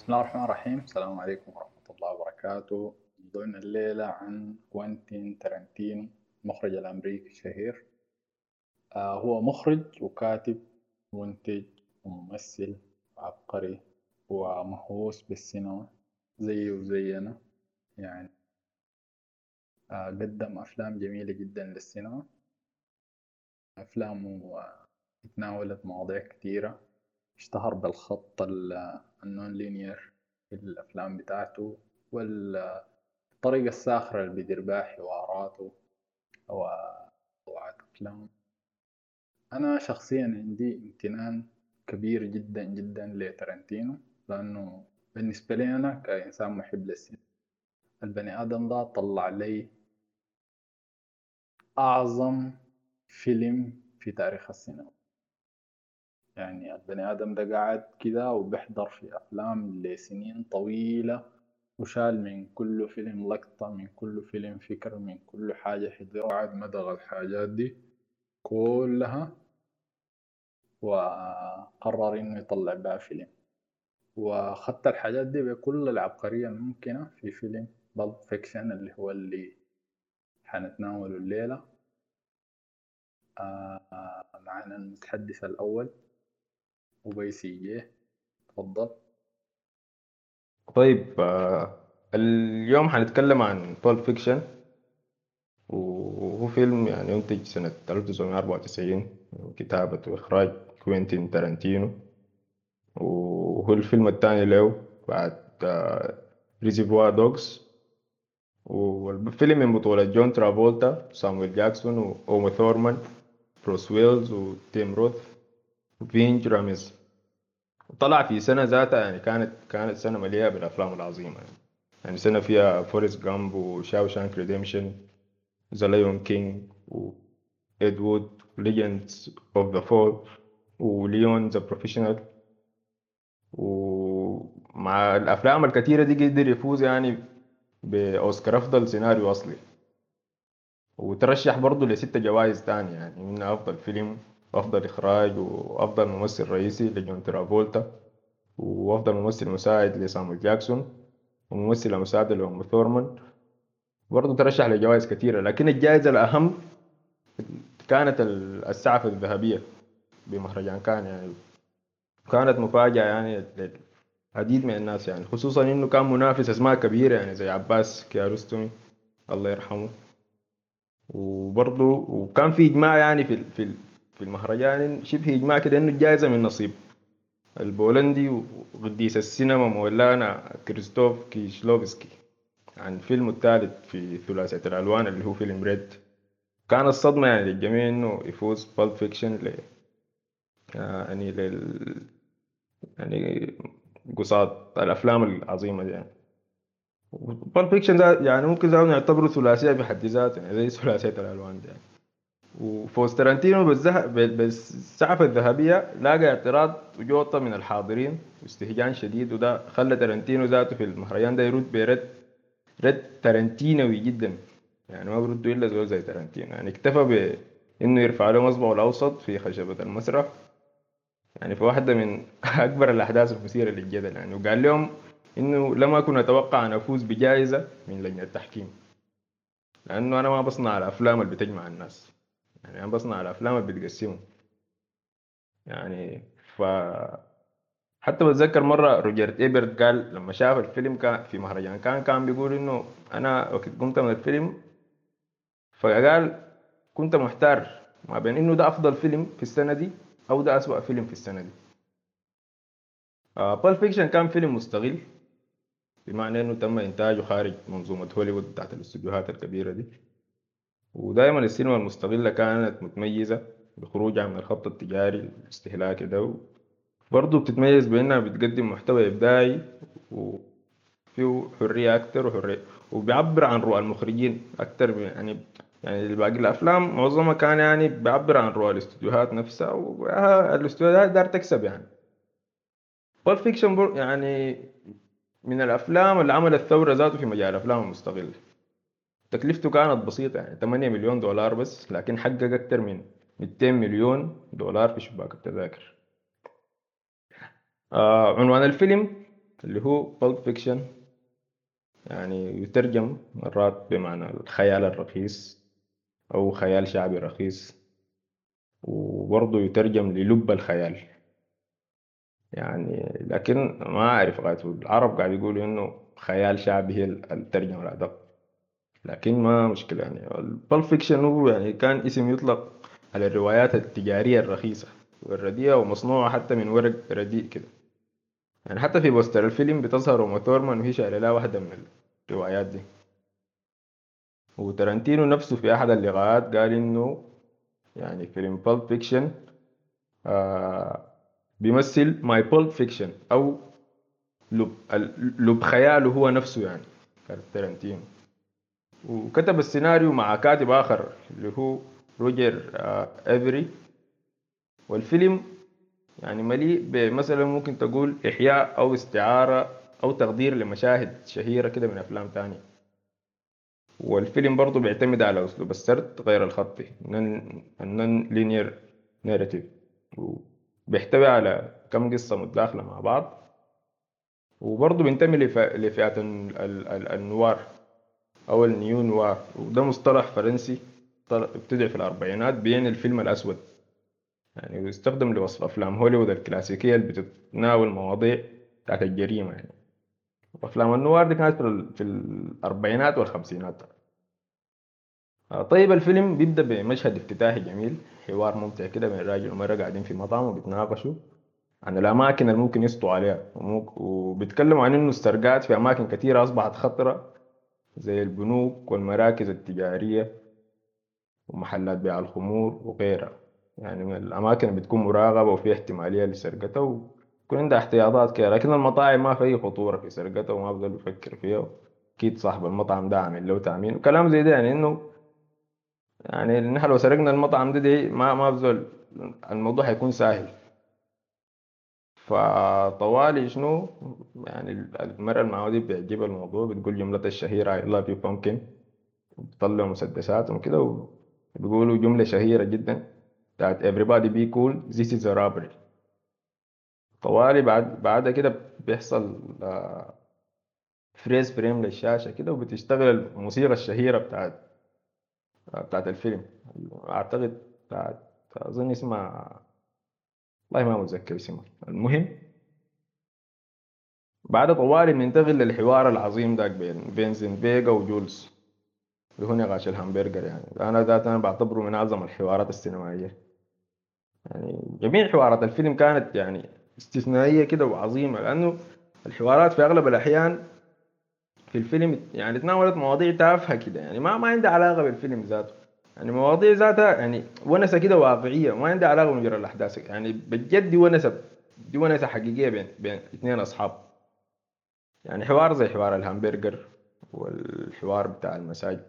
بسم الله الرحمن الرحيم. السلام عليكم ورحمة الله وبركاته. موضوعنا الليلة عن كوينتين تارانتينو، المخرج الأمريكي الشهير. هو مخرج وكاتب ومنتج وممثل وعبقري ومهووس بالسينما زي وزينا يعني. قدم أفلام جميلة جدا للسينما. أفلامه تناولت مواضيع كثيرة. اشتهر بالخط النون لينير في الأفلام بتاعته، والطريقة الساخرة اللي بيدير بها حواراته وموضوعات أفلام. أنا شخصيا عندي امتنان كبير جدا جدا لتارنتينو، لأنه بالنسبة لي أنا كإنسان محب للسينما، البني آدم ده طلع لي أعظم فيلم في تاريخ السينما. يعني البني آدم ده قاعد كده وبيحضر في أفلام لسنين طويلة، وشال من كل فيلم لقطة، من كل فيلم فكرة، من كل حاجة حضرها، وقعد مدغ الحاجات دي كلها وقرر إنه يطلع بها فيلم. وخدت الحاجات دي بكل العبقرية الممكنة في فيلم بالب فيكشن اللي هو اللي حنتناوله الليلة. معنا المتحدث الأول وبيسي جي. تفضل. طيب اليوم حنتكلم عن بول فيكشن، وهو فيلم يعني ينتج سنة 1994، كتابة وإخراج كوينتين تارانتينو. وهو الفيلم الثاني له بعد ريزيفوار دوغز. والفيلم من بطولة جون ترافولتا، سامويل جاكسون، وأوما ثورمان، بروس ويلز، وتيم روث، وفينج راميز. طلع في سنة ذاتها، يعني كانت سنة مليئة بالأفلام العظيمة. يعني سنة فيها فورست جامب، وشاو شانك ريديمشن، ذا لايون كينج، وإد وود، ليجندز اوف ذا فول، وليون ذا بروفيشنال. ومع الأفلام الكثيرة دي قدر يفوز يعني بأوسكار أفضل سيناريو أصلي، وترشح برضه لستة جوائز تانية، يعني منها أفضل فيلم، وأفضل إخراج، وأفضل ممثل رئيسي لجون ترافولتا، وأفضل ممثل مساعد لسامويل جاكسون، وممثلة مساعدة لأم ثورمان. برضه ترشح لجوائز كثيرة، لكن الجائزة الأهم كانت السعفة الذهبية بمهرجان كان. يعني كانت مفاجأة يعني للعديد من الناس، يعني خصوصا إنه كان منافس أسماء كبيرة يعني زي عباس كيارستمي، الله يرحمه. وبرضه وكان في إجماع يعني في المهرجان، شبه إجماع كده إنه الجائزة من نصيب البولندي وقديس السينما مولانا كريستوف كيشلوفسكي عن فيلمه الثالث في ثلاثية الألوان اللي هو فيلم ريد. كانت الصدمة يعني للجميع إنه يفوز بالب فيكشن يعني يعني قصاد الأفلام العظيمة دي يعني. بالب فيكشن ده يعني ممكن ده نعتبره ثلاثية بحد ذاته، يعني زي ثلاثية الألوان دي يعني. وفوز تارانتينو بالسعفة الذهبية لاقى اعتراض وجوطة من الحاضرين واستهجان شديد، وده خلى تارانتينو ذاته في المهرجان ده يرد رد تارانتينوي جدا. يعني ما بردوا إلا زول زي تارانتينو، يعني اكتفى بإنه يرفع له مصبعه الأوسط في خشبة المسرح، يعني في واحدة من أكبر الأحداث المثيرة للجدل يعني. وقال لهم إنه لم أكن أتوقع أن أفوز بجائزة من لجنة التحكيم، لأنه أنا ما بصنع الأفلام اللي بتجمع الناس، يعني أنا بصنع الأفلام اللي بتقسمهم يعني. ف حتى بتذكر مرة روجرت إيبرت قال لما شاف الفيلم كان في مهرجان، كان بيقول إنه أنا وقت قمت من الفيلم فقال كنت محتار ما بين إنه ده أفضل فيلم في السنة دي أو ده أسوأ فيلم في السنة دي. بول فيكشن كان فيلم مستغل، بمعنى إنه تم إنتاجه خارج منظومة هوليوود بتاعت الاستوديوهات الكبيرة دي. ودائما السينما المستغلة كانت متميزة بخروجها من الخط التجاري الاستهلاكي ده. برضه بتتميز بإنها بتقدم محتوى إبداعي وفيه حرية أكتر، وبيعبر عن رؤى المخرجين أكتر يعني. يعني باقي الأفلام معظمها كان يعني بيعبر عن رؤى الاستوديوهات نفسها، والاستوديوهات دار تكسب يعني. بول فيكشن يعني من الأفلام اللي عملت ثورة ذاته في مجال الأفلام المستقلة. تكلفته كانت بسيطة يعني 8 مليون دولار بس، لكن حقق أكتر من 200 مليون دولار في شباك التذاكر. عنوان الفيلم اللي هو بالب فيكشن، يعني يترجم مرات بمعنى الخيال الرخيص أو خيال شعبي رخيص، وبرضه يترجم للب الخيال يعني. لكن ما أعرف غايته، العرب قاعد يقولوا إنه خيال شعبي هي الترجمة الأدق، لكن ما مشكلة يعني. البالب فيكشن هو يعني كان اسم يطلق على الروايات التجارية الرخيصة والرديئة ومصنوعة حتى من ورق رديء كده. يعني حتى في بوستر الفيلم بتظهر أوما ثورمان وهي شايلة لها واحدة من الروايات دي. وترنتينو نفسه في أحد اللقاءات قال إنه يعني فيلم بالب فيكشن بيمثل ماي بالب فيكشن، أو لب خياله هو نفسه يعني ترنتينو. وكتب السيناريو مع كاتب آخر اللي هو روجر إيفري. والفيلم يعني مليء بمثلا ممكن تقول إحياء أو استعارة أو تقدير لمشاهد شهيرة كده من أفلام تانية. والفيلم برضه بيعتمد على أسلوب السرد غير الخطي، النون لينير ناريتيف، وبيحتوي على كم قصة متداخلة مع بعض. وبرضه بينتمي لفئة النوار أو النيو نوار، وده مصطلح فرنسي ابتدع في الأربعينات بين الفيلم الأسود، يعني بيستخدم لوصف أفلام هوليوود الكلاسيكية اللي بتتناول مواضيع بتاعت الجريمة يعني. وأفلام النوار دي كانت في الأربعينات والخمسينات. طيب الفيلم بيبدأ بمشهد افتتاحي جميل، حوار ممتع كده بين راجل ومرة قاعدين في مطعم وبيتناقشوا عن الأماكن اللي ممكن يسطوا عليها، وبيتكلموا عن إنه السرقات في أماكن كثيرة أصبحت خطرة زي البنوك والمراكز التجارية ومحلات بيع الخمور وغيرها. يعني من الأماكن اللي بتكون مراقبة وفيها احتمالية لسرقتها ويكون عندها احتياطات كده. لكن المطاعم ما في أي خطورة في سرقتها وما بقدر يفكر فيها. أكيد صاحب المطعم ده عامل له تأمين وكلام زي ده، يعني إنه يعني نحن لو سرقنا المطعم ده ما بزول الموضوع هيكون سهل. فطوالي شنو يعني المرأة المعودة بيعجبها الموضوع، بتقول جملتها الشهيرة I love you pumpkin، بتطلع مسدساتهم كده وبيقولوا جملة شهيرة جدا بتاعت everybody be cool this is a robbery. طوالي بعد كده بيحصل فريز فريم للشاشة كده وبتشتغل الموسيقى الشهيرة بتاعت الفيلم. أعتقد بتاعت أظن اسمها، والله ما متذكر اسمها. المهم بعد طوالي بننتقل للحوار العظيم داك بين زنفيجا وجولز اللي هو نقاش الهامبرجر. يعني أنا ذات أنا بعتبره من أعظم الحوارات السينمائية. يعني جميع حوارات الفيلم كانت يعني استثنائية كده وعظيمة، لأنه الحوارات في أغلب الأحيان في الفيلم يعني تناولت مواضيع تافهة كده، يعني ما عندها علاقة بالفيلم ذاته. يعني مواضيع ذاتها يعني ونسة كده واقعية ما عندها علاقة بمجرى الأحداث، يعني بجد دي ونسة حقيقية بين اثنين أصحاب. يعني حوار زي حوار الهامبرجر والحوار بتاع المساج.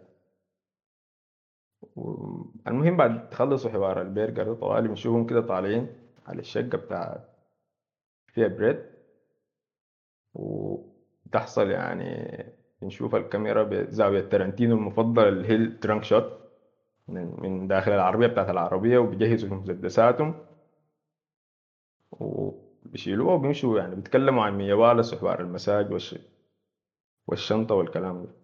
المهم بعد تخلصوا حوار البرجر ده طوالي بنشوفهم كده طالعين على الشقة بتاع فيها بريد، وتحصل يعني نشوف الكاميرا بزاوية ترنتينو المفضل اللي هي الترانك شوت من داخل العربية بتاعت العربية، وبيجهزوا مسدساتهم وبيشيلوها وبيمشوا. يعني بيتكلموا عن مياه وحوار المساج والشنطة والكلام ده.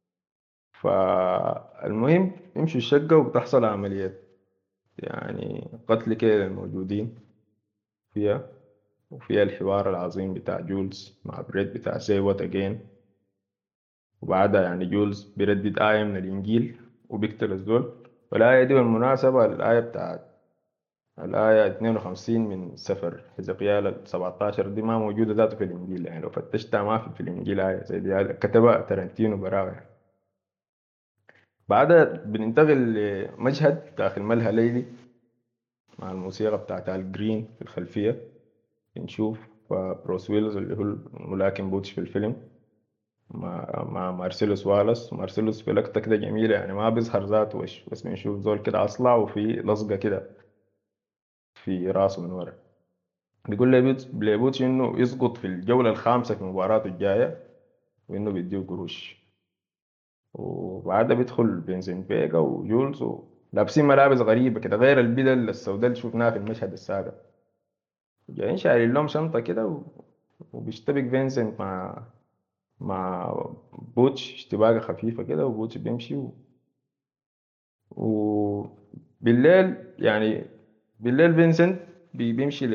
فالمهم يمشوا الشقة وبتحصل عملية يعني قتل كده الموجودين فيها. وفيها الحوار العظيم بتاع جولز مع بريد بتاع say what again. وبعدها يعني جولز بيردد آية من الإنجيل وبيقتل الزول. والآية دي بالمناسبة الآية بتاعت الآية 52 من سفر حزقيال 17 دي ما موجودة ذاته في الإنجيل. يعني لو فتشتها ما في الإنجيل آية زي دي، كتبها ترنتينو براغ يعني. بعدها بننتقل لمشهد داخل ملهى ليلي مع الموسيقى بتاعت الجرين في الخلفية. بنشوف بروس ويلز اللي هو الملاكم بوتش في الفيلم مع مارسيلوس والاس. مارسيلوس في لقطة كده جميلة يعني ما بيظهر ذاته وش، بس بنشوف زول كده أصلع وفي لصقة كده في راسه من ورا. بيقول لبوتش إنه يسقط في الجولة الخامسة في مباراته الجاية وإنه بيديه قروش. وبعدها بيدخل بنزين فيجا وجولز لابسين ملابس غريبة كده غير البدل السوداء اللي شفناها في المشهد السابق. جايين شايلين لهم شنطة كده وبيشتبك فينسنت مع بوتش اشتباكة خفيفة كده، وبوتش بيمشي وبالليل يعني بالليل فينسنت بيمشي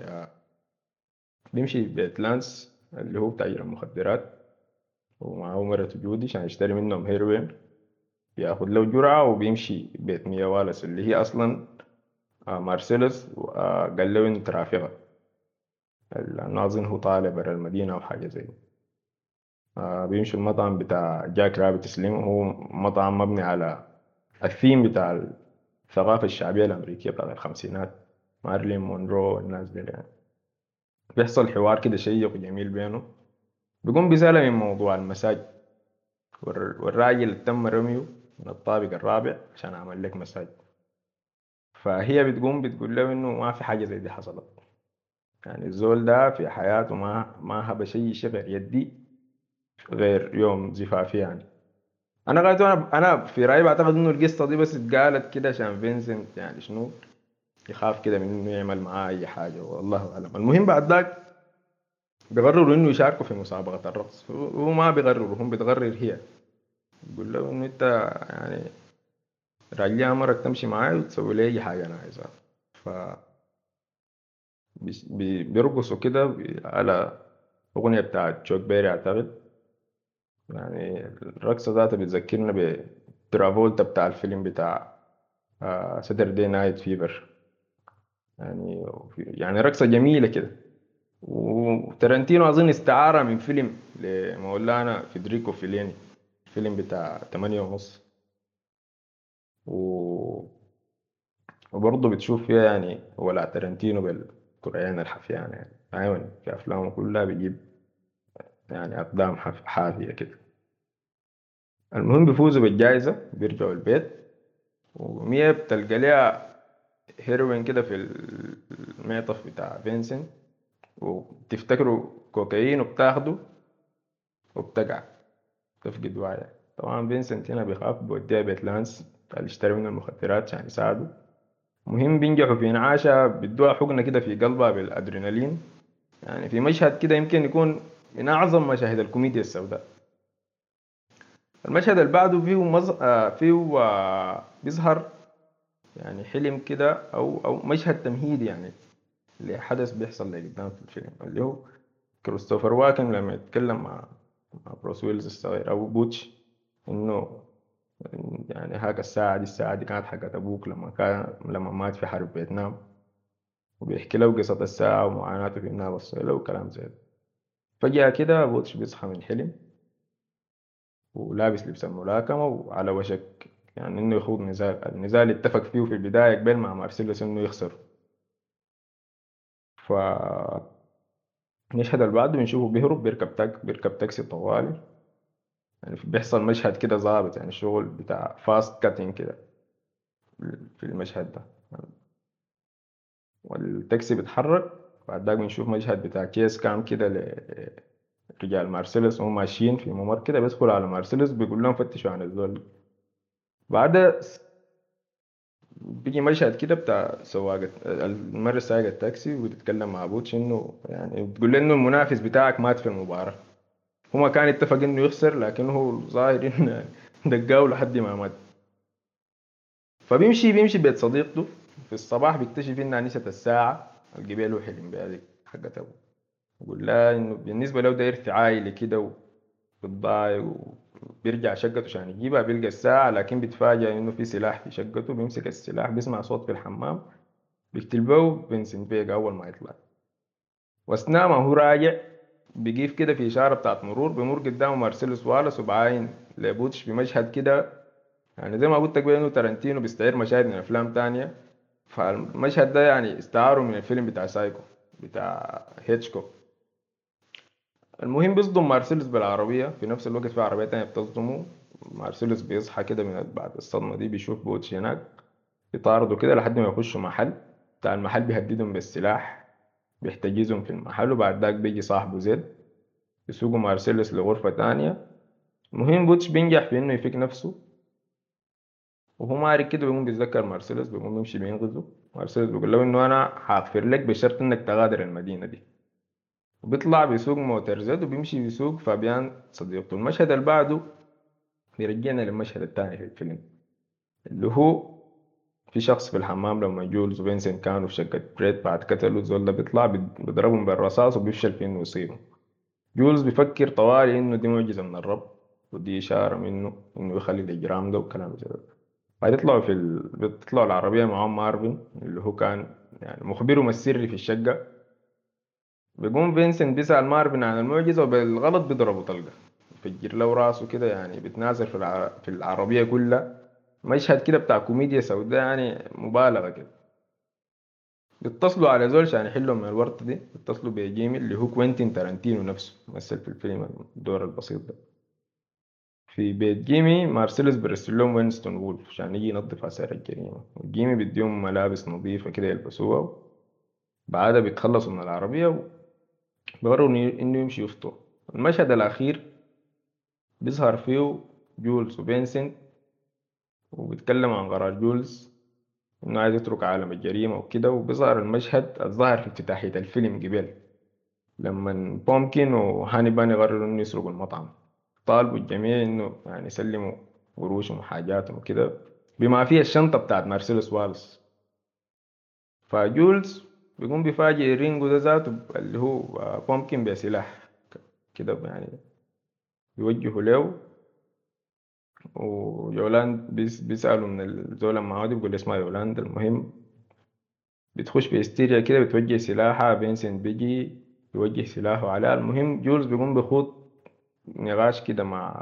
بيمشي بيت لانس اللي هو تاجر المخدرات، ومعه مرته جودي عشان يشتري منهم هيروين. بياخد له جرعة وبيمشي بيت ميا والس اللي هي أصلا مارسيلوس قال له إنه ترافقها، الناظن هو طالع برا المدينة أو حاجة زي. بيمشي المطعم بتاع جاك رابت سليم، هو مطعم مبني على الثيم بتاع الثقافة الشعبية الأمريكية بتاعت الخمسينات، مارلين مونرو والناس دي يعني. بيحصل حوار كده شيق وجميل بينه. بيقوم بيسأله من موضوع المساج، والراجل اللي تم رميه من الطابق الرابع عشان أعمل لك مساج. فهي بتقوم بتقول له إنه ما في حاجة زي دي حصلت، يعني الزول ده في حياته ما هبش أي شيء غير يدي، غير يوم زفافي يعني. انا قلت انا في رايي بعتقد انه القصه دي بس اتقالت كده عشان فينسنت يعني شنو يخاف كده من انه يعمل معاه اي حاجه، والله اعلم. المهم بعد ذاك بيقرروا انه يشاركوا في مسابقه الرقص، هو ما بيقرروا، هم بتقرر هي. بيقول له انه انت يعني راجع امرك تمشي معاي وتسوي لي اي حاجه انا عايزها. ف بيرقصوا كده على اغنيه بتاعت تشوك بيري اعتقد. يعني الرقصه ذاتها بتذكرنا بترافولتا بتاع الفيلم بتاع ساتردي نايت فيفر. يعني رقصة جميلة كده. وترنتينو أظن استعارة من فيلم لمولانا فيدريكو فيليني، الفيلم بتاع 8:30. و... وبرضه بتشوف فيها يعني ولا ترنتينو بالكوريان الحفيان يعني دايما في أفلامه كلها بيجيب يعني أقدام حافية كده. المهم بيفوزوا بالجائزة، بيرجعوا البيت، ومية بتلقى لها هيروين كده في المعطف بتاع فينسنت، وتفتكروا كوكايين وبتاخده وبتقع تفقد وعيها. طبعا فينسنت هنا بيخاف بوديها بيت لانس اللي اشتري منه المخدرات عشان يساعده. مهم بينجحوا في انعاشها، بيدوها حقنة كده في قلبها بالادرينالين. يعني في مشهد كده يمكن يكون من اعظم مشاهد الكوميديا السوداء. المشهد اللي بعده فيه بيظهر يعني حلم كده او مشهد تمهيدي يعني لحدث بيحصل لقدام في الفيلم، اللي هو كريستوفر واكن لما يتكلم مع بروس ويلز الصغير أبو بوتش إنه يعني هاك الساعة دي كانت حقت أبوك لما مات في حرب فيتنام، وبيحكي له قصة الساعة ومعاناته في إنها وصله وكلام زي ده. فجأة كده بوتش بيصحى من حلم ولابس لبس الملاكمة وعلى وشك يعني إنه يخوض النزال اللي اتفق فيه في البداية قبل مع مارسيلوس إنه يخسر. فالمشهد اللي بعده بنشوفه بيهرب بيركب تاكسي طوالي. يعني بيحصل مشهد كده ظابط يعني الشغل بتاع فاست كاتنج كده في المشهد ده. والتاكسي بيتحرك. بعد ذاك بنشوف مشهد بتاع كيس كام كده لرجال مارسيلس وهم ماشيين في ممر كده، بيدخلوا على مارسيلس بيقول لهم فتشوا عن الزول. بعد بيجي مشهد كده بتاع سواقة المرة سايق التاكسي وبتتكلم مع بوتش انه يعني بتقول له انه المنافس بتاعك مات في المباراة. هو كان اتفق انه يخسر لكن هو ظاهر انه دقاه لحد ما مات. فبيمشي بيت صديقته في الصباح، بيكتشف انها نسيت الساعة القبيل له حلم بها دي حقت ابوه. بيقول لها انه بالنسبة له ده إرث عائلي كده وبتضايق، وبيرجع شقته عشان يجيبها بيلقى الساعة، لكن بيتفاجأ انه في سلاح في شقته. بيمسك السلاح بيسمع صوت في الحمام، بيقتل به فينسنت فيجا اول ما يطلع. واثناء ما هو راجع بيقيف كده في إشارة بتاعت مرور، بيمر قدامه مارسيلوس والاس وبعاين لبوتش في مشهد كده. يعني زي ما قلت قبل انه تارنتينو بيستعير مشاهد من افلام تانية، فالمشهد ده يعني استعاره من الفيلم بتاع سايكو بتاع هيتشكوك. المهم بيصدم مارسيلوس بالعربية في نفس الوقت في عربية تانية بتصدمه. مارسيلوس بيصحى كده من بعد الصدمة دي، بيشوف بوتش هناك يطاردوا كده لحد ما يخشوا محل. بتاع المحل بيهددهم بالسلاح، بيحتجزهم في المحل. وبعد ذاك بيجي صاحبه زيد يسوقوا مارسيلوس لغرفة تانية. المهم بوتش بينجح في انه يفيك نفسه، وهو مارك كده بيقوم بيتذكر مارسيلوس، بيقوم يمشي بينقذه. مارسيلوس بيقول له انه انا هغفر لك بشرط انك تغادر المدينة دي. وبيطلع بيسوق موتور زد وبيمشي بيسوق فابيان صديقته. المشهد اللي بعده بيرجعنا للمشهد الثاني في الفيلم، اللي هو في شخص في الحمام لما جولز وبنسن كانوا في شقة بريد بعد قتلوا الزول ده، بيطلع بيضربهم بالرصاص وبيفشل في انه يصيبه. جولز بيفكر طوالي انه دي معجزة من الرب، ودي إشارة منه انه يخلي الإجرام ده وكلام زي ده. بيطلعوا بيطلعوا العربية معهم مارفن اللي هو كان يعني مخبرهم السري في الشقة. بيقوم فينسنت بيسأل مارفن عن المعجزة وبالغلط بيضربه طلقة، بيفجر له راسه كده، يعني بيتناثر في العربية كلها. مشهد كده بتاع كوميديا سوداء، يعني مبالغة كده. بيتصلوا على زول عشان يحلوا من الورطة دي، بيتصلوا بجيمي اللي هو كوينتين تارانتينو نفسه مثل في الفيلم الدور البسيط ده. في بيت جيمي مارسيلوس بيرسل لهم وينستون وولف عشان يجي ينظف آثار الجريمة، وجيمي بيديهم ملابس نظيفة كده يلبسوها. بعدها بيتخلصوا من العربية وبيقرروا إنه يمشي يفطر. المشهد الأخير بيظهر فيه جولز وبنسن، وبيتكلم عن قرار جولز إنه عايز يترك عالم الجريمة وكده. وبيظهر المشهد الظاهر في افتتاحية الفيلم قبل، لما بومكن وهانيبال يقرروا إنه يسرقوا المطعم. طالبوا الجميع إنه يعني يسلموا قروشهم وحاجاتهم وكده، بما فيها الشنطة بتاعت مارسيلوس والس. فجولز بيقوم بيفاجئ رينجو ده ذاته اللي هو بومكن بسلاح كده، يعني بيوجهه له. ويولاند بيسأله من الزول المعادي، بيقول له اسمها يولاند. المهم بتخش بهستيريا كده، بتوجه سلاحها، بينسن بيجي يوجه سلاحه عليها. المهم جولز بيقوم بيخوض نقاش كده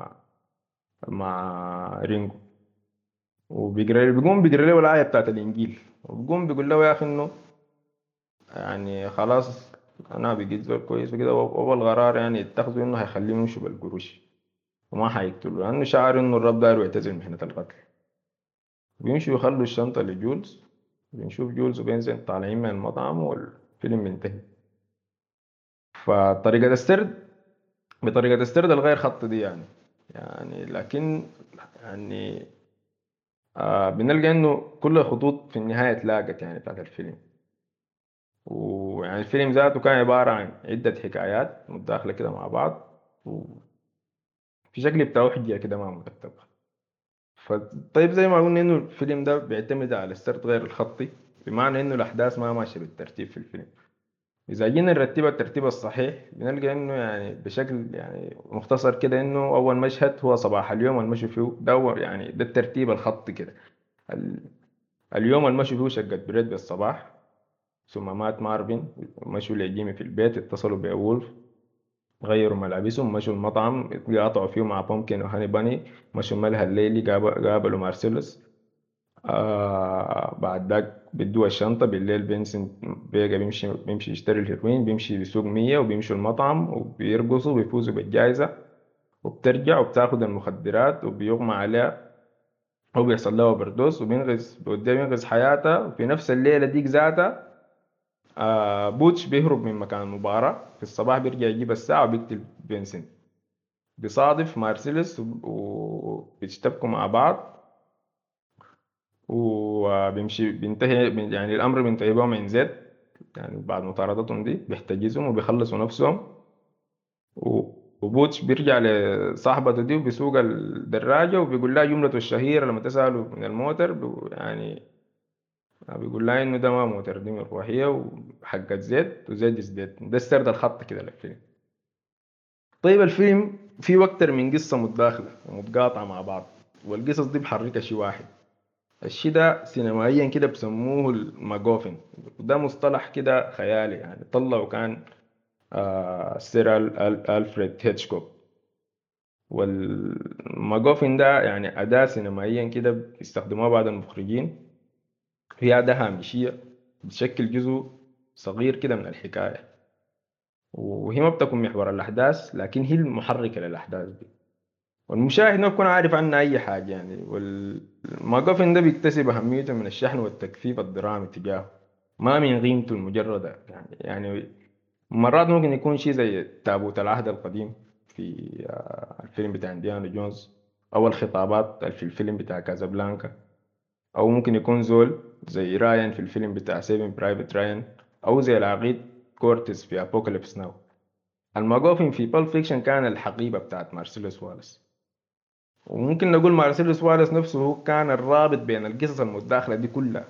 مع رينجو، بيقوم بيقرا له الآية بتاعت الإنجيل، وبيقوم بيقول له يا أخي إنه يعني خلاص أنا بقيت زول كويس وكده، وأول قرار يعني يتخذوا إنه هيخليهم يمشوا بالقروش وما هيقتلوا، لأنه شعر إنه الرب داير يعتزل محنة القتل. بيمشوا يخلوا الشنطة لجولز، بنشوف جولز وبنزين طالعين من المطعم والفيلم بينتهي. فطريقة السرد بطريقة السرد الغير خط دي يعني لكن يعني بنلقى انه كل الخطوط في النهاية اتلاقت يعني بتاعت الفيلم. ويعني الفيلم ذاته كان عبارة عن عدة حكايات متداخلة كده مع بعض، وفي شكل بتاع وحدة كده ما مرتب. طيب زي ما قلنا انه الفيلم ده بيعتمد على السرد غير الخطي، بمعنى انه الاحداث ما ماشية بالترتيب في الفيلم. إذا جينا نرتبها الترتيب الصحيح بنلقى إنه يعني بشكل يعني مختصر كده، إنه أول مشهد هو صباح اليوم المشي فيه ده، يعني ده الترتيب الخطي كده. ال- اليوم المشي فيه شقة بريد بالصباح، ثم مات مارفن، مشوا لجيمي في البيت، اتصلوا بولف، غيروا ملابسهم، مشوا المطعم، قاطعوا فيه مع بومكن وهاني باني، مشوا ملهى الليلي، قابلوا مارسيلوس. بعد ذاك بدوا الشنطة بالليل. بينسن بيجا بيمشي يشتري الهيروين، بيمشي بيسوق 100 وبيمشوا المطعم وبيرقصوا وبيفوزوا بالجائزة. وبترجع وبتاخد المخدرات وبيغمى عليها، هو بيحصل له overdose وبينقذ، بيوديها بينقذ حياتها. وفي نفس الليلة ديك ذاتها بوتش بيهرب من مكان المباراة في الصباح، بيرجع يجيب الساعة وبيقتل بنسن. بيصادف مارسيلس وبيشتبكوا مع بعض، وبيمشي بينتهي يعني الامر بينتهي بهم عند زيت. يعني بعد مطاردتهم دي بيحتجزهم وبيخلصوا نفسهم. وبوتش بيرجع لصاحبته دي وبيسوق الدراجة وبيقول لها جملته الشهيرة لما تسأله من الموتر، يعني بيقول لها إنه ده ما موتر، دي مروحية وحقت زيت وزيت زيت. ده السرد الخط كده للفيلم. طيب الفيلم فيه أكتر من قصة متداخلة ومتقاطعة مع بعض، والقصص دي بحركها شي واحد. الشي ده سينمائيا كده بسموه الماجوفن، وده مصطلح كده خيالي يعني طلعه كان سير ألفريد هيتشكوك. والماجوفن ده يعني أداة سينمائيا كده بيستخدموها بعض المخرجين، هي أداة هامشية بتشكل جزء صغير كده من الحكاية، وهي ما بتكون محور الأحداث لكن هي المحركة للأحداث دي، والمشاهد ما بيكون عارف عنها أي حاجة يعني. والماجوفن ده بيكتسب أهميته من الشحن والتكثيف الدرامي تجاهه، ما من قيمته المجردة يعني مرات ممكن يكون شيء زي تابوت العهد القديم في الفيلم بتاع انديانا جونز، أو الخطابات في الفيلم بتاع كازابلانكا، أو ممكن يكون زول زي رايان في الفيلم بتاع سيفين برايفت رايان، أو زي العقيد كورتيس في أبوكاليبس ناو. الماجوفين في بالب فيكشن كان الحقيبة بتاعت مارسيلوس والاس. وممكن نقول مارسيلوس والاس نفسه هو كان الرابط بين القصص المتداخلة دي كلها.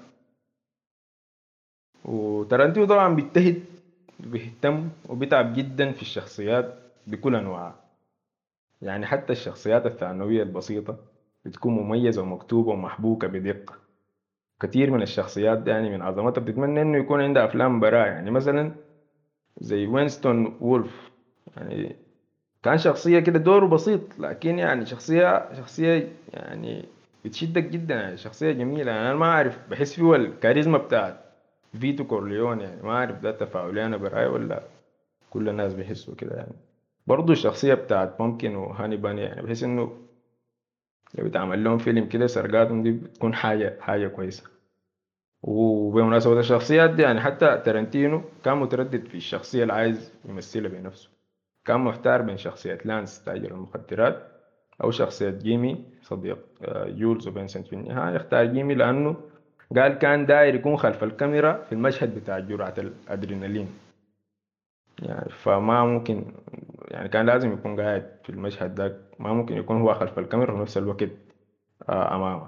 وتارانتينو طبعا بيجتهد وبيهتم وبيتعب جدا في الشخصيات بكل أنواعها. يعني حتى الشخصيات الثانوية البسيطة بتكون مميزة ومكتوبة ومحبوكة بدقة. كثير من الشخصيات دي يعني من عظمتها بتتمنى انه يكون عندها افلام براءة. يعني مثلا زي وينستون وولف، يعني كان شخصية كده دوره بسيط، لكن يعني شخصية يعني بتشدك جدا. يعني شخصية جميلة. يعني أنا ما أعرف، بحس فيه الكاريزما بتاعت فيتو كورليون. يعني ما أعرف ده تفاعلي أنا برأي ولا كل الناس بيحسوا كده يعني. برضو الشخصية بتاعت بومكن وهاني باني، يعني بحس إنه لو يتعمل لهم فيلم كده سرقاتهم دي بتكون حاجة كويسة. وبمناسبة الشخصيات دي، يعني حتى تارنتينو كان متردد في الشخصية اللي عايز يمثلها بنفسه. كان محتار بين شخصية لانس تاجر المخدرات أو شخصية جيمي صديق جولز وفينسنت. في النهاية اختار جيمي لأنه قال كان داير يكون خلف الكاميرا في المشهد بتاع جرعة الأدرينالين. يعني فما ممكن، يعني كان لازم يكون قاعد في المشهد ده، ما ممكن يكون هو خلف الكاميرا في نفس الوقت أمامه.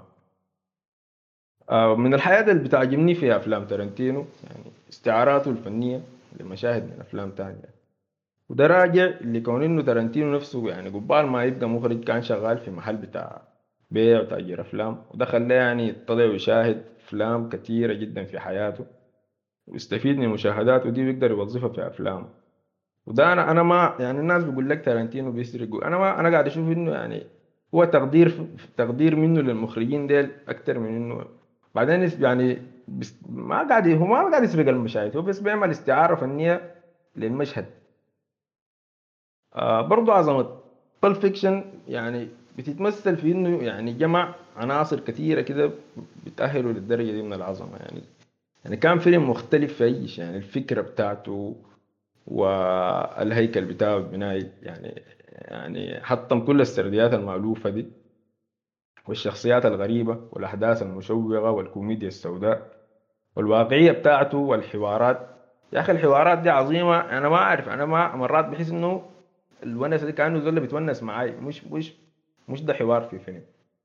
من الحاجات اللي بتعجبني في أفلام تارنتينو يعني استعاراته الفنية لمشاهد من أفلام تانية. وده راجع لكون إنه تارنتينو نفسه يعني قبال ما يبقى مخرج كان شغال في محل بتاع بيع وتأجير أفلام، وده خلاه يعني يطلع ويشاهد أفلام كتيرة جدا في حياته ويستفيد من مشاهداته دي ويقدر يوظفها في أفلام. وده أنا ما يعني الناس بيقول لك تارنتينو بيسرق، أنا ما أنا قاعد أشوف إنه يعني هو تقدير منه للمخرجين ديل أكتر من إنه بعدين يعني ما قاعد، هو ما قاعد يسرق المشاهد، هو بس بيعمل استعارة فنية للمشهد. برضو عظمة بول فيكشن يعني بتتمثل في انه يعني جمع عناصر كثيرة كده بتأهله للدرجة دي من العظمة. يعني كان فيلم مختلف في أي شيء. يعني الفكرة بتاعته والهيكل بتاعه البنائي، يعني حطم كل السرديات المألوفة دي والشخصيات الغريبة والأحداث المشوقة والكوميديا السوداء والواقعية بتاعته والحوارات. يا أخي الحوارات دي عظيمة. أنا ما أعرف، أنا ما مرات بحس إنه الونس دي كأنه زول بيتونس معاي، مش ده حوار في فيلم.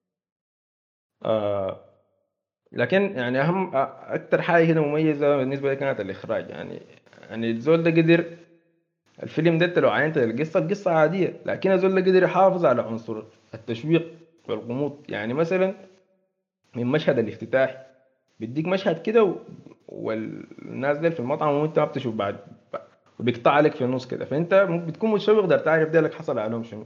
آه لكن يعني أهم أكتر حاجة كده مميزة بالنسبة لي كانت الإخراج. يعني الزول ده قدر، الفيلم ده أنت لو عينت القصة عادية، لكن الزول ده قدر يحافظ على عنصر التشويق والغموض. يعني مثلا من مشهد الافتتاح بيديك مشهد كده والناس دي في المطعم وانت ما بتشوف بعد، وبيقطع عليك في النص كده، فانت ممكن بتكون متشوق ده تعرف ده لك حصل عليهم شنو.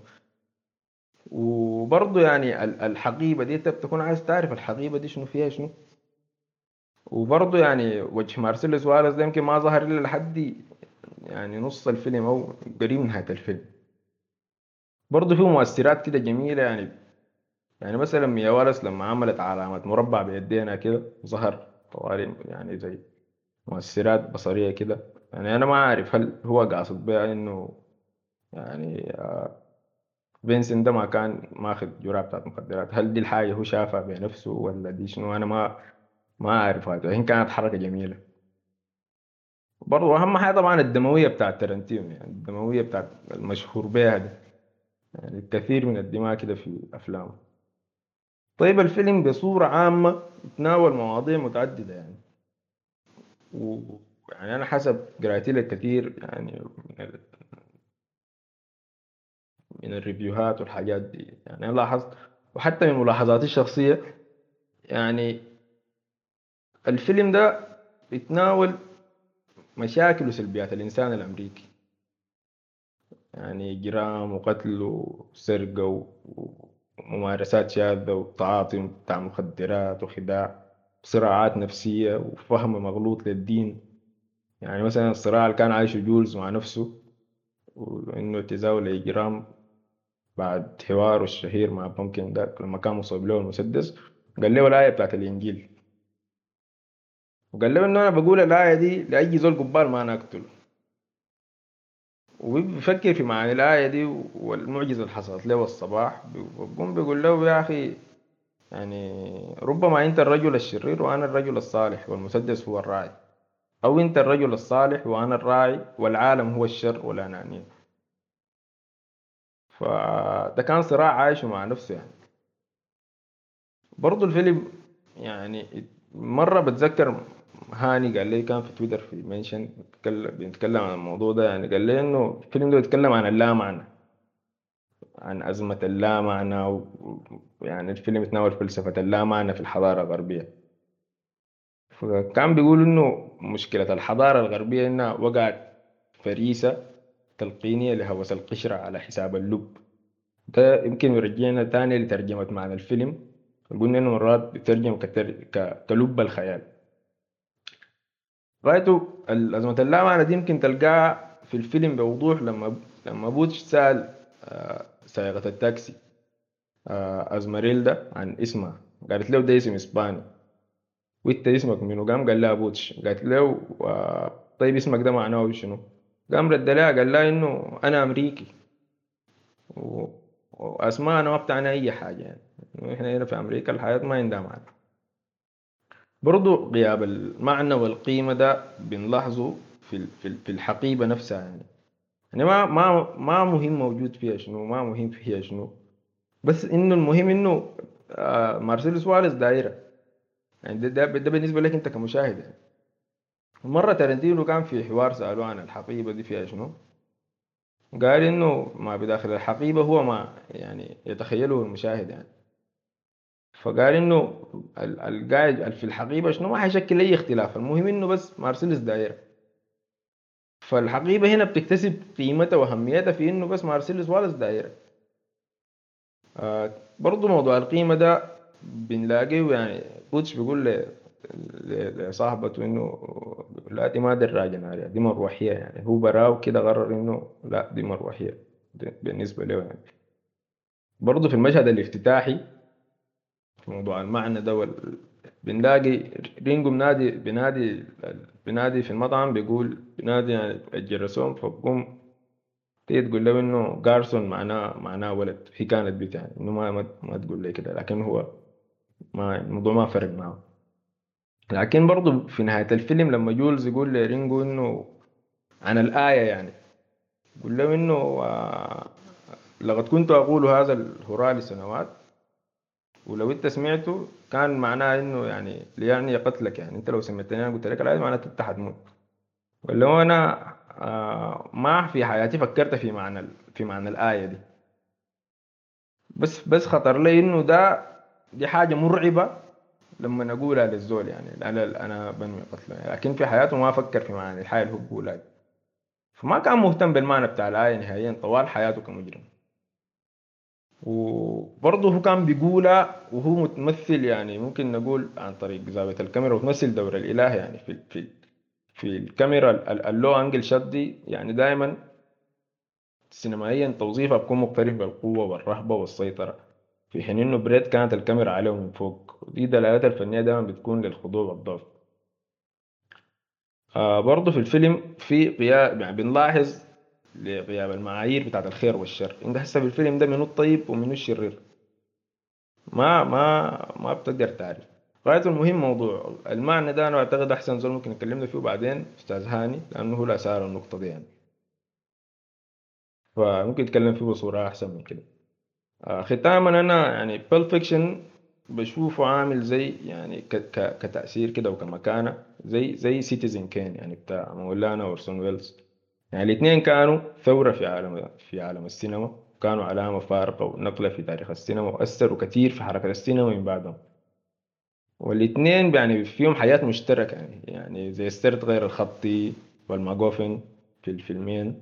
وبرضه يعني الحقيبة دي انت بتكون عايز تعرف الحقيبة دي شنو فيها شنو. وبرضه يعني وجه مارسيلو سواريز ده يمكن ما ظهر الا لحد يعني نص الفيلم او قريب من نهاية الفيلم. برضه فيه مؤثرات كده جميلة. يعني مثلا ميا وارس لما عملت علامة مربع بيدينا كده ظهر طوالي يعني زي مؤثرات بصرية كده. يعني أنا ما أعرف هل هو قاصد بها إنه يعني فينسنت ده ما كان ماخد جرعة بتاعت مخدرات، هل دي الحاجة هو شافها بنفسه ولا دي شنو؟ أنا ما أعرف. هذا هي كانت حركة جميلة. برضو أهم حاجة طبعا الدموية بتاعت تارنتينو، يعني الدموية بتاعت المشهور بها دي، يعني الكثير من الدماء كده في أفلامه. طيب الفيلم بصورة عامة يتناول مواضيع متعددة يعني. ويعني أنا حسب قراءتي للكثير يعني من الريفيوهات والحاجات دي، يعني أنا لاحظت وحتى من ملاحظاتي الشخصية، يعني الفيلم ده بيتناول مشاكل وسلبيات الإنسان الأمريكي. يعني جرام وقتل وسرقة وممارسات شاذة وتعاطي بتاع مخدرات وخداع، صراعات نفسية وفهم مغلوط للدين. يعني مثلا الصراع اللي كان عايشه جولز مع نفسه وإنه تزاول الإجرام بعد حواره الشهير مع بومكن ده لما كان مصاب له المسدس، قال له الآية بتاعت الإنجيل، وقال له إنه أنا بقول الآية دي لأي زول قبال ما أنا أقتله. وبيفكر في معاني الآية دي والمعجزة اللي حصلت له الصباح، بيقوم بيقول له يا أخي يعني ربما أنت الرجل الشرير وأنا الرجل الصالح والمسدس هو الراعي، أو أنت الرجل الصالح وأنا الراعي والعالم هو الشر والأنانية. فده كان صراع عايشه مع نفسه يعني. برضو الفيلم يعني مرة بتذكر هاني قال لي كان في تويتر في منشن بيتكلم عن الموضوع ده، يعني قال لي انه الفيلم ده بيتكلم عن اللامعنى، عن أزمة اللامعنى يعني الفيلم يتناول فلسفة اللامعنى في الحضارة الغربية. فكان بيقول انه مشكلة الحضارة الغربية انها وقعت فريسة تلقينية لهوس القشرة على حساب اللب. ده يمكن يرجعنا تاني لترجمة معنى الفيلم. قلنا انه مرات بيترجم كلب الخيال. غايته الأزمة اللامعنى دي يمكن تلقاها في الفيلم بوضوح لما بوتش سأل سائقة التاكسي أزماريلدا عن اسمها. قالت له ده اسم إسباني، وانت اسمك منو؟ قام قال لها بوتش. قالت له طيب اسمك ده معناه شنو؟ قام رد لها قال لها انه انا امريكي و... واسماء ما بتعني اي حاجه يعني. احنا هنا في امريكا الحياه ما عندها معنى. برضو غياب المعنى والقيمه ده بنلاحظه في الحقيبه نفسها يعني. يعني ما مهم موجود فيها شنو، ما مهم فيها شنو، بس انه المهم انه مارسيلوس واليس دايره يعني. ده بالنسبه لك انت كمشاهد يعني. مرة تارنتينو كان في حوار سألوه عن الحقيبة دي فيها شنو، قال إنه ما بداخل الحقيبة هو ما يعني يتخيله المشاهد يعني. فقال إنه القاعد في الحقيبة شنو ما حيشكل أي اختلاف، المهم إنه بس مارسيلس دايرة. فالحقيبة هنا بتكتسب قيمتها وأهميتها في إنه بس مارسيلس والس دايرة. برضو موضوع القيمة ده بنلاقيه يعني. بوتش بيقول لصاحبته انه لا دي ما دراجة نارية، دي مروحية يعني. هو براو كده قرر انه لا دي مروحية بالنسبة له يعني. برضه في المشهد الافتتاحي في موضوع المعنى ده بنلاقي رينجو بينادي في المطعم، بينادي يعني الجرسون. فبقوم تيجي تقول له انه جارسون معناه ولد. هي كانت بنت يعني انه ما تقول لي كده، لكن هو ما الموضوع ما فرق معه. لكن برضه في نهاية الفيلم لما جولز يقول لرينجو انه عن الآية يعني، يقول له انه لقد كنت اقول هذا الهراء لسنوات، ولو انت سمعته كان معناه انه يعني قتلك يعني. انت لو سمعتني انا قلت لك الآية معناته انت حتموت. ولو انا ما في حياتي فكرت في معنى الآية دي، بس خطر لي انه دي حاجة مرعبة لما نقولها للزول يعني. انا بنوي قتله، لكن في حياته ما فكر في معنى الحياة اللي هو بيقولها. فما كان مهتم بالمعنى بتاع الآية نهائيا طوال حياته كمجرم. وبرضه هو كان بيقولها وهو متمثل يعني، ممكن نقول عن طريق زاوية الكاميرا، وتمثل دور الإله يعني في الكاميرا اللو أنجل شوت دي يعني. دائما سينمائيا توظيفها بيكون مقترن بالقوة والرهبة والسيطرة، في حين إنه بريد كانت الكاميرا عليه من فوق. ودي دلالات الفنية دائما بتكون للخضوع والضعف. برضه في الفيلم في غياب يعني، بنلاحظ لغياب المعايير بتاعت الخير والشر. انت هسه في الفيلم ده منو الطيب ومنو الشرير، ما بتقدر تعرف. غاية المهم موضوع المعنى ده انا اعتقد احسن زول ممكن نتكلمنا فيه بعدين استاذ هاني، لانه هو اللي اسار النقطة دي يعني. فممكن نتكلم فيه بصورة احسن من كده. ختاما انا يعني بيل فيكشن بشوفه عامل زي يعني كتأثير كده وكمكانة زي سيتيزن كين يعني بتاع مولانا اورسون ويلز. يعني الاثنين كانوا ثورة في عالم السينما، كانوا علامة فارقة ونقلة في تاريخ السينما، وأثروا كثير في حركة السينما من بعدهم. والاثنين يعني فيهم حياة مشتركة يعني زي السرد غير الخطي والماجوفن في الفيلمين،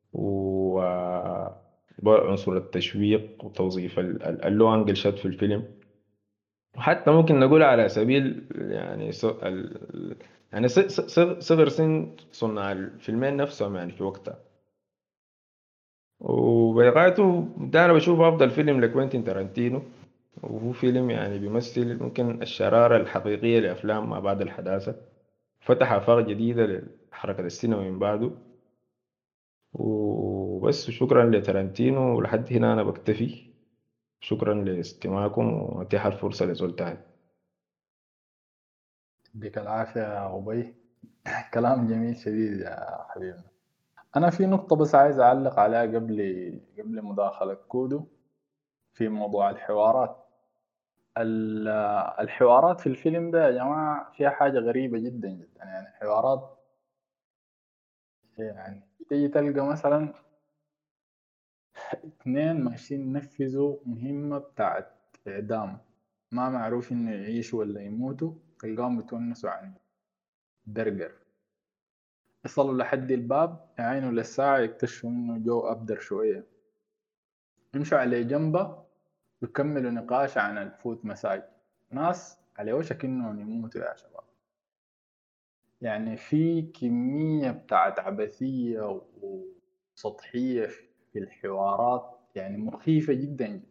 وعنصر التشويق وتوظيف اللو أنجل شات في الفيلم. وحتى ممكن نقول على سبيل يعني يعني صغر سن صناع الفيلمين نفسهم يعني في وقتها. وبغايته ده انا بشوفه افضل فيلم لكوينتين تارانتينو. وهو فيلم يعني بيمثل ممكن الشرارة الحقيقية لأفلام ما بعد الحداثة، فتح آفاق جديدة لحركة السينما من بعده. وبس شكرا لتارانتينو، ولحد هنا أنا بكتفي. شكرا لاستماعكم، وأتيح الفرصة لزول تاني. يديك العافية يا أبي. كلام جميل شديد يا حبيبنا. أنا في نقطة بس عايز أعلق عليها قبل مداخلة كودو في موضوع الحوارات. ال- الحوارات في الفيلم ده يا جماعة فيها حاجة غريبة جدا جدا، يعني حوارات، يعني تيجي تلقى مثلا اثنين ماشيين ينفذوا مهمة بتاعت إعدام، ما معروف إنه يعيشوا ولا يموتوا، تلقاهم بتونسوا عن برجر. يصلوا لحد الباب يعينوا للساعة يكتشفوا إنه جو أبدر شوية، يمشوا على جنبه يكملوا نقاش عن الفوت مساج. ناس على وشك إنهم يموتوا يا شباب. يعني في كمية بتاعت عبثية وسطحية في الحوارات، يعني مخيفة جدا.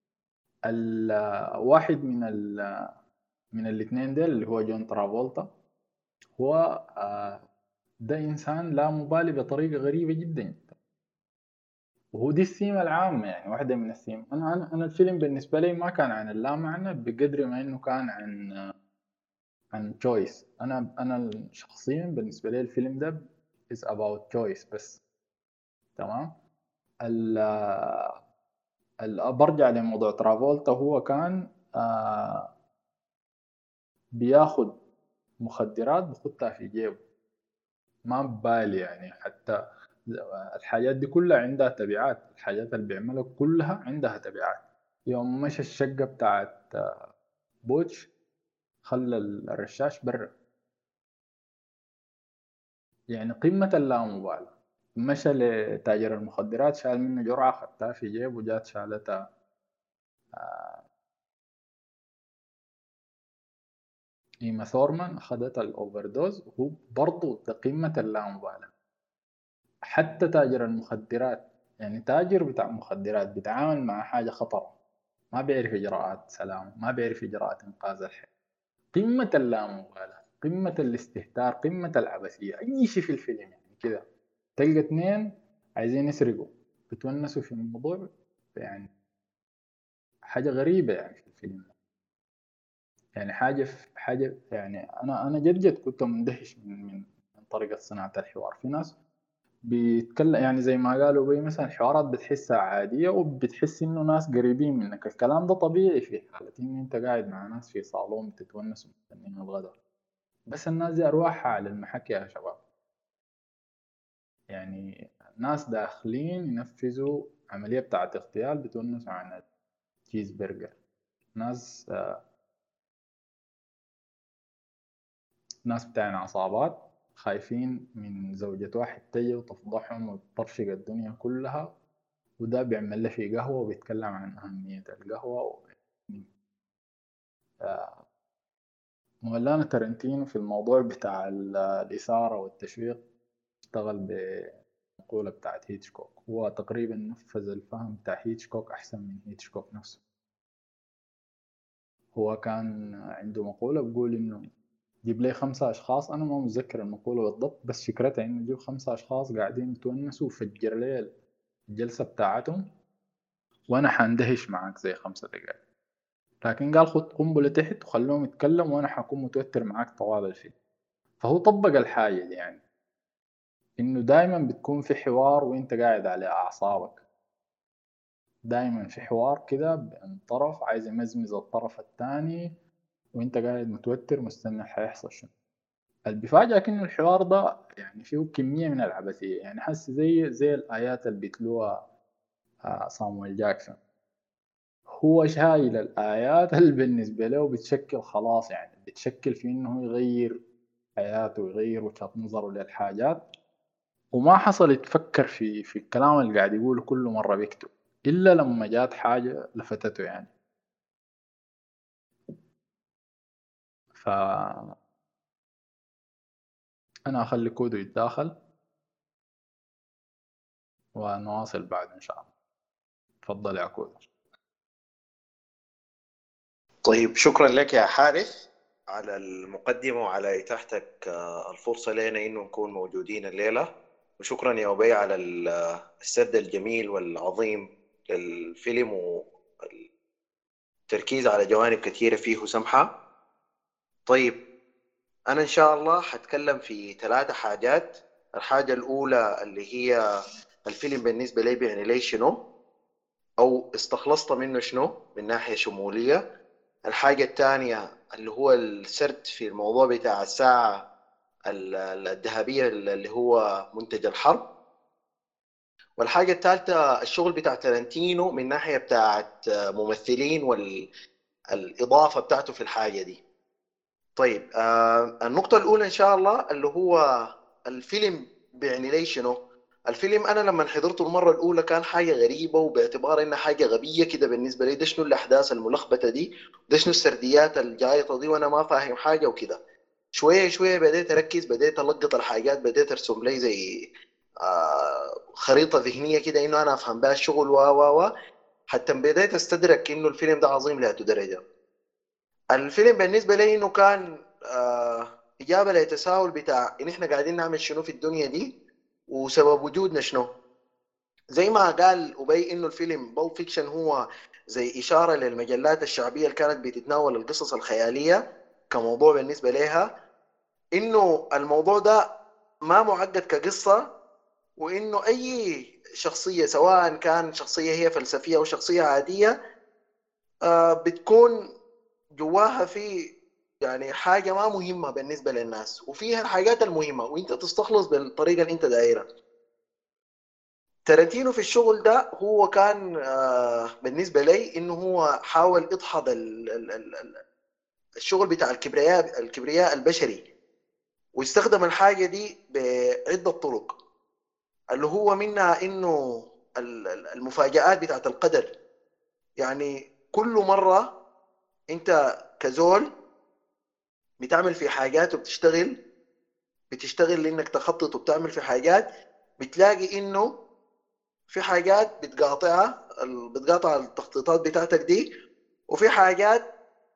الواحد من الاثنين دول اللي هو جون ترافولتا، هو ده إنسان لا مبالي بطريقة غريبة جدا، وهو دي السيمة العامة، يعني واحدة من السيم. أنا الفيلم بالنسبة لي ما كان عن اللامعنى بقدر ما إنه كان عن choice. أنا شخصيا بالنسبة لي الفيلم ده is about choice بس. تمام. ال برجع لموضوع ترافولتا. هو كان بياخد مخدرات بخدها في جيبه، ما ببالي يعني. حتى الحاجات دي كلها عندها تبعات، الحاجات اللي بيعملها كلها عندها تبعات. يوم مشى الشقة بتاعت بوتش، خلى الرشاش برا، يعني قمة اللامبالاة. مشى لتاجر المخدرات، شال منه جرعة خدتها في جيبه، جات شالتها إيما ثورمان أخذتها الأوفر دوز، وهو برضه ده قمة اللامبالاة. حتى تاجر المخدرات، يعني تاجر بتاع مخدرات بيتعامل مع حاجة خطر، ما بيعرف إجراءات سلام، ما بيعرف إجراءات إنقاذ الحياة. قمة اللامبالاة، قمة الاستهتار، قمة العبثية. أي شيء في الفيلم يعني كده. تلقى اتنين عايزين يسرقوا، بتونسوا في الموضوع، يعني حاجة غريبة يعني في الفيلم. يعني حاجة يعني أنا جد كنت مندهش من طريقة صناعة الحوار. في ناس بيتكلم يعني زي ما قالوا بي مثلا حوارات بتحسها عادية وبتحس إنه ناس قريبين منك. الكلام ده طبيعي في حالة إن أنت قاعد مع ناس في صالون بتتونسوا مستنيين الغداء، بس الناس دي أرواحها على المحك يا شباب. يعني ناس داخلين ينفذوا عملية بتاعة اغتيال بتونسوا عن التشيز برجر. ناس ناس بتاعين عصابات خايفين من زوجة واحد تجي وتفضحهم وتطرشق الدنيا كلها، وده بيعمل له في قهوة وبيتكلم عن أهمية القهوة. مولانا تارنتينو في الموضوع بتاع الإثارة والتشويق اشتغل بمقولة بتاعت هيتشكوك. هو تقريبا نفذ الفهم بتاع هيتشكوك أحسن من هيتشكوك نفسه. هو كان عنده مقولة بيقول إنه جيب لي 5 أشخاص، أنا ما متذكر المقولة بالضبط، بس فكرتها إنه جيب 5 أشخاص قاعدين يتونسوا وفجر لي الجلسة بتاعتهم، وأنا حاندهش معاك زي 5 دقايق. لكن قال خد قنبلة تحت وخلوهم يتكلم وأنا حكون متوتر معاك طوال الفيلم. فهو طبق الحاجة دي، يعني إنه دايما بتكون في حوار وإنت قاعد على أعصابك. دايما في حوار كده بين طرف عايز يمزمز الطرف الثاني، وإنت قاعد متوتر مستني حيحصل شنو. اللي بيفاجئك إنه الحوار ده يعني فيه كمية من العبثية، يعني حس زي الآيات اللي بيتلوها صامويل جاكسون. هو شايل الآيات اللي بالنسبة له بتشكل خلاص، يعني بتشكل في إنه يغير حياته ويغير وجهة نظره للحاجات، وما حصل يتفكر في الكلام اللي قاعد يقوله كل مرة بيكتب، إلا لما جات حاجة لفتته يعني. فأنا أخلي كودو يتداخل ونواصل بعد إن شاء الله. تفضل يا كودو. طيب شكرا لك يا حارث على المقدمة وعلى إتاحتك الفرصة لنا إنه نكون موجودين الليلة، وشكرا يا أبي على السرد الجميل والعظيم للفيلم والتركيز على جوانب كثيرة فيه سمحة. طيب أنا إن شاء الله حتكلم في 3 حاجات الحاجة الأولى اللي هي الفيلم بالنسبة لي بيعني لي شنو، أو استخلصت منه شنو من ناحية شمولية. الحاجة الثانية اللي هو السرد في الموضوع بتاع الساعة الذهبية اللي هو منتج الحرب. والحاجة الثالثة الشغل بتاع تارانتينو من ناحية بتاعت ممثلين والإضافة بتاعته في الحاجة دي. طيب النقطة الأولى إن شاء الله اللي هو الفيلم بيعني لي شنو. الفيلم أنا لما حضرته المرة الأولى كان حاجة غريبة، وباعتبار إنها حاجة غبية كده بالنسبة لي، ده شنو الأحداث الملخبطة دي، ده شنو السرديات الجايطة دي وأنا ما فاهم حاجة وكده. شوية شوية بديت أركز، بديت ألقط الحاجات، بديت أرسم لي زي خريطة ذهنية كده إنه أنا أفهم بها الشغل و حتى بديت أستدرك إنه الفيلم ده عظيم لهذه درجة. الفيلم بالنسبة لي إنه كان إجابة للتساؤل بتاع إن إحنا قاعدين نعمل شنو في الدنيا دي وسبب وجودنا شنو. زي ما قال أبي إنه الفيلم بول فيكشن هو زي إشارة للمجلات الشعبية اللي كانت بتتناول القصص الخيالية كموضوع بالنسبة لها، إنه الموضوع ده ما معقد كقصة، وإنه أي شخصية سواء كان شخصية هي فلسفية أو شخصية عادية بتكون جواها في يعني حاجة ما مهمة بالنسبة للناس، وفيها الحاجات المهمة وانت تستخلص بالطريقة اللي انت دايرها. تارنتينو في الشغل ده هو كان بالنسبة لي انه هو حاول يدحض الشغل بتاع الكبرياء البشري، واستخدم الحاجة دي بعدة طرق، اللي هو منها انه المفاجآت بتاعت القدر. يعني كل مرة انت كزول بتعمل في حاجات بتشتغل لانك تخطط وبتعمل في حاجات، بتلاقي انه في حاجات بتقاطع التخطيطات بتاعتك دي، وفي حاجات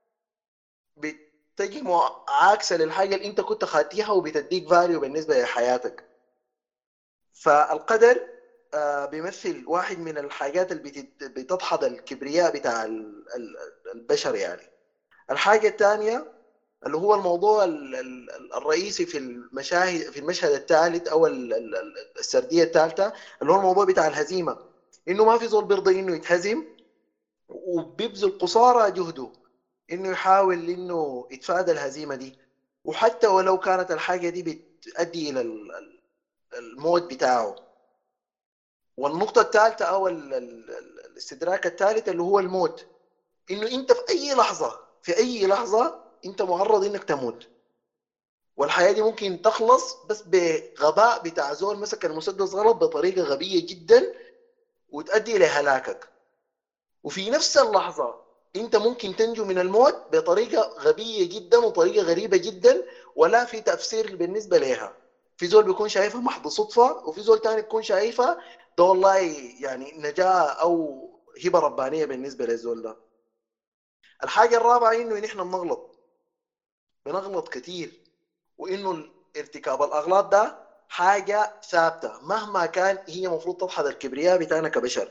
بتجي عاكسه للحاجه اللي انت كنت خاتيها وبتديك فاليو بالنسبه لحياتك. فالقدر بيمثل واحد من الحاجات اللي بتدحض الكبرياء بتاع البشر يعني. الحاجه الثانيه اللي هو الموضوع الرئيسي في المشهد الثالث او السرديه الثالثه، اللي هو الموضوع بتاع الهزيمه، انه ما في زول بيرضى انه يتهزم، وبيبذل قصارى جهده انه يحاول انه يتفادى الهزيمه دي، وحتى ولو كانت الحاجه دي بتؤدي الى الموت بتاعه. والنقطه الثالثه او الاستدراك الثالث اللي هو الموت، انه انت في اي لحظه انت معرض انك تموت، والحياه دي ممكن تخلص بس بغباء بتاع زول مسك المسدس غلط بطريقه غبيه جدا وتؤدي لهلاكك. وفي نفس اللحظه انت ممكن تنجو من الموت بطريقه غبيه جدا وطريقه غريبه جدا ولا في تفسير بالنسبه لها. في زول بيكون شايفها محض صدفه، وفي زول تاني بيكون شايفها ده والله يعني نجاه او هبه ربانيه بالنسبه للزول ده. الحاجه الرابعه انه نحن بنغلط كتير، وانه ارتكاب الاغلاط ده حاجه ثابته مهما كان، هي المفروض تدحض الكبرياء بتاعنا كبشر.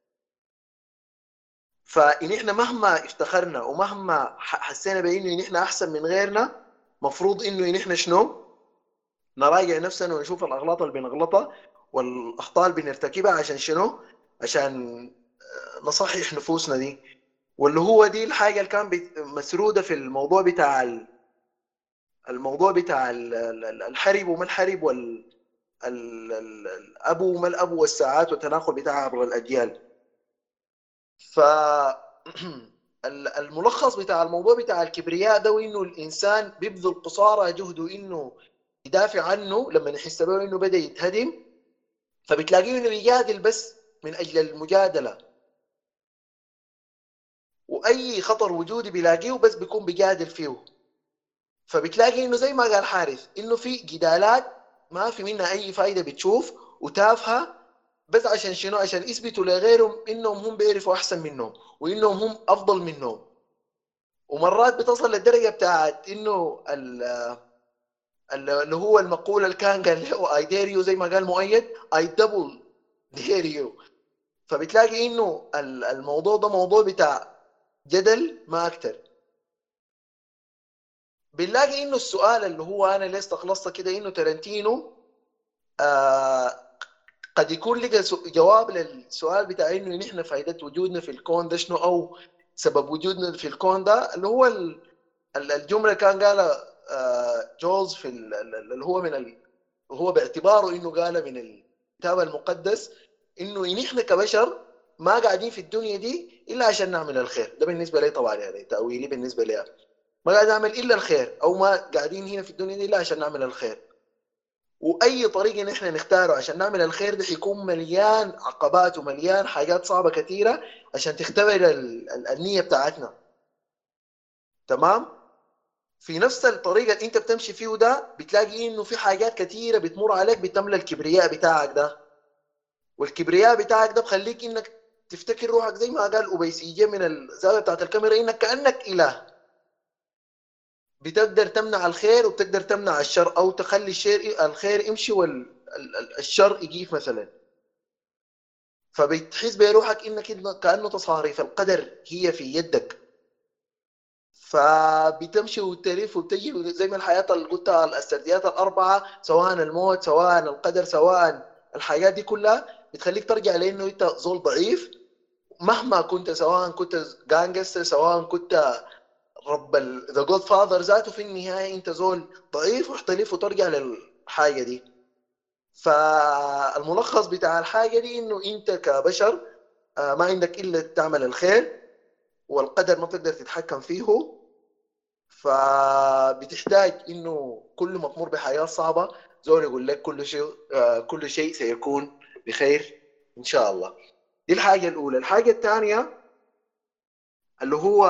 فان احنا مهما افتخرنا ومهما حسينا بانه احنا احسن من غيرنا، مفروض انه احنا شنو نراجع نفسنا ونشوف الاغلاط اللي بنغلطها والاخطاء اللي بنرتكبها عشان شنو، عشان نصحح نفوسنا دي. واللي هو دي الحاجه اللي كان مسروده في الموضوع بتاع الحرب وما الحرب الاب وما الاب والساعات والتناقل بتاعها عبر الاجيال. ف الملخص بتاع الموضوع بتاع الكبرياء ده، وانه الانسان بيبذل قصارى جهده انه يدافع عنه لما يحس به انه بدا يتهدم، فبتلاقيه انه بيجادل بس من اجل المجادله، واي خطر وجودي بيلاقيه بس بيكون بيجادل فيه. فبتلاقي انه زي ما قال حارث انه في جدالات ما في منها اي فايده بتشوف وتافهه، بس عشان شنو؟ عشان يثبتوا لغيرهم انهم هم بيعرفوا احسن منهم وانهم هم افضل منهم. ومرات بتصل للدرجه بتاعت انه اللي هو المقوله اللي كان قال له اي دير يو، زي ما قال مؤيد اي دبل دير يو. فبتلاقي انه الموضوع ده موضوع بتاع جدل ما اكتر. بنلاقي انه السؤال اللي هو انا ليه استخلصت كده انه تارنتينو قد يكون لقى جواب للسؤال بتاع انه نحن فائدة وجودنا في الكون ده شنو، او سبب وجودنا في الكون ده، اللي هو الجملة كان قالها جولز في اللي هو هو باعتباره انه قالها من الكتاب المقدس، انه نحن كبشر ما قاعدين في الدنيا دي الا عشان نعمل الخير. ده بالنسبه لي طبعا، يعني تاويلي بالنسبه لي، ما قاعد نعمل الا الخير، او ما قاعدين هنا في الدنيا دي الا عشان نعمل الخير. واي طريقه نحن نختاره عشان نعمل الخير ده حيكون مليان عقبات ومليان حاجات صعبه كثيره عشان تختبر النيه بتاعتنا. تمام. في نفس الطريقه اللي انت بتمشي فيه ده بتلاقي انه في حاجات كثيره بتمر عليك بتملى الكبرياء بتاعك ده، والكبرياء بتاعك ده بخليك انك تفتكر روحك زي ما قال أوبيسيجي من الزاويه بتاعت الكاميرا انك كانك اله، بتقدر تمنع الخير وبتقدر تمنع الشر، او تخلي الخير يمشي والشر يجيف مثلا. فبتحس بروحك انك كانه تصاريف القدر هي في يدك، فبتمشي وتلف وبتجي زي ما الحياه اللي قلتها، السرديات الاربعه، سواء الموت سواء القدر سواء الحاجات دي كلها، بتخليك ترجع لانه انت زول ضعيف مهما كنت، سواء كنت جانجستر سواء كنت رب ذا جود فاذر ذاته، في النهايه انت زول ضعيف وتلف وترجع للحاجه دي. فالملخص بتاع الحاجه دي انه انت كبشر ما عندك الا تعمل الخير، والقدر ما بتقدر تتحكم فيه. فبتحتاج انه كل ما تمر بحياه صعبه زول يقول لك كل شيء سيكون بخير ان شاء الله. دي الحاجه الاولى. الحاجه الثانيه اللي هو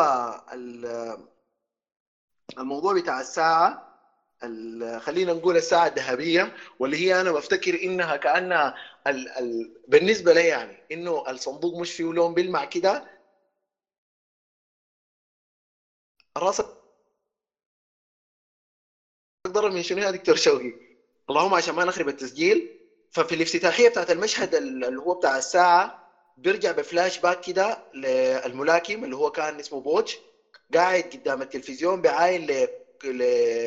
الموضوع بتاع الساعه، خلينا نقول الساعه الذهبيه، واللي هي انا بفتكر انها كانها بالنسبه لي يعني انه الصندوق مش فيه لون بيلمع كده، راسك ضرب من شنو يا دكتور شوقي؟ اللهم عشان ما نخرب التسجيل. ففي الافتتاحيه بتاعت المشهد اللي هو بتاع الساعه، بيرجع بفلاش باك كده للملاكم اللي هو كان اسمه بوتش، قاعد قدام التلفزيون بعاين ل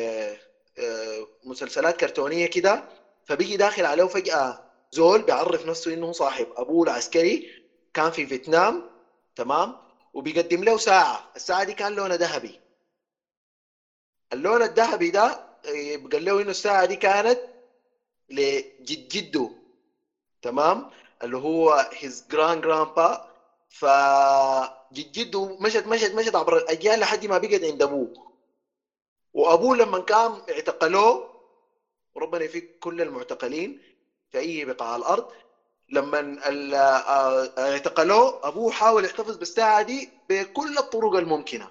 مسلسلات كرتونيه كده. فبيجي داخل عليه فجاه زول بيعرف نفسه انه صاحب ابوه العسكري كان في فيتنام. تمام. وبيقدم له ساعه، الساعه دي كان لونها ذهبي. اللون الذهبي ده قال له انه الساعه دي كانت لجد جده. تمام. اللي هو his grandpa. فجد جده مشت عبر الاجيال لحد ما بقت عند ابوه. وابوه لما كان اعتقلوه، وربنا يفك كل المعتقلين في اي بقاع الارض، لما اعتقلوه ابوه حاول يحتفظ بالساعه دي بكل الطرق الممكنه.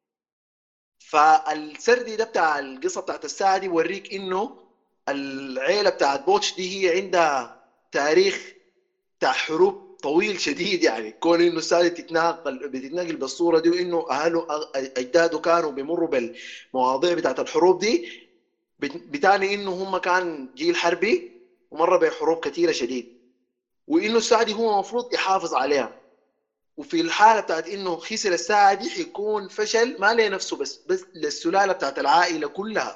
فالسردي ده بتاع القصه بتاعت الساعه دي بوريك انه العيله بتاعت بوتش دي هي عندها تاريخ بتاع حروب طويل شديد، يعني كون انه الساعه بتتنقل بالصوره دي، وانه اهله اجداده كانوا بيمروا بالمواضيع بتاعت الحروب دي، بتعني انه هم كان جيل حربي ومر بحروب كثيره شديد، وانه الساعه دي هو المفروض يحافظ عليها. وفي الحاله بتاعت انه خسر الساعه دي حيكون فشل ما لنفسه بس للسلاله بتاعت العائله كلها.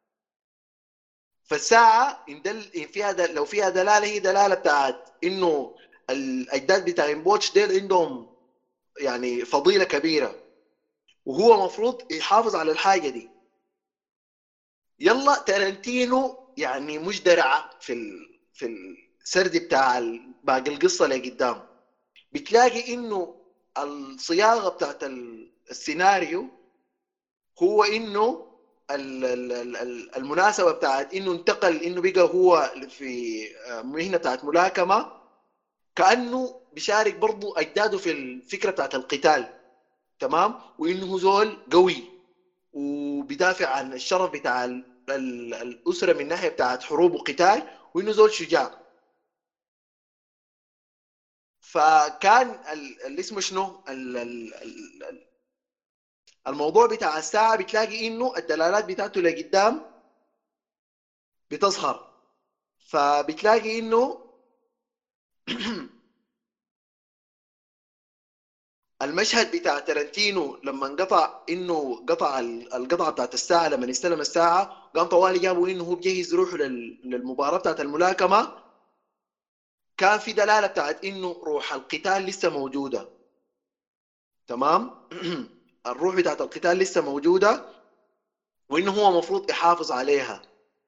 فالساعه إن فيها لو فيها دلاله، هي دلاله بتاعت انه الاجداد بتاع بوتش ديل عندهم يعني فضيله كبيره، وهو مفروض يحافظ على الحاجه دي. يلا تارنتينو يعني مش درعه في السرد بتاع باقي القصه اللي قدام، بتلاقي انه الصياغه بتاعت السيناريو هو انه المناسبه بتاعت انه انتقل، انه بقى هو في مهنه بتاعت ملاكمه، كانه بيشارك برضو اجداده في الفكره بتاعت القتال. تمام. وانه زول قوي وبيدافع عن الشرف بتاع الاسره من ناحيه بتاعت حروب وقتال، وانه زول شجاع. فكان اللي اسمه شنو الموضوع بتاع الساعه، بتلاقي انه الدلالات بتاعته لقدام بتظهر. فبتلاقي انه المشهد بتاع تارانتينو لما انقطع انه قطع القطعه بتاعت الساعه، لما استلم الساعه قام طوالي جابوا انه هو بجهز روحه للمباراه بتاعت الملاكمه، كان في دلاله بتاعت انه روح القتال لسه موجوده. تمام. الروح بتاعت القتال لسه موجوده، وانه هو المفروض يحافظ عليها.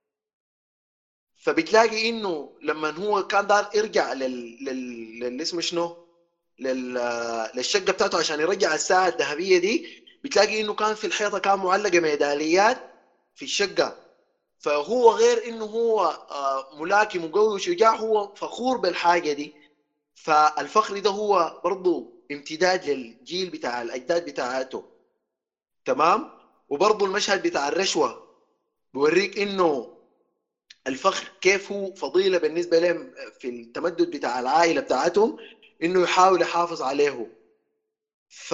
فبتلاقي انه لما هو كان دار يرجع اسمه شنو، للشقه بتاعته عشان يرجع الساعه الذهبيه دي، بتلاقي انه كان في الحيطه كان معلقه ميداليات في الشقه. فهو غير انه هو ملاكم وقوي وشجاع، هو فخور بالحاجه دي. فالفخر ده هو برضه امتداد للجيل بتاع الاجداد بتاعته. تمام. وبرضه المشهد بتاع الرشوه بيوريك انه الفخر كيف هو فضيله بالنسبه لهم في التمدد بتاع العائله بتاعتهم، انه يحاول يحافظ عليه. ف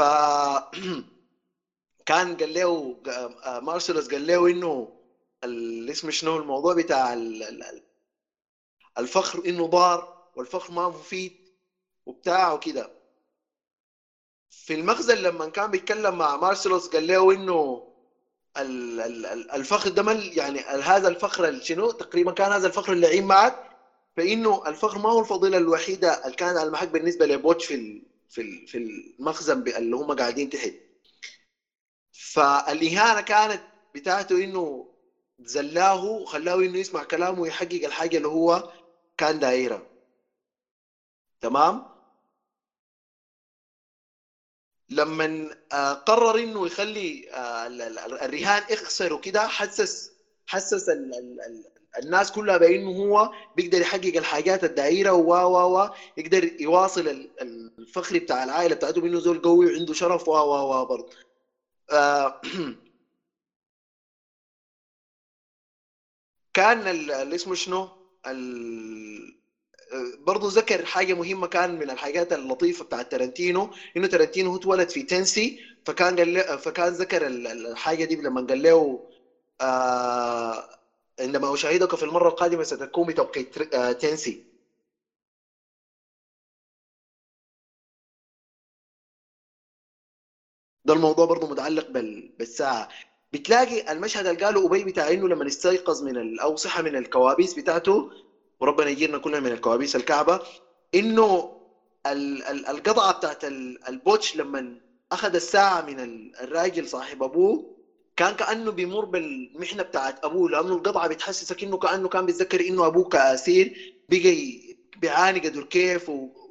كان قال له مارسيلوس قال له انه اسمه شنو الموضوع بتاع الفخر انه ضار والفخر ما مفيد وبتاع وكده. في المخزن لما كان بيتكلم مع مارسيلوس قال له انه الفخر ده يعني هذا الفخر شنو تقريبا كان هذا الفخر اللي عين معك، فانه الفخر ما هو الفضيله الوحيده اللي كان على المحك بالنسبه لبوتش في المخزن اللي هم قاعدين تحت. فالاهانه كانت بتاعته انه زلاه وخلاه انه يسمع كلامه ويحقق الحاجه اللي هو كان دايرها. تمام. لما قرر انه يخلي الرهان يخسر وكده، حسس الناس كلها بانه هو بيقدر يحقق الحاجات الدائره و يقدر يواصل الفخر بتاع العائله بتاعته بانه زول قوي وعنده شرف و برضه. كان اللي اسمه شنو برضه ذكر حاجه مهمه، كان من الحاجات اللطيفه بتاعت تارانتينو انه تارانتينو هو اتولد في تنسي. فكان ذكر الحاجه دي لما قال له عندما اشاهدك في المره القادمه ستكون بتوقيت تنسي. ده الموضوع برضه متعلق بالساعه. بتلاقي المشهد اللي قاله ابي بتاع انه لما استيقظ او صحى من الكوابيس بتاعته، وربنا يجيرنا كلنا من الكوابيس الكعبه، انه القطعه بتاعت البوتش لما اخذ الساعه من الراجل صاحب ابوه، كان كانه بيمر بالمحنه بتاعت ابوه، لانه القطعه بتحسسك انه كانه كان بيتذكر انه ابوه كاسير بقى بيعاني قدر كيف،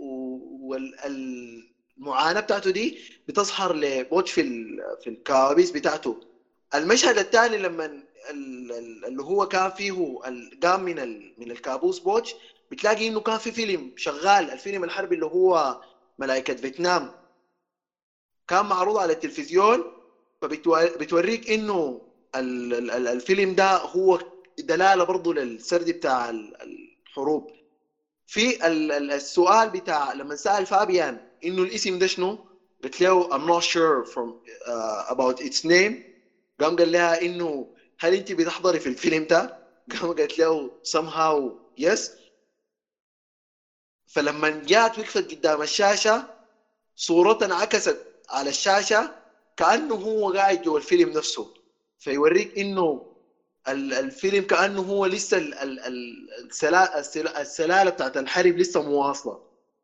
والمعاناه بتاعته دي بتظهر لبوتش في الكوابيس بتاعته. المشهد الثاني لما اللي هو كان فيه قام من الكابوس بوتش، بتلاقي انه كان في فيلم شغال، الفيلم الحربي اللي هو ملائكة فيتنام، كان معروض على التلفزيون. فبتوريك انه الفيلم ده هو دلالة برضه للسرد بتاع الحروب. في السؤال بتاع لما سأل فابيان انه الاسم ده شنو، قلت له I'm not sure from about its name. قام قال لها انه هل انت بتحضري في الفيلم ده؟ قام قالت له somehow yes. فلما جات وقفت قدام الشاشة، صورتها انعكست على الشاشة كأنه هو قاعد جوا الفيلم نفسه. فيوريك انه الفيلم كأنه هو لسه السلالة بتاعت الحرب لسه مواصلة.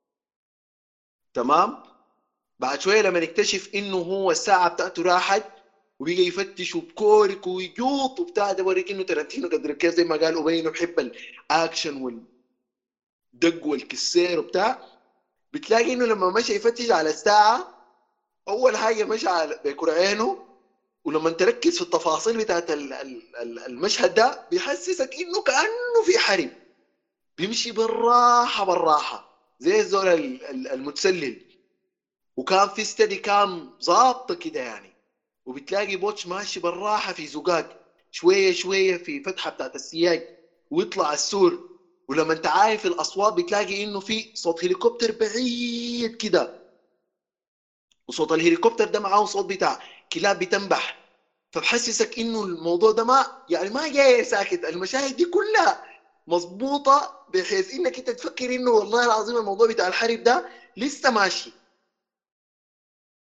تمام. بعد شوية لما نكتشف انه هو الساعة بتاعته راحت وبيجي يفتش وبكورك ويجوط وبتاع، ده وريك انه ترنتينو قدر كيف زي ما قال ابينه بحب الاكشن والدق والكسير وبتاع. بتلاقي انه لما مشى يفتش على الساعه، اول حاجه مشى بكر عينه، ولما تركز في التفاصيل بتاعت المشهد ده بيحسسك انه كانه في حرب، بيمشي بالراحه بالراحه زي الزول المتسلل، وكان في ستدي كام ظابطه كده يعني. وبتلاقي بوتش ماشي بالراحه في زقاق، شويه شويه في فتحه بتاعت السياج ويطلع السور. ولما انت عارف الاصوات بتلاقي انه في صوت هليكوبتر بعيد كده، وصوت الهليكوبتر ده معاه صوت بتاع كلاب بتنبح. فبحسسك انه الموضوع ده ما جاي ساكت، المشاهد دي كلها مظبوطه بحيث انك انت تفكر انه والله العظيم الموضوع بتاع الحرب ده لسه ماشي.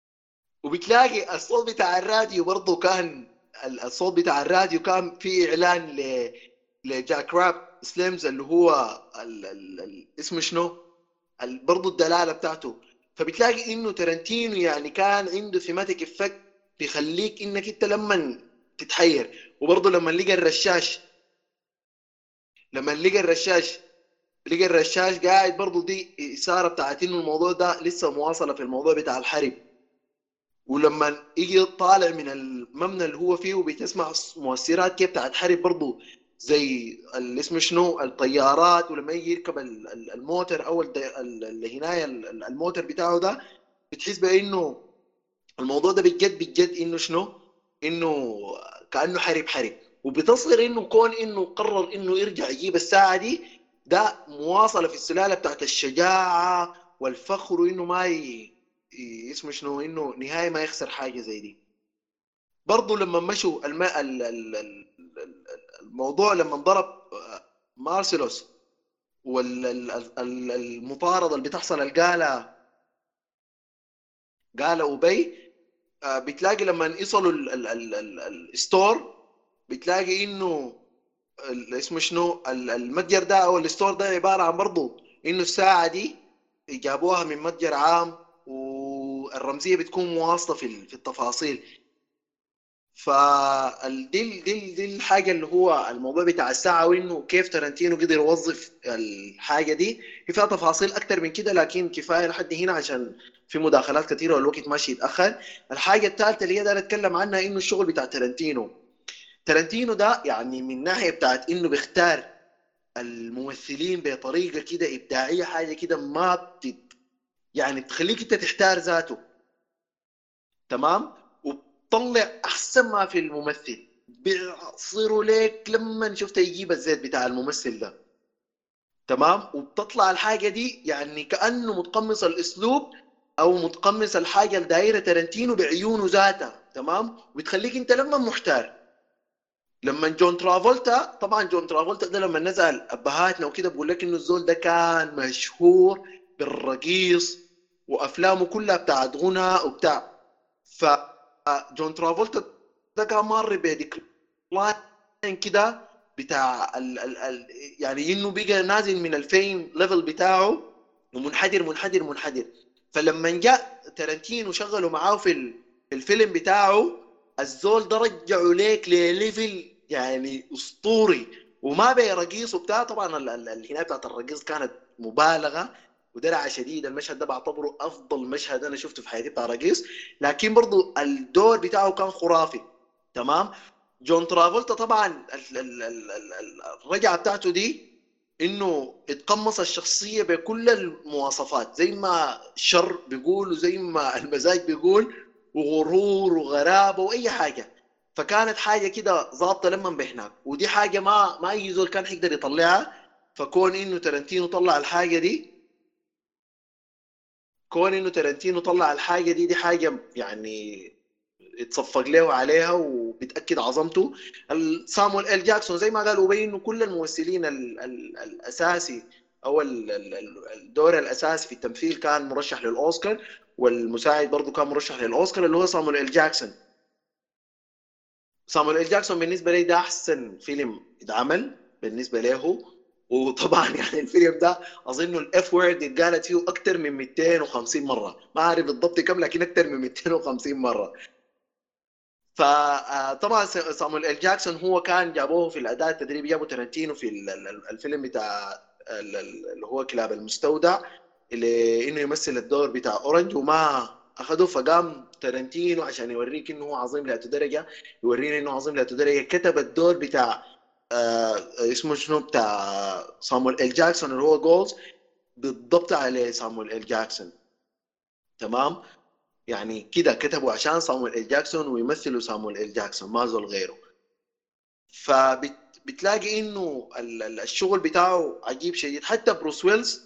وبتلاقي الصوت بتاع الراديو برضه كان الصوت بتاع الراديو كان في اعلان لجاك راب سليمز اللي هو اسمه شنو برضه الدلاله بتاعته. فبتلاقي انه ترنتينو يعني كان عنده ثيماتيك افكت بيخليك انك انت لما تتحير. وبرضه لما لقى الرشاش قاعد برضه، دي اثاره بتاعت انه الموضوع ده لسه مواصله في الموضوع بتاع الحرب. ولما يجي طالع من المبنى اللي هو فيه وبتسمع مؤثرات كيف بتاعت حرب برضه، زي اللي اسمه شنو الطيارات. ولما يجي يركب الموتر او اللي هنا الموتر بتاعه ده، بتحس بانه الموضوع ده بجد انه شنو، انه كانه حرب. وبتصغر انه كون انه قرر انه يرجع يجيب الساعه دي، ده مواصله في السلاله بتاعت الشجاعه والفخر، وانه ما اسمه شنو، انه نهايه ما يخسر حاجه زي دي. برضه لما مشوا الموضوع لما انضرب مارسيلوس، والمطارده اللي بتحصل قال أوبي، بتلاقي لما يصلوا الستور، بتلاقي انه اسمه شنو المتجر ده او الستور ده عباره عن برضه انه الساعه دي جابوها من متجر عام، والرمزيه بتكون مواصله في التفاصيل. دي الحاجه اللي هو الموضوع بتاع الساعه، وانه كيف تارانتينو قدر يوظف الحاجه دي. في فيها تفاصيل اكتر من كده، لكن كفايه لحد هنا عشان في مداخلات كثيره والوقت ماشي يتاخر. الحاجه الثالثه اللي هي داير اتكلم عنها، انه الشغل بتاع تارانتينو ده يعني من ناحيه بتاعت انه بيختار الممثلين بطريقه كده ابداعيه، حاجه كده ما يعني تخليك انت تحتار ذاته. تمام. وبتطلع احسن ما في الممثل، بيعصروا لك لما شفت يجيب الزيت بتاع الممثل ده. تمام. وبتطلع الحاجه دي يعني كانه متقمص الاسلوب او متقمص الحاجه الدايره تارنتينو بعيونه ذاتها. تمام. وبتخليك انت لما محتار. لما جون ترافولتا، طبعا جون ترافولتا ده لما نزل ابهاتنا وكده بقول لك انه الزول ده كان مشهور بالرقيص، وافلامه كلها بتاعت غنى وبتاع. فجون ترافولتا ده كان مر بديكلاين كده بتاع يعني انه بقى نازل من الفيم ليفل بتاعه، ومنحدر. فلما جاء تارنتينو شغله معاه في الفيلم بتاعه، الزول ده رجعه ليك لليفل يعني اسطوري، وما بقى رقيص وبتاع. طبعا الهنايه بتاعت الرقيص كانت مبالغه ودرعه شديد. المشهد ده بعتبره افضل مشهد انا شفته في حياتي بتاع رقيص، لكن برضو الدور بتاعه كان خرافي. تمام. جون ترافولتا طبعا الرجعه بتاعته دي انه اتقمص الشخصيه بكل المواصفات، زي ما الشر بيقول وزي ما المزاج بيقول، وغرور وغرابه واي حاجه. فكانت حاجه كده ظابطه لما بهناك، ودي حاجه ما اي زول كان حيقدر يطلعها. فكون انه تارنتينو طلع الحاجه دي كون انه تارنتينو طلع الحاجه دي حاجه يعني اتصفق له عليها وبتاكد عظمته. سامويل ال جاكسون زي ما قالوا بين انه كل الممثلين الاساسي او الدور الاساسي في التمثيل كان مرشح للاوسكار، والمساعد برضه كان مرشح للاوسكار اللي هو سامويل ال جاكسون. سامويل ال جاكسون بالنسبه لي ده احسن فيلم اتعمل بالنسبه له. وطبعا يعني الفيلم ده اظن الاف وورد اتقالت فيه اكثر من 250 مره، ما اعرف بالضبط كم لكن اكثر من 250 مره. فطبعا سامويل ال جاكسون هو كان جابوه في الاداء التدريبي، جابوا تارنتينو في الفيلم بتاع اللي هو كلاب المستودع، اللي انه يمثل الدور بتاع اورنج وما اخذوه. فقام تارنتينو عشان يوريك انه هو عظيم لأتو درجه، يورينا انه عظيم لأتو درجه، كتب الدور بتاع اسمه شنو بتاع سامويل ال جاكسون اللي هو جولز بالضبط عليه سامويل ال جاكسون. تمام. يعني كده كتبوا عشان سامويل ال جاكسون ويمثلوا سامويل ال جاكسون، ما زول غيره. فبتلاقي انه الشغل بتاعه عجيب شديد. حتى بروس ويلز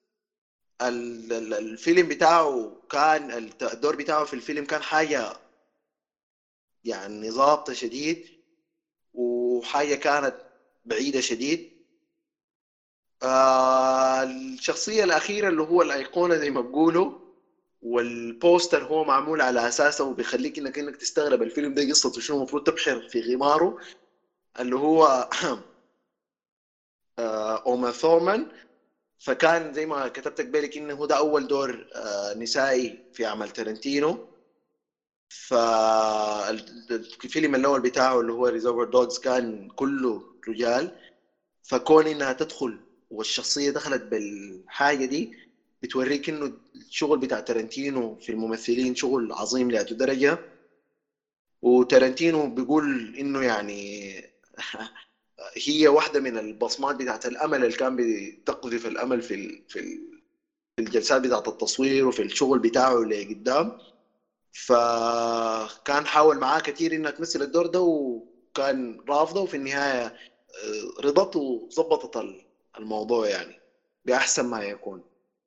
الفيلم بتاعه كان الدور بتاعه في الفيلم كان حاجة يعني ظابطة شديد، وحاجة كانت بعيدة شديد. الشخصية الأخيرة اللي هو الأيقونة زي ما بقولوا والبوستر هو معمول على اساسه وبيخليك انك تستغرب الفيلم ده قصته شنو، المفروض تبحر في غماره، اللي هو اوما ثورمان. فكان زي ما كتبت بالك انه هو ده اول دور نسائي في عمل تارنتينو. فالفيلم الاول بتاعه اللي هو ريزرفر دوجز كان كله رجال، فكون انها تدخل والشخصيه دخلت بالحاجه دي بتوريك انه الشغل بتاع تارنتينو في الممثلين شغل عظيم لأتو درجه. وتارنتينو بيقول انه يعني هي واحده من البصمات بتاعت الامل اللي كان بتقذف الامل في الجلسات بتاعت التصوير وفي الشغل بتاعه لقدام. فكان حاول معاه كتير انها تمثل الدور ده وكان رافضه، وفي النهايه رضت وظبطت الموضوع يعني باحسن ما يكون.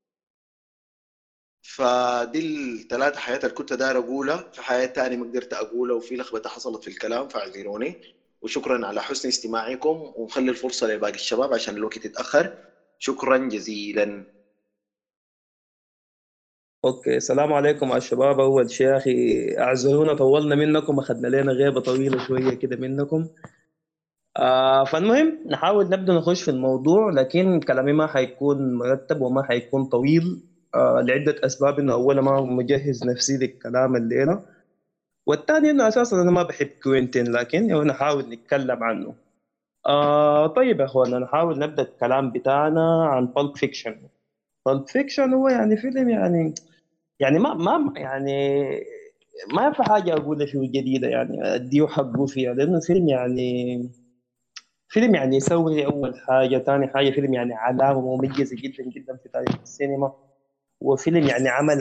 فدي الثلاثه حياة اللي كنت داير اقولها، في حياة تانية ما قدرت اقولها وفي لخبطه حصلت في الكلام فاعذروني. وشكرا على حسن استماعكم، ونخلي الفرصه لباقي الشباب عشان الوقت يتاخر. شكرا جزيلا. اوكي، السلام عليكم يا شباب. اول شيء يا اخي اعذرونا طولنا منكم، اخذنا لنا غيبه طويله شويه كده منكم. فالمهم نحاول نبدا نخش في الموضوع، لكن كلامي ما حيكون مرتب وما حيكون طويل لعده اسباب. انه اولا ما مجهز نفسي للكلام الليله، والثاني انه اساسا انا ما بحب كوينتين، لكن نحاول نتكلم عنه. طيب يا اخوانا، نحاول نبدا الكلام بتاعنا عن بالب فيكشن. بالب فيكشن هو يعني فيلم يعني ما في حاجة أقولها فيه جديدة، يعني أديه حقه فيها، لأنه فيلم يعني يسوي أول حاجة. ثاني حاجة فيلم يعني علامة مميزة جدا جدا في تاريخ السينما، وفيلم يعني عمل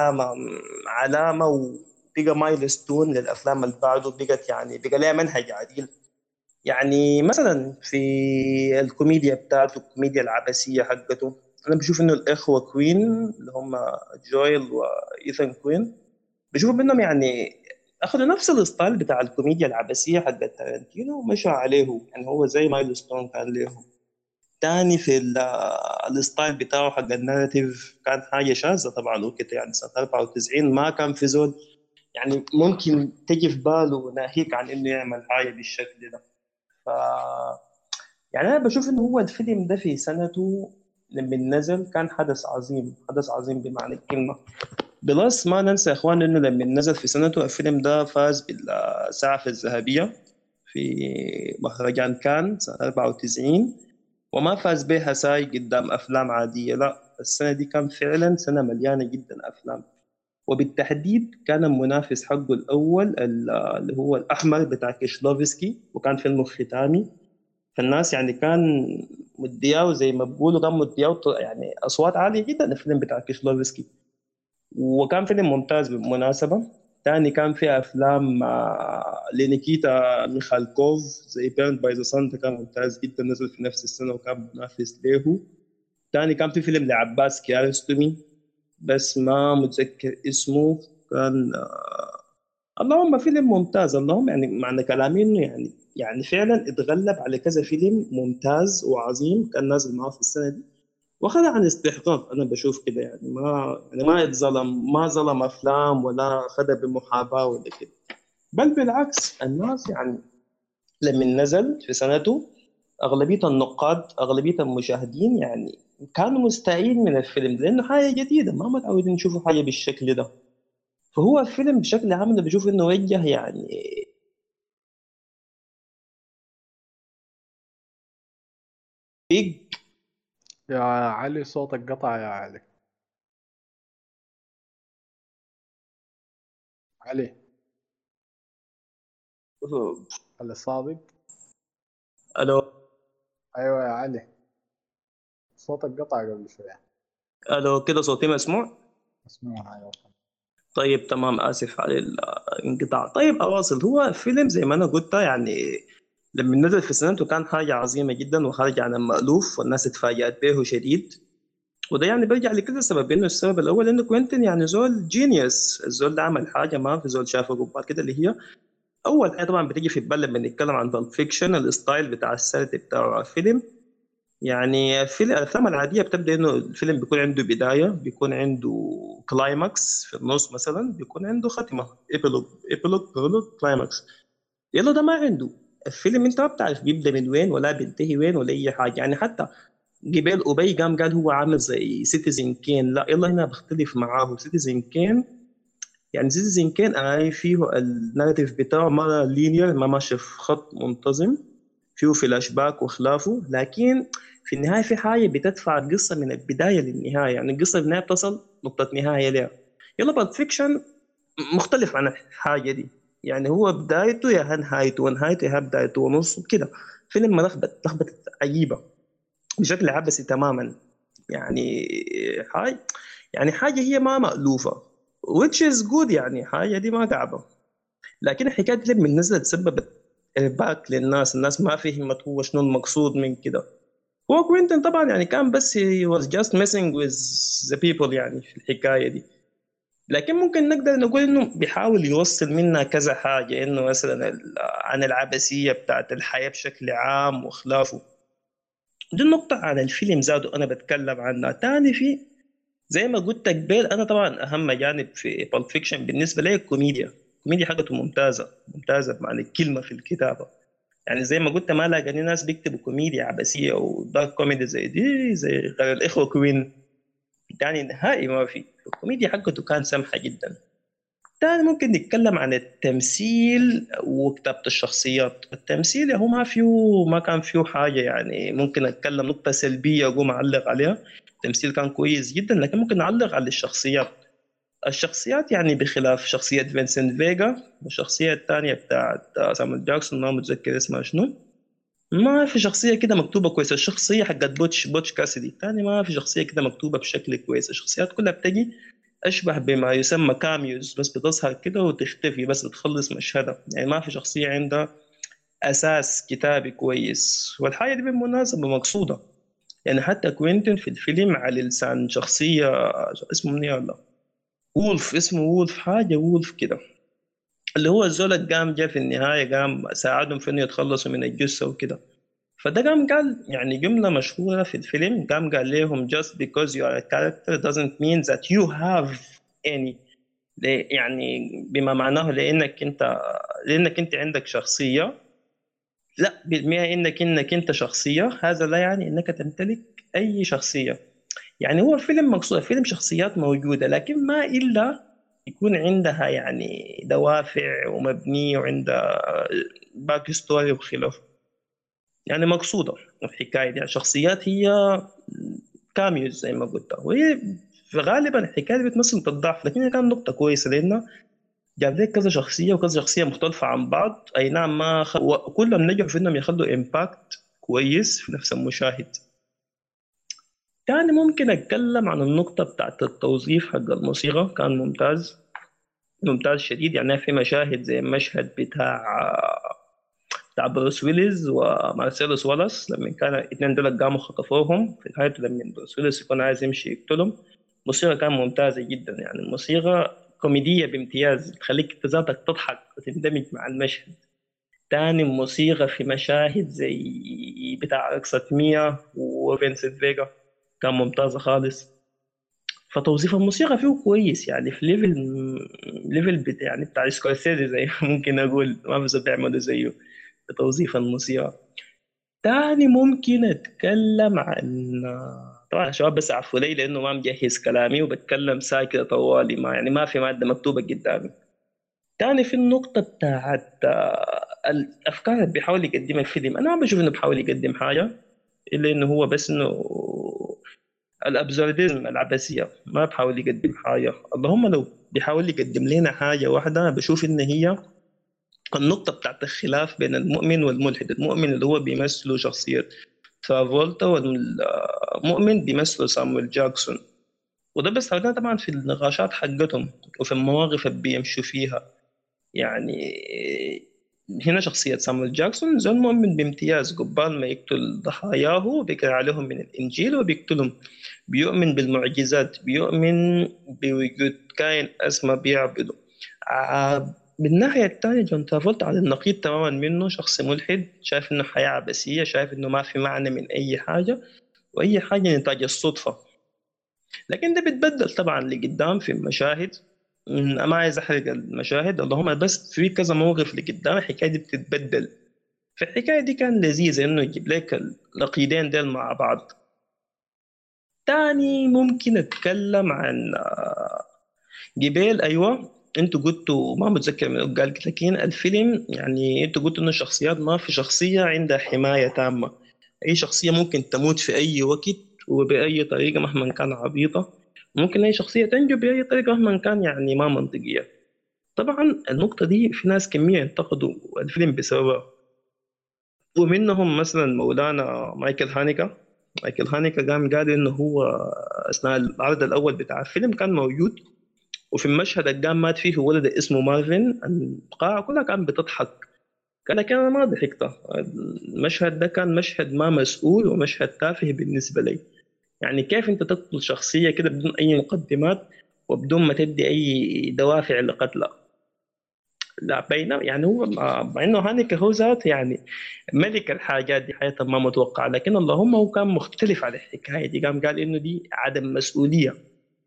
علامة وبقى مايلستون للأفلام اللي بعده، بقى لها منهج عديل. يعني مثلا في الكوميديا بتاعته، الكوميديا العبثية حقته، أنا بشوف إنه الإخوة كوين اللي هم جويل وإيثان كوين، بشوف منهم يعني اخذوا نفس الستايل بتاع الكوميديا العبثيه حق تارنتينو ومشوا عليه. يعني هو زي مايلستون كان له. تاني في الستايل بتاعه حق الناراتيف كان حاجه شاذه طبعا وقت، يعني سنه 94 ما كان في زول يعني ممكن تجي في باله ناهيك عن انه يعمل حاجه بالشكل ده. ف يعني انا بشوف انه هو الفيلم ده في سنته لما نزل كان حدث عظيم، حدث عظيم بمعنى الكلمه. بلس ما ننسى يا اخوان انه لما نزل في سنته الفيلم ده فاز بالسعف الذهبية في مهرجان كان سنة 94، وما فاز بها ساي قدام افلام عادية، لا السنة دي كان فعلا سنة مليانة جدا افلام. وبالتحديد كان المنافس حقه الاول اللي هو الاحمر بتاع كيشلوفسكي، وكان فيلم ختامي. فالناس يعني كان مدياه زي ما بيقولوا، كان مدياه يعني اصوات عالية جدا الفيلم بتاع كيشلوفسكي، وكان فيلم ممتاز بالمناسبة. تاني كان في أفلام لنيكيتا ميخالكوف زي بيرند باي ذا سان، ده كان ممتاز جدا، نزل في نفس السنة وكان منافس له. تاني كان في فيلم لعباس كيارستومي بس ما متذكر اسمه، كان اللهم فيلم ممتاز. اللهم يعني معنى كلامي انه يعني فعلا اتغلب على كذا فيلم ممتاز وعظيم كان نازل معاه في السنة دي، واخذها عن استحقاق. انا بشوف كده، ما يتظلم، ما ظلم افلام ولا اخذها بمحاباه ولا كده، بل بالعكس. الناس يعني لما نزل في سنته اغلبيه النقاد، اغلبيه المشاهدين يعني كانوا مستائين من الفيلم لانه حاجه جديده، ما متعودين نشوفوا حاجه بالشكل ده. فهو الفيلم بشكل عام انا بشوف انه وجه يعني بيج. يا علي صوتك قطع يا علي. علي علي صادق. الو ايوه يا علي، صوتك قطع قبل شويه. الو، كده صوتي مسموع؟ اسمعها ايوه. طيب تمام، آسف على الانقطاع. طيب أواصل. هو فيلم زي ما أنا قلت يعني لما نزل في سنته كان حاجة عظيمة جدا وخارج عن المألوف، والناس اتفاجأت به شديد. وده يعني بيرجع لكذا سبب. إنه السبب الأول إنه كوينتين يعني زول جينيوس، الزول ده عمل حاجة ما في زول شافها قبل كده، اللي هي أول حاجة طبعا بتيجي في بال لما نتكلم عن بالب فيكشن، الستايل بتاع السرد بتاع الفيلم. يعني الافلام العاديه بتبدا انه الفيلم بيكون عنده بدايه، بيكون عنده كلايماكس في النص، مثلا بيكون عنده ختمه، ايبيلوج كلايماكس. يلا ده ما عنده. الفيلم انت ما بتعرف بيبدا من وين ولا بينتهي وين ولا اي حاجه. يعني حتى جبال أبي قال هو عامل زي سيتيزن كين، لا يلا هنا بختلف معاه. سيتيزن كين يعني سيتيزن كين فيه الناريتيف بتاعه مرة لينير، ما ماشي في خط منتظم، فيه فلاش باك وخلافه، لكن في النهاية في حاجة بتدفع القصة من البداية للنهاية. يعني القصة في النهاية بتصل نقطة نهاية لها. يلا بالب فيكشن مختلف عن الحاجة دي. يعني هو بدايته يا نهايته، ونهايته يا بدايته ونص كده. فيلم لخبط عجيبة بشكل عبثي تماما. يعني حاجة يعني حاجة هي ما مألوفة which is good، يعني حاجة دي ما تعبة. لكن الحكاية دي لما نزلت سببت باك للناس، الناس ما فهمت هو شنو المقصود من كده. هو كوينتن طبعا يعني كان بس he was just messing with the people يعني في الحكاية دي. لكن ممكن نقدر نقول انه بيحاول يوصل منا كذا حاجة، انه مثلا عن العبثية بتاعت الحياة بشكل عام وخلافه. دي النقطة عن الفيلم ذاته أنا بتكلم عنها. تاني في زي ما قلت قبل، أنا طبعا أهم جانب في بالب فيكشن بالنسبة لي الكوميديا. الكوميديا حقته ممتازة، ممتازة بمعنى الكلمة في الكتابة. يعني زي ما قلت ما لاقاني ناس بيكتبوا كوميديا عبثية ودارك كوميدي زي دي، زي غير الإخوة كوين. يعني نهائي ما في. الكوميديا حقته كان سمحة جدا. تاني ممكن نتكلم عن التمثيل وكتابة الشخصيات. التمثيل هو ما كان فيه حاجة. يعني ممكن أتكلم نقطة سلبية أقوم أعلق عليها. التمثيل كان كويس جدا، لكن ممكن نعلق على الشخصيات يعني بخلاف شخصية فينسنت فيجا والشخصية الثانية بتاعت سامويل جاكسون، ما متذكر اسمها شنو. ما في شخصية كده مكتوبة كويسة. الشخصية حقت بوتش كاسيدي تاني ما في شخصية كده مكتوبة بشكل كويس. الشخصيات كلها بتجي أشبه بما يسمى كاميوز، بس بتظهر كده وتختفي، بس بتخلص مشهدها. يعني ما في شخصية عندها أساس كتابي كويس، والحاجة دي بالمناسبة مقصودة. يعني حتى كوينتن في الفيلم على لسان شخصية اسمه مني ولا وولف، اسمه وولف حاجة وولف كده، اللي هو الزول اللي قام جاء في النهاية قام ساعدهم في إنه يتخلصوا من الجثة وكده. فده قام قال يعني جملة مشهورة في الفيلم، قام قال لهم just because you are a character doesn't mean that you have any. يعني بما معناه لأنك أنت عندك شخصية، لا بما إنك أنت شخصية هذا لا يعني إنك تمتلك أي شخصية. يعني هو فيلم مقصود، فيلم شخصيات موجودة، لكن ما إلا يكون عندها يعني دوافع ومبنية وعندها باك ستوري وخلافه. يعني مقصودة الحكاية دي. الشخصيات هي كاميوز زي ما قلت، وهي غالبا الحكاية دي بتمثل نقطة ضعف، لكن هي كانت نقطة كويسة لأنه جاب لك كذا شخصية وكذا شخصية مختلفة عن بعض. أي نعم ما وكلهم نجحوا في إنهم يخلوا إمباكت كويس في نفس المشاهد. يعني ممكن أتكلم عن النقطة بتاعت التوظيف حق الموسيقى، كان ممتاز، ممتاز شديد. يعني في مشاهد زي المشهد بتاع بروس ويلز ومارسيلوس والاس لما كان الاثنين دول قاموا خطفوهم في نهايته، لما بروس ويلز يكون عايز يمشي يقتلهم. الموسيقى كان ممتازة جدا. يعني الموسيقى كوميدية بامتياز، تخليك انت ذاتك تضحك وتندمج مع المشهد. تاني موسيقى في مشاهد زي بتاع رقصة ميا وفينسنت فيجا كان ممتازة خالص. فتوظيف الموسيقى فيه كويس، يعني في ليفل بتاع يعني بتاع سكورسيزي زي ممكن اقول ما بس بيعملوا زيه في توظيف الموسيقى. تاني ممكن اتكلم عن طبعا الشباب بس عفوا لي لانه ما مجهز كلامي وبتكلم ساكت طوالي، ما يعني ما في ماده مكتوبه قدامي. تاني في النقطه بتاعت الافكار اللي بيحاول يقدمها الفيلم، انا ما بشوف انه بيحاول يقدم حاجه الا انه هو بس انه الابزورديزم العبثيه، ما بحاول يقدم حاجه. اللهم لو بيحاول يقدم لنا حاجه واحده أنا بشوف ان هي النقطه بتاعت الخلاف بين المؤمن والملحد. المؤمن اللي هو بيمثله شخصيه ترافولتا، والمؤمن بيمثله سامويل جاكسون. وده بس طبعا في النقاشات حقتهم وفي المواقف اللي بيمشوا فيها. يعني هنا شخصية سامويل جاكسون زول مؤمن بامتياز، قبال ما يقتل ضحاياه بيقرأ عليهم من الإنجيل وبيقتلهم. بيؤمن بالمعجزات، بيؤمن بوجود كائن أسمى بيعبده. بالناحية التانية جون ترافولتا على النقيض تماما منه، شخص ملحد شايف إنه حياة عبثية، شايف إنه ما في معنى من أي حاجة، وأي حاجة نتاج الصدفة. لكن ده بيتبدل طبعا لقدام في المشاهد. ما عايز أحرق المشاهد، اللهم بس في كذا موقف لقدام الحكاية دي بتتبدل. في الحكاية دي كان لذيذ إنه يجيب لك النقيضين ديل مع بعض. تاني ممكن أتكلم عن جبال. أيوة، انتوا قلتوا ما متذكر من قال، لكن الفيلم يعني انتوا قلتوا انه الشخصيات ما في شخصية عندها حماية تامة. اي شخصية ممكن تموت في اي وقت وبأي طريقة مهما كان عبيطة، ممكن اي شخصية تنجو بأي طريقة مهما كان يعني ما منطقية. طبعا النقطة دي في ناس كمية انتقدوا الفيلم بسببها، ومنهم مثلا مولانا مايكل هانيكا. مايكل هانيكا قال انه هو اثناء العرض الاول بتاع الفيلم كان موجود، وفي المشهد اللي قام مات فيه ولد اسمه مارفن، القاعة كلها كانت بتضحك. لكن أنا ما ضحكت. المشهد ده كان مشهد ما مسؤول ومشهد تافه بالنسبة لي. يعني كيف أنت تقتل شخصية كده بدون أي مقدمات وبدون ما تدي أي دوافع لقتلها؟ لا بينه يعني هو مع إنه هانيكا هو ذات يعني ملك الحاجات دي حياة ما متوقع، لكن اللهم هو كان مختلف على الحكاية دي. قال إنه دي عدم مسؤولية.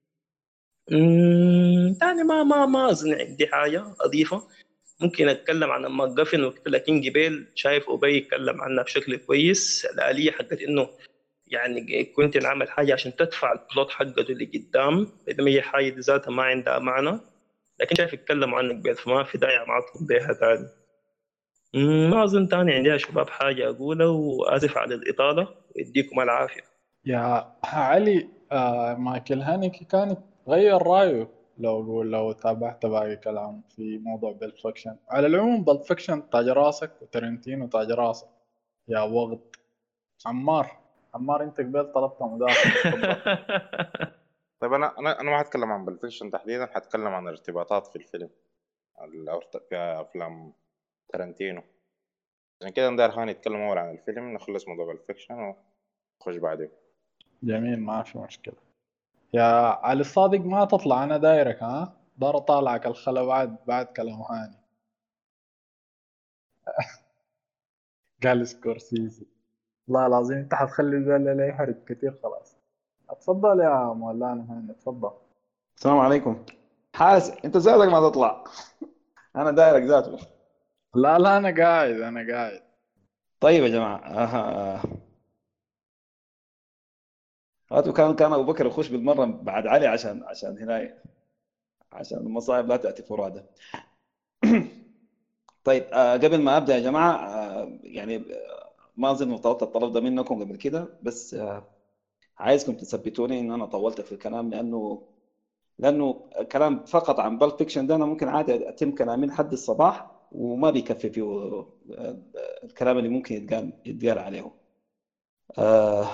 تاني ما أظن عندي حاجة أضيفها. ممكن أتكلم عن ماكجافن وقت، لكن جبال شايف أوبي يتكلم عنها بشكل كويس. الآلية حقت إنه يعني كنت نعمل حاجة عشان تدفع البلوت حقته اللي قدام، بينما هي حاجة دي ذاتها ما عندها معنى. لكن شايف يتكلم عنه جبال، فما في داعي معطل بيها تاني. ما أظن تاني عندي يا شباب حاجة أقولها، وآسف على الإطالة ويديكم العافية. يا علي، مايكل هانيكي كان غير رأيه لو تابعت باقي كلام في موضوع بالفكشن. على العموم بالفكشن تاج راسك، وترنتينو تاج راسك يا وقت. عمار انت قبل طلبت مداخلة، تفضل. طيب انا ما هتكلم عن بالفيكشن تحديدا، هتكلم عن الارتباطات في الفيلم في افلام تارانتينو. عشان كده ندار هاني يتكلم اول عن الفيلم، نخلص موضوع بالفيكشن ونخش بعدين. جميل، ما في مشكلة. يا علي الصادق ما تطلع، انا دايرك، دار اطالعك الخلا بعد كلام هاني. قال سكورسيزي. والله العظيم انت حتخلي الزول لا يحرق كتير خلاص. اتفضل يا مولانا هاني، اتفضل. السلام عليكم. حاس انت زادك ما تطلع. انا دايرك ذاته. لا انا قاعد. طيب يا جماعه، هاتوا كان ابو بكر يخش بالمره بعد علي عشان هنا، عشان المصايب لا تاتي فرادى. طيب، قبل ما ابدا يا جماعه، يعني ما اظن إني طلبت الطلب ده منكم قبل كده، بس عايزكم تثبتوني ان انا طولت في الكلام، لانه كلام فقط عن بلب فيكشن ده انا ممكن عادي اتم كلامي لحد الصباح وما بيكفي فيه الكلام اللي ممكن يتقال عليه. آه،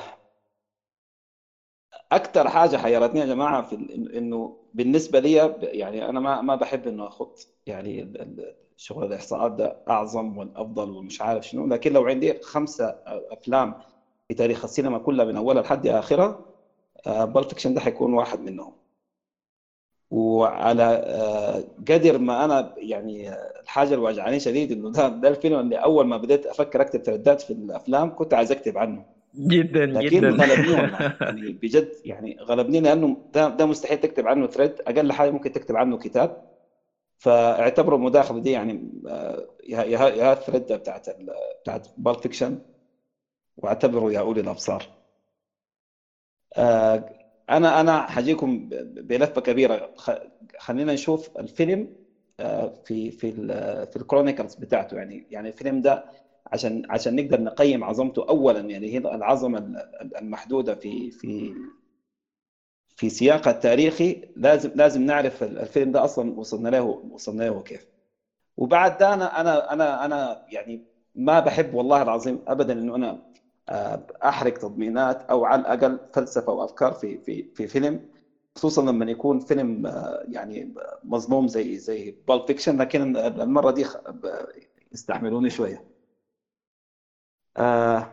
اكتر حاجه حيرتني يا جماعه في انه بالنسبه لي، يعني انا ما بحب انه اخذ يعني شغل الاحصاءات ده اعظم والافضل ومش عارف شنو، لكن لو عندي 5 افلام في تاريخ السينما كلها من اولها لحد اخرها، بلب فيكشن ده حيكون واحد منهم. وعلى قدر ما انا يعني الحاجه اللي واجعاني شديد انه ده الفيلم اللي اول ما بديت افكر اكتب تردات في الافلام كنت عايز اكتب عنه، جدا لكن جدا. غلبني والله، يعني بجد يعني غلبني، لانه ده مستحيل تكتب عنه ثريد، اقل حاجه ممكن تكتب عنه كتاب. فاعتبروا المداخله دي يعني يا الثريد بتاعت بالب فيكشن، واعتبروا يا اولي الابصار. آه، انا حجيكم بلفه كبيره. خلينا نشوف الفيلم في الكرونيكلز بتاعته. يعني الفيلم ده عشان نقدر نقيم عظمته اولا، يعني هي العظمه المحدوده في سياقه التاريخي، لازم نعرف الفيلم ده اصلا وصلنا له كيف. وبعد ده انا يعني ما بحب والله العظيم ابدا انه انا احرق تضمينات او على الاقل فلسفه وافكار في فيلم، خصوصا لما يكون فيلم يعني مظلوم زي بالب فيكشن. لكن المره دي استحملوني شويه. آه،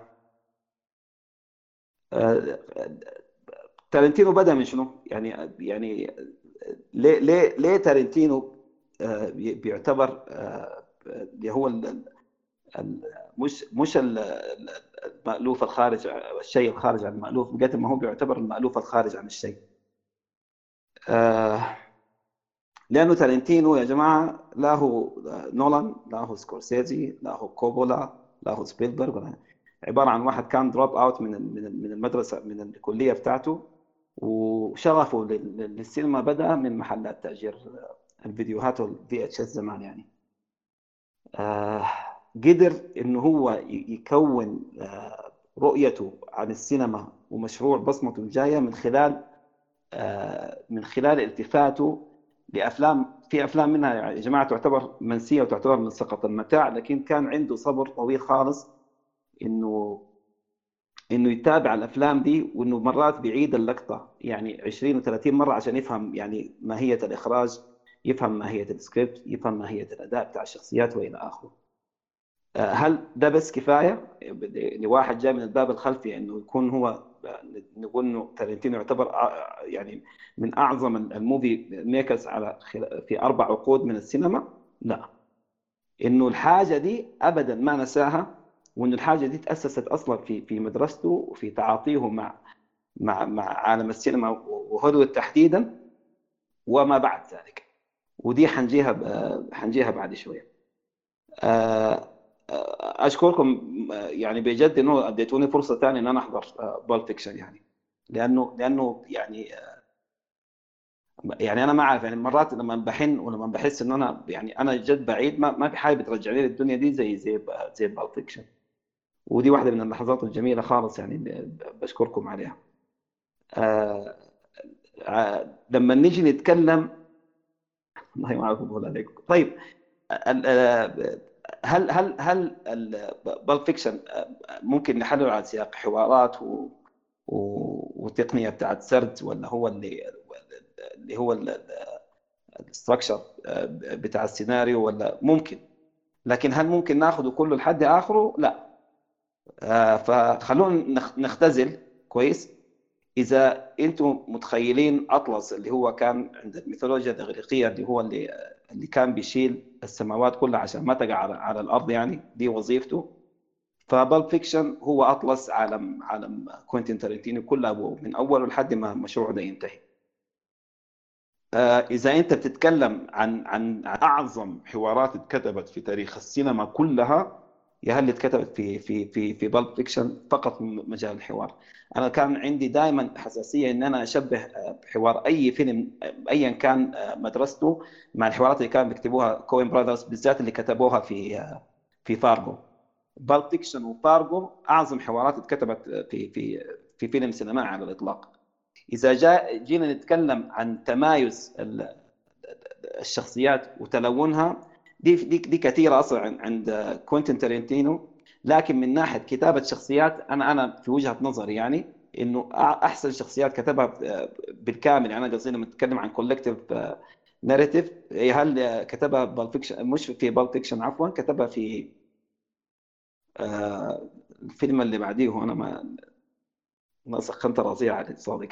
آه، تارنتينو بدأ من شنو؟ يعني ليه تارنتينو بيعتبر اللي هو مش المألوف الخارج، الشيء الخارج عن المألوف، بقدر ما هو بيعتبر المألوف الخارج عن الشيء. لأنه تارنتينو يا جماعة له نولان، له سكورسيزي، له كوبولا، له سبيلبرغ، عبارة عن واحد كان دروب اوت من المدرسة، من الكلية بتاعته، وشغفه للسينما بدأ من محلات تأجير الفيديوهات والفي اتش اس زمان يعني. قدر انه هو يكون رؤيته عن السينما ومشروع بصمته الجايه من خلال التفاته لافلام، في افلام منها يا جماعه تعتبر منسيه وتعتبر من سقط المتاع، لكن كان عنده صبر طويل خالص انه يتابع الافلام دي، وانه مرات بيعيد اللقطه يعني 20 و30 مره عشان يفهم يعني ماهيه الاخراج، يفهم ماهيه السكريبت، يفهم ماهيه الاداء بتاع الشخصيات والى اخره. هل ده بس كفايه لواحد جاي من الباب الخلفي انه يكون هو، نقول انه تارنتينو يعتبر يعني من اعظم الموفي ميكرز في 4 عقود من السينما؟ لا، انه الحاجه دي ابدا ما نساها، وانه الحاجه دي تاسست اصلا في مدرسته وفي تعاطيه مع عالم السينما وهوليوود تحديدا وما بعد ذلك. ودي حنجيها بعد شويه. اشكركم يعني بجد انه اديتوني فرصه ثانيه ان انا احضر بول فيكشن، يعني لانه يعني انا ما اعرف، يعني مرات لما بحن ولما بحس ان انا يعني انا جد بعيد، ما في حاجه بترجعني للدنيا دي زي بول فيكشن. ودي واحده من اللحظات الجميله خالص يعني بشكركم عليها. لما نيجي نتكلم، الله ما اعرف اقول عليكم. طيب هل بول فيكشن ممكن نحلله على سياق حوارات وتقنيه بتاعت سرد، ولا هو اللي هو الاستراكشر بتاع السيناريو، ولا ممكن؟ لكن هل ممكن ناخده كله لحد اخره؟ لا. فخلونا نختزل كويس. اذا انتم متخيلين اطلس اللي هو كان عند الميثولوجيا الاغريقيه، اللي هو اللي كان بيشيل السماوات كلها عشان ما تقع على الارض، يعني دي وظيفته. فبالب فيكشن هو اطلس عالم كوينتين تارنتينو كله من اوله لحد ما المشروع ده ينتهي. اذا انت بتتكلم عن اعظم حوارات اتكتبت في تاريخ السينما كلها، يا هل اتكتبت في بالب فيكشن فقط مجال الحوار. انا كان عندي دائما حساسيه ان انا اشبه حوار اي فيلم ايا كان مدرسته مع الحوارات اللي كانوا بيكتبوها كوين براذرز، بالذات اللي كتبوها في فارغو. بالب فيكشن وفارغو اعظم حوارات اتكتبت في فيلم سينمائي على الاطلاق. اذا جينا نتكلم عن تمايز الشخصيات وتلونها، دي كثيره اصلا عند كوينتين تارنتينو. لكن من ناحيه كتابه شخصيات، انا في وجهه نظري يعني انه احسن شخصيات كتبها بالكامل، يعني انا قصدي لما نتكلم عن كولكتيف ناريتيف، هل كتبها بالب فيكشن؟ مش في بالب فيكشن، عفوا، كتبها في الفيلم اللي بعديه. انا ما سخنت راسي على صادق.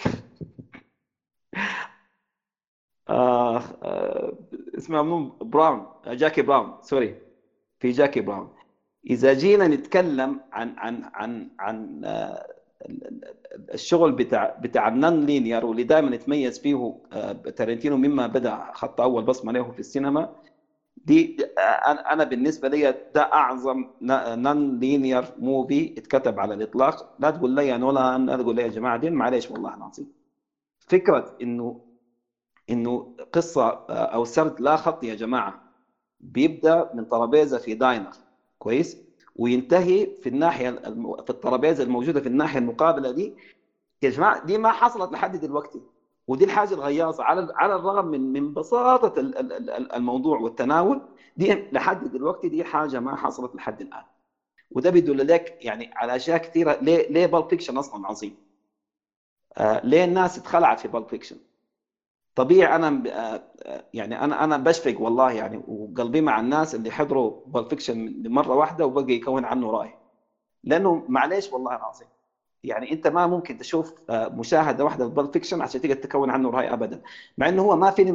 اسمه ممنون براون، جاكي براون، سوري، في جاكي براون. اذا جينا نتكلم عن الشغل بتاع النون لينير، واللي دائما يتميز فيه تارنتينو مما بدا خط اول بصمه له في السينما دي. انا بالنسبه لي ده اعظم نون لينير موفي اتكتب على الاطلاق. لا تقول لي يا نولان، لا تقول لي يا جماعه دين، معلش والله العظيم. فكره انه قصه او سرد لا خط يا جماعه بيبدا من طرابيزه في داينر كويس، وينتهي في الناحيه في الطرابيزه الموجوده في الناحيه المقابله دي. يا جماعه دي ما حصلت لحد دلوقتي، ودي الحاجه الغياصه على الرغم من بساطه الموضوع والتناول، دي لحد دلوقتي دي حاجه ما حصلت لحد الان. وده بيدل لك يعني على اشياء كثيره. ليه بالب فيكشن اصلا عظيم؟ ليه الناس اتخلعت في بالب فيكشن؟ طبيعي انا يعني انا بشفق والله يعني، وقلبي مع الناس اللي حضروا بالب فيكشن مره واحده وبقى يكون عنه راي. لانه معليش والله العظيم، يعني انت ما ممكن تشوف مشاهده واحده بالب فيكشن عشان تقدر تكون عنه راي ابدا. مع انه هو ما فيلم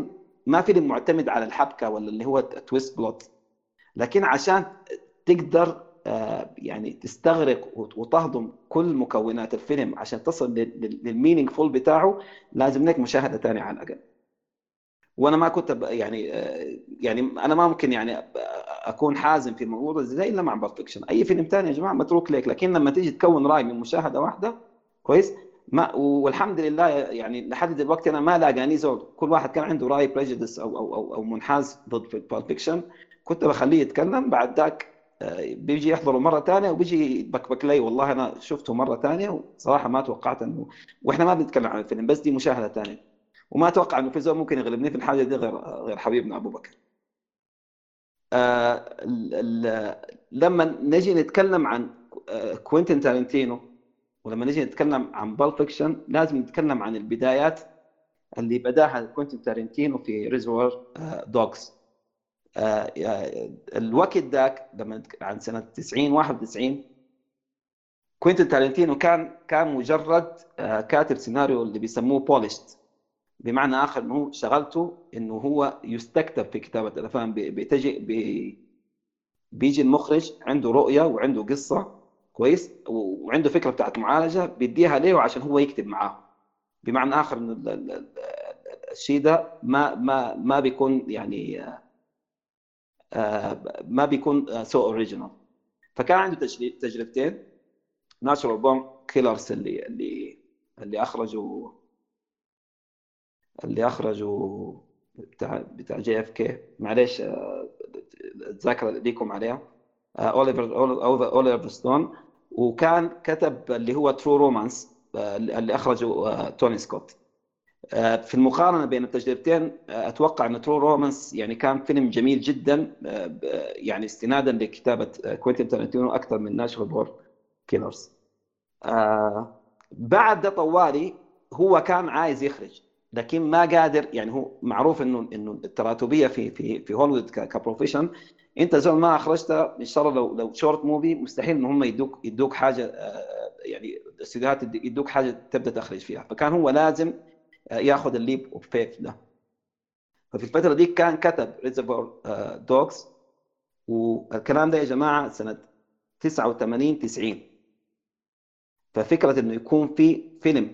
ما فيلم معتمد على الحبكه ولا اللي هو تويست بلوت، لكن عشان تقدر يعني تستغرق وتهضم كل مكونات الفيلم عشان تصل للمينينج فول بتاعه، لازم لك مشاهده ثانيه على الاقل. وانا ما كنت يعني انا ما ممكن يعني اكون حازم في موضوع زي الا مع بيرفكشن. اي فيلم ثاني يا جماعه متروك لك، لكن لما تيجي تكون راي من مشاهده واحده كويس، ما والحمد لله يعني لحد دلوقتي انا ما لاقاني زول كل واحد كان عنده راي بريجيدس او منحاز ضد في بيرفكشن كنت بخليه يتكلم. بعد ذاك بيجي يحضره مره ثانيه وبيجي يبكبك لي والله انا شفته مره ثانيه وصراحه ما توقعت انه، واحنا ما بنتكلم عن الفيلم بس دي مشاهده ثانيه، وما اتوقع انه في زول ممكن يغلبني في الحاجه دي غير حبيبنا ابو بكر. لما نجي نتكلم عن كوينتين تارنتينو، ولما نجي نتكلم عن بال فيكشن لازم نتكلم عن البدايات اللي بداها كوينتين تارنتينو في ريزرفوار دوغز. الوقت ذاك لما عن سنه 90 91 كوينتين تارنتينو كان مجرد كاتب سيناريو اللي بيسموه بوليشت، بمعنى اخر انه شغلته انه هو يستكتب في كتابه الافلام. بيجي المخرج عنده رؤيه وعنده قصه كويس وعنده فكره بتاعت معالجه بيديها له عشان هو يكتب معاه. بمعنى اخر انه الشيء ده ما بيكون يعني ما بيكون سو اوريجينال. فكان عنده تجربتين، ناتشورال بورن كيلرز اللي اخرجوا بتاع جي اف كي، معلش الذاكره ليكم عليها، اوليفر ستون، وكان كتب اللي هو ترو رومانس اللي اخرجه توني سكوت. في المقارنه بين التجربتين اتوقع ان ترو رومانس يعني كان فيلم جميل جدا يعني استنادا لكتابه كوينتين تارانتينو اكثر من ناشونال بورن كيلرز. بعد ده طوالي هو كان عايز يخرج لكن ما قادر. يعني هو معروف انه التراتبيه في هوليوود كبروفيشن، انت زول ما اخرجت ان شاء الله لو شورت موفي مستحيل ان هم يدوك حاجه يعني الاستديوهات يدوك حاجه تبدا تخرج فيها. فكان هو لازم ياخذ الليب اوف فيث ده. ففي الفتره دي كان كتب ريزرفوار دوغز، والكلام ده يا جماعه سنه 89 90. ففكره انه يكون في فيلم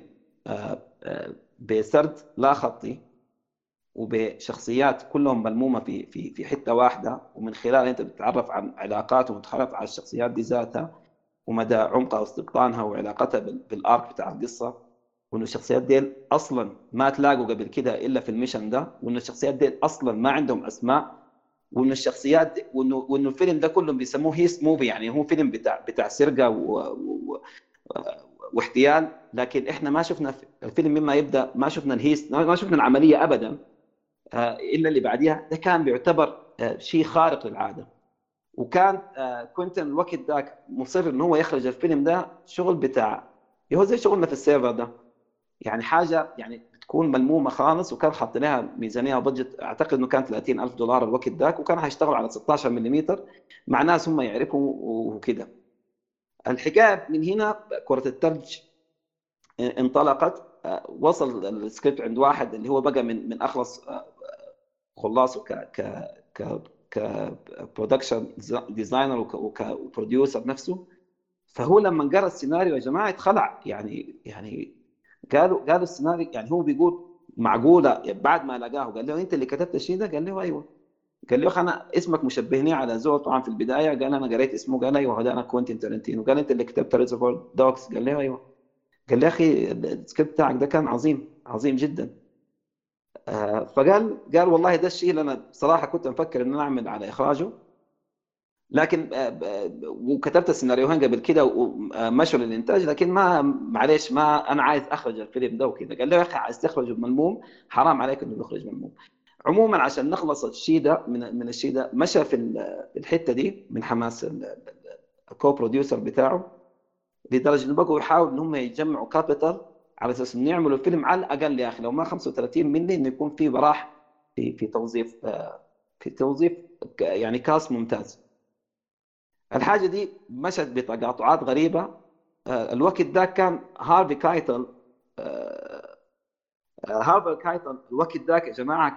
بسرد لا خطي وبشخصيات كلهم ملمومه في حته واحده، ومن خلال انت بتتعرف عن علاقات ومتعرف على الشخصيات دي ذاتها ومدى عمقها واستبطانها وعلاقتها بالارك بتاع القصه، وانه الشخصيات دي اصلا ما تلاقوا قبل كده الا في الميشن ده، وانه الشخصيات دي اصلا ما عندهم اسماء، وانه الشخصيات دي وانه الفيلم ده كلهم بيسموه هيست موفي، يعني هو فيلم بتاع سرقه واحتيال. لكن احنا ما شفنا الفيلم مما يبدا، ما شفنا الهيست، ما شفنا العمليه ابدا الا اللي بعديها. ده كان بيعتبر شيء خارق للعاده. وكان كوينتين الوقت ذاك مصر انه هو يخرج الفيلم ده شغل بتاع هو زي شغلنا في السيرفر ده، يعني حاجه يعني بتكون ملمومه خالص. وكان حاط لها ميزانيه وبادجت اعتقد انه كان $30,000 الوقت ذاك، وكان هيشتغل على 16 ملم مع ناس هم يعرفوا وكده. الحكايه من هنا كره الثلج انطلقت. وصل السكريبت عند واحد اللي هو بقى من اخلص خلاصه ك برودكشن ديزاينر وبروديوسر نفسه. فهو لما قرا السيناريو يا جماعه اتخلع. يعني قالوا السيناريو، يعني هو بيقول معقوله. بعد ما لقاه قال له انت اللي كتبت الشيء ده؟ قال له ايوه. قال له انا اسمك مشبهني على زول طبعا في البدايه. قال انا قريت اسمه. قال ايوه هذا انا كوينتين تارنتينو. قال انت اللي كتبت ريزرفوار دوغز؟ قال له ايوه. قال لي يا اخي السكريبت بتاعك ده كان عظيم عظيم جدا. فقال والله ده الشيء اللي انا بصراحه كنت مفكر ان انا اعمل على اخراجه، لكن وكتبت السيناريوهين قبل كده ومشوا للانتاج، لكن ما معلش ما انا عايز اخرج الفيلم ده وكذا. قال له يا اخي عايز تخرج ملموم، حرام عليك انه يخرج ملموم. عموما عشان نخلص الشيء ده من الشيء ده، مشى في الحته دي من حماس الكو بروديوسر بتاعه، لدرجه انه بقوا يحاولوا ان هم يجمعوا كابيتال على اساس انه يعملوا فيلم على الاقل يا اخي لو ما 35 ملي انه يكون فيه براح في توظيف يعني كاست ممتاز. الحاجه دي مشت بتقاطعات غريبه. الوقت ده كان هارفي كايتل هارفي كايتل الوقت ذاك يا جماعه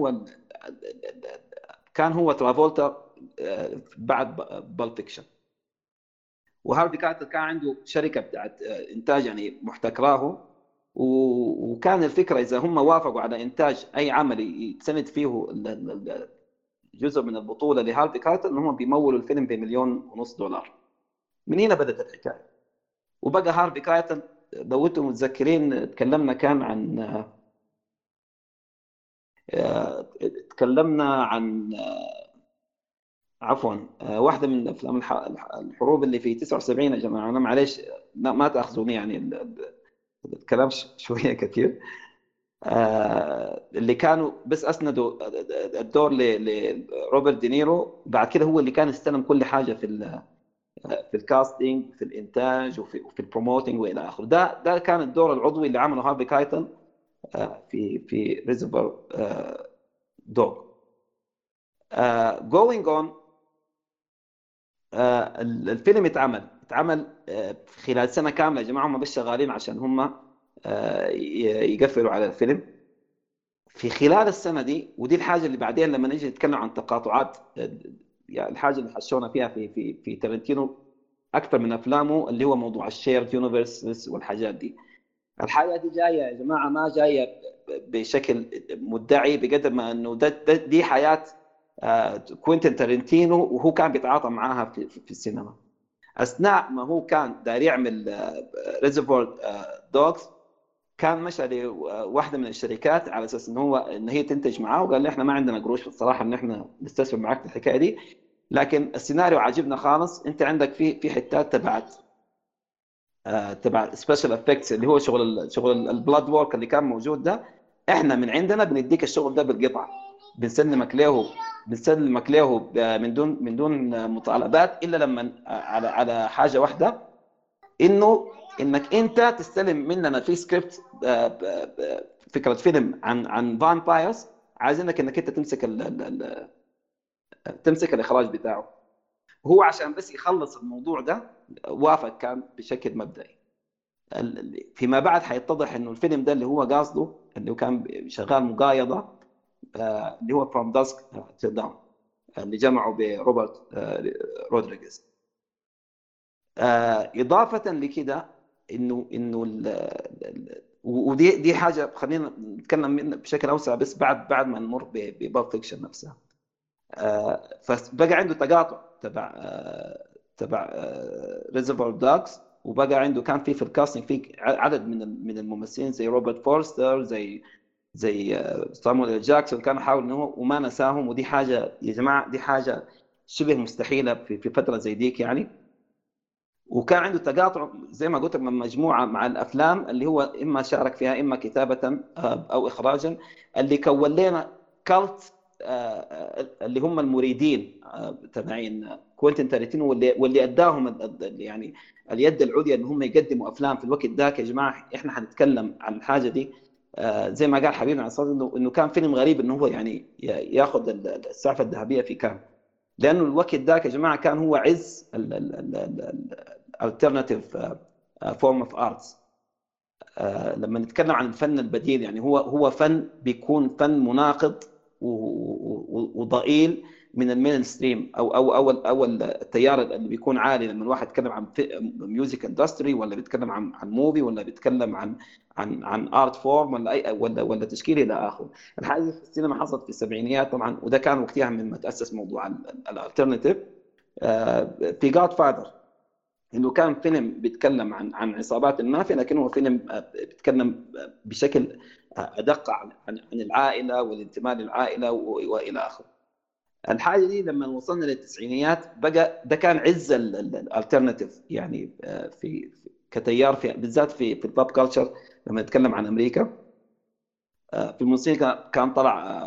كان هو ترافولتا بعد بالب فيكشن. وهارفي كايتل كان عنده شركه بتاعت انتاج يعني محتكراه، وكان الفكره اذا هم وافقوا على انتاج اي عمل يتسند فيه جزء من البطوله لهارفي كايتل، انهم بيمولوا الفيلم ب$1,500,000. من هنا بدات الحكايه. وبقى هارفي كايتل لو انتم متذكرين تكلمنا كان عن تكلمنا عن عفوا واحده من افلام الحروب اللي في 79 يا جماعه. انا معلش ما تاخذوني يعني الكلام شويه كثير. اللي كانوا بس اسندوا الدور لروبرت دينيرو. بعد كده هو اللي كان استلم كل حاجه في الكاستنج، في الانتاج، وفي البروموتنج والى اخره. ده كان الدور العضوي اللي عمله هارفي كايتل في ريزرفر دوغ. جوينج اون الفيلم اتعمل خلال سنه كامله يا جماعه. هم بس شغالين عشان هم يقفلوا على الفيلم في خلال السنه دي. ودي الحاجه اللي بعدين لما نيجي نتكلم عن تقاطعات، يعني الحاجه اللي حشونا فيها في تارنتينو اكثر من افلامه، اللي هو موضوع الشيرد يونيفرس والحاجات دي. الحاجه دي جايه يا جماعه ما جايه بشكل مدعي بقدر ما انه دي حياه كوينتين تارنتينو، وهو كان بيتعاطى معاها في السينما اثناء ما هو كان داير يعمل ريزرفوير دوغز. كان مشى لواحده من الشركات على اساس ان هي تنتج معاه، وقال لي احنا ما عندنا قروش الصراحه ان احنا نستثمر معاك في الحكايه دي، لكن السيناريو عاجبنا خالص. انت عندك في حتات تبع سبيشال افكتس اللي هو شغل البلاد وورك اللي كان موجود ده، احنا من عندنا بنديك الشغل ده بالقطعه، بنسلمك له من دون مطالبات، الا لما على حاجه واحده، انك انت تستلم مننا في سكريبت فكره فيلم عن فامبايرز، عايزينك انك انت تمسك الاخراج بتاعه. هو عشان بس يخلص الموضوع ده وافق كان بشكل مبدئي. فيما بعد حيتضح انه الفيلم ده اللي هو قاصده، اللي هو كان شغال مقايضه، اللي هو فروم داسك تيل داون، اللي جمعه بروبرت رودريغيز. اضافه لكده انه ودي حاجه خلينا نتكلم بشكل اوسع بس بعد ما نمر بباب فيكشن نفسها. فبقى عنده تقاطع تبع ريزرفوير دوغز، وبقى عنده كان في الكاستنج في عدد من الممثلين زي روبرت فورستر، زي صامويل جاكسون، كان حاول انه وما نساهم. ودي حاجه يا جماعه، دي حاجه شبه مستحيله في فتره زي ديك يعني. وكان عنده تقاطع زي ما قلت من مجموعه مع الافلام اللي هو اما شارك فيها اما كتابه او اخراجا، اللي كون لنا كالت اللي هم المريدين تبعين كوينتين تارنتينو، واللي اداهم يعني اليد العليا ان هم يقدموا افلام في الوقت ذاك. يا جماعه احنا حنتكلم عن الحاجه دي زي ما قال حبيبنا على الصوت، انه كان فيلم غريب انه هو يعني ياخذ السعفه الذهبيه في كان، لانه الوقت ذاك يا جماعه كان هو عز alternative form of arts. لما نتكلم عن الفن البديل يعني هو فن بيكون فن مناقض وضئيل من المين ستريم او التيار اللي بيكون عالي. لما الواحد يتكلم عن ميوزك اندستري، ولا بيتكلم عن موفي، ولا بيتكلم عن ارت فورم، ولا اي ولا تشكيل الى اخره. الحاجه في السينما حصلت في السبعينيات طبعا، وده كان وقتها من ما تاسس موضوع الالترناتيف. في جاد فاذر انه كان فيلم بيتكلم عن عصابات المافيا، لكن هو فيلم بيتكلم بشكل ادق عن العائله والانتماء للعائله والى اخره. الحاجه دي لما وصلنا للتسعينيات بقى ده كان عز الالترناتيف يعني في كتيار بالذات في البوب كلتشر. لما نتكلم عن امريكا في الموسيقى كان طلع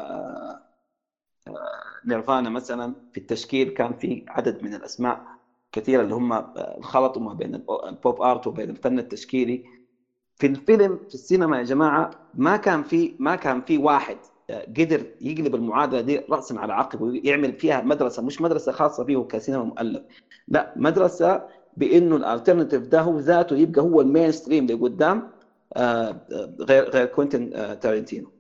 نيرفانا مثلا، في التشكيل كان في عدد من الاسماء كثيره اللي هم خلطوا ما بين البوب ارت وبين الفن التشكيلي. في الفيلم في السينما يا جماعه ما كان في واحد قدر يقلب المعادله دي راسا على عقب ويعمل فيها مدرسه، مش مدرسه خاصه فيه كسينما مؤلف، لا مدرسه بانه الالترناتيف ده هو ذاته يبقى هو المين ستريم لقدام، غير كوينتين تارنتينو.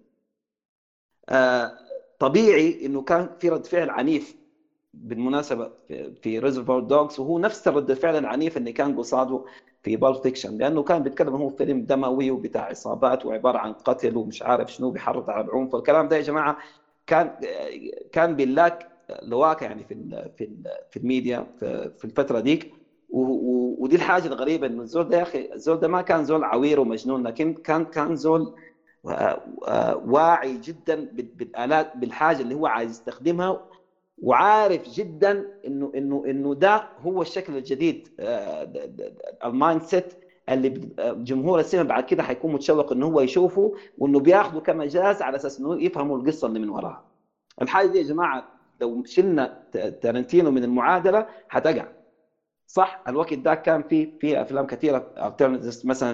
طبيعي انه كان في رد فعل عنيف بالمناسبه في ريزرفوار دوغز، وهو نفس الرد الفعل العنيف اللي كان قصاده في بالب فيكشن، لانه كان بيتكلم هو فيلم دموي وبتاع عصابات وعباره عن قتل ومش عارف شنو، بيحرض على العنف والكلام ده يا جماعه. كان بيلاك لواك يعني في الميديا في الفتره ديك. ودي الحاجه الغريبه، انه الزول ده يا اخي، الزول ده ما كان زول عوير ومجنون، لكن كان زول واعي جدا بالالات، بالحاجه اللي هو عايز يستخدمها، وعارف جدا انه ده هو الشكل الجديد، المايند سيت اللي جمهور السينما بعد كده حيكون متشوق انه هو يشوفه، وانه بياخده كمجاز على اساس انه يفهموا القصه اللي من وراها. الحاجه دي يا جماعه لو شلنا تارنتينو من المعادله حتقع. صح الوقت ده كان في افلام كثيره مثلا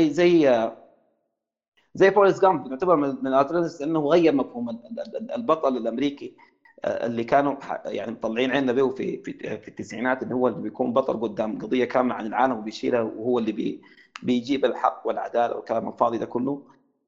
زي فورست جامب، يعتبر من الالترناتيفز لانه غير مفهوم البطل الامريكي اللي كانوا يعني مطلعين عنا به في التسعينات، اللي هو اللي بيكون بطل قدام قضيه كامله عن العالم وبيشيلها، وهو اللي بيجيب الحق والعداله والكلام الفاضي ده كله.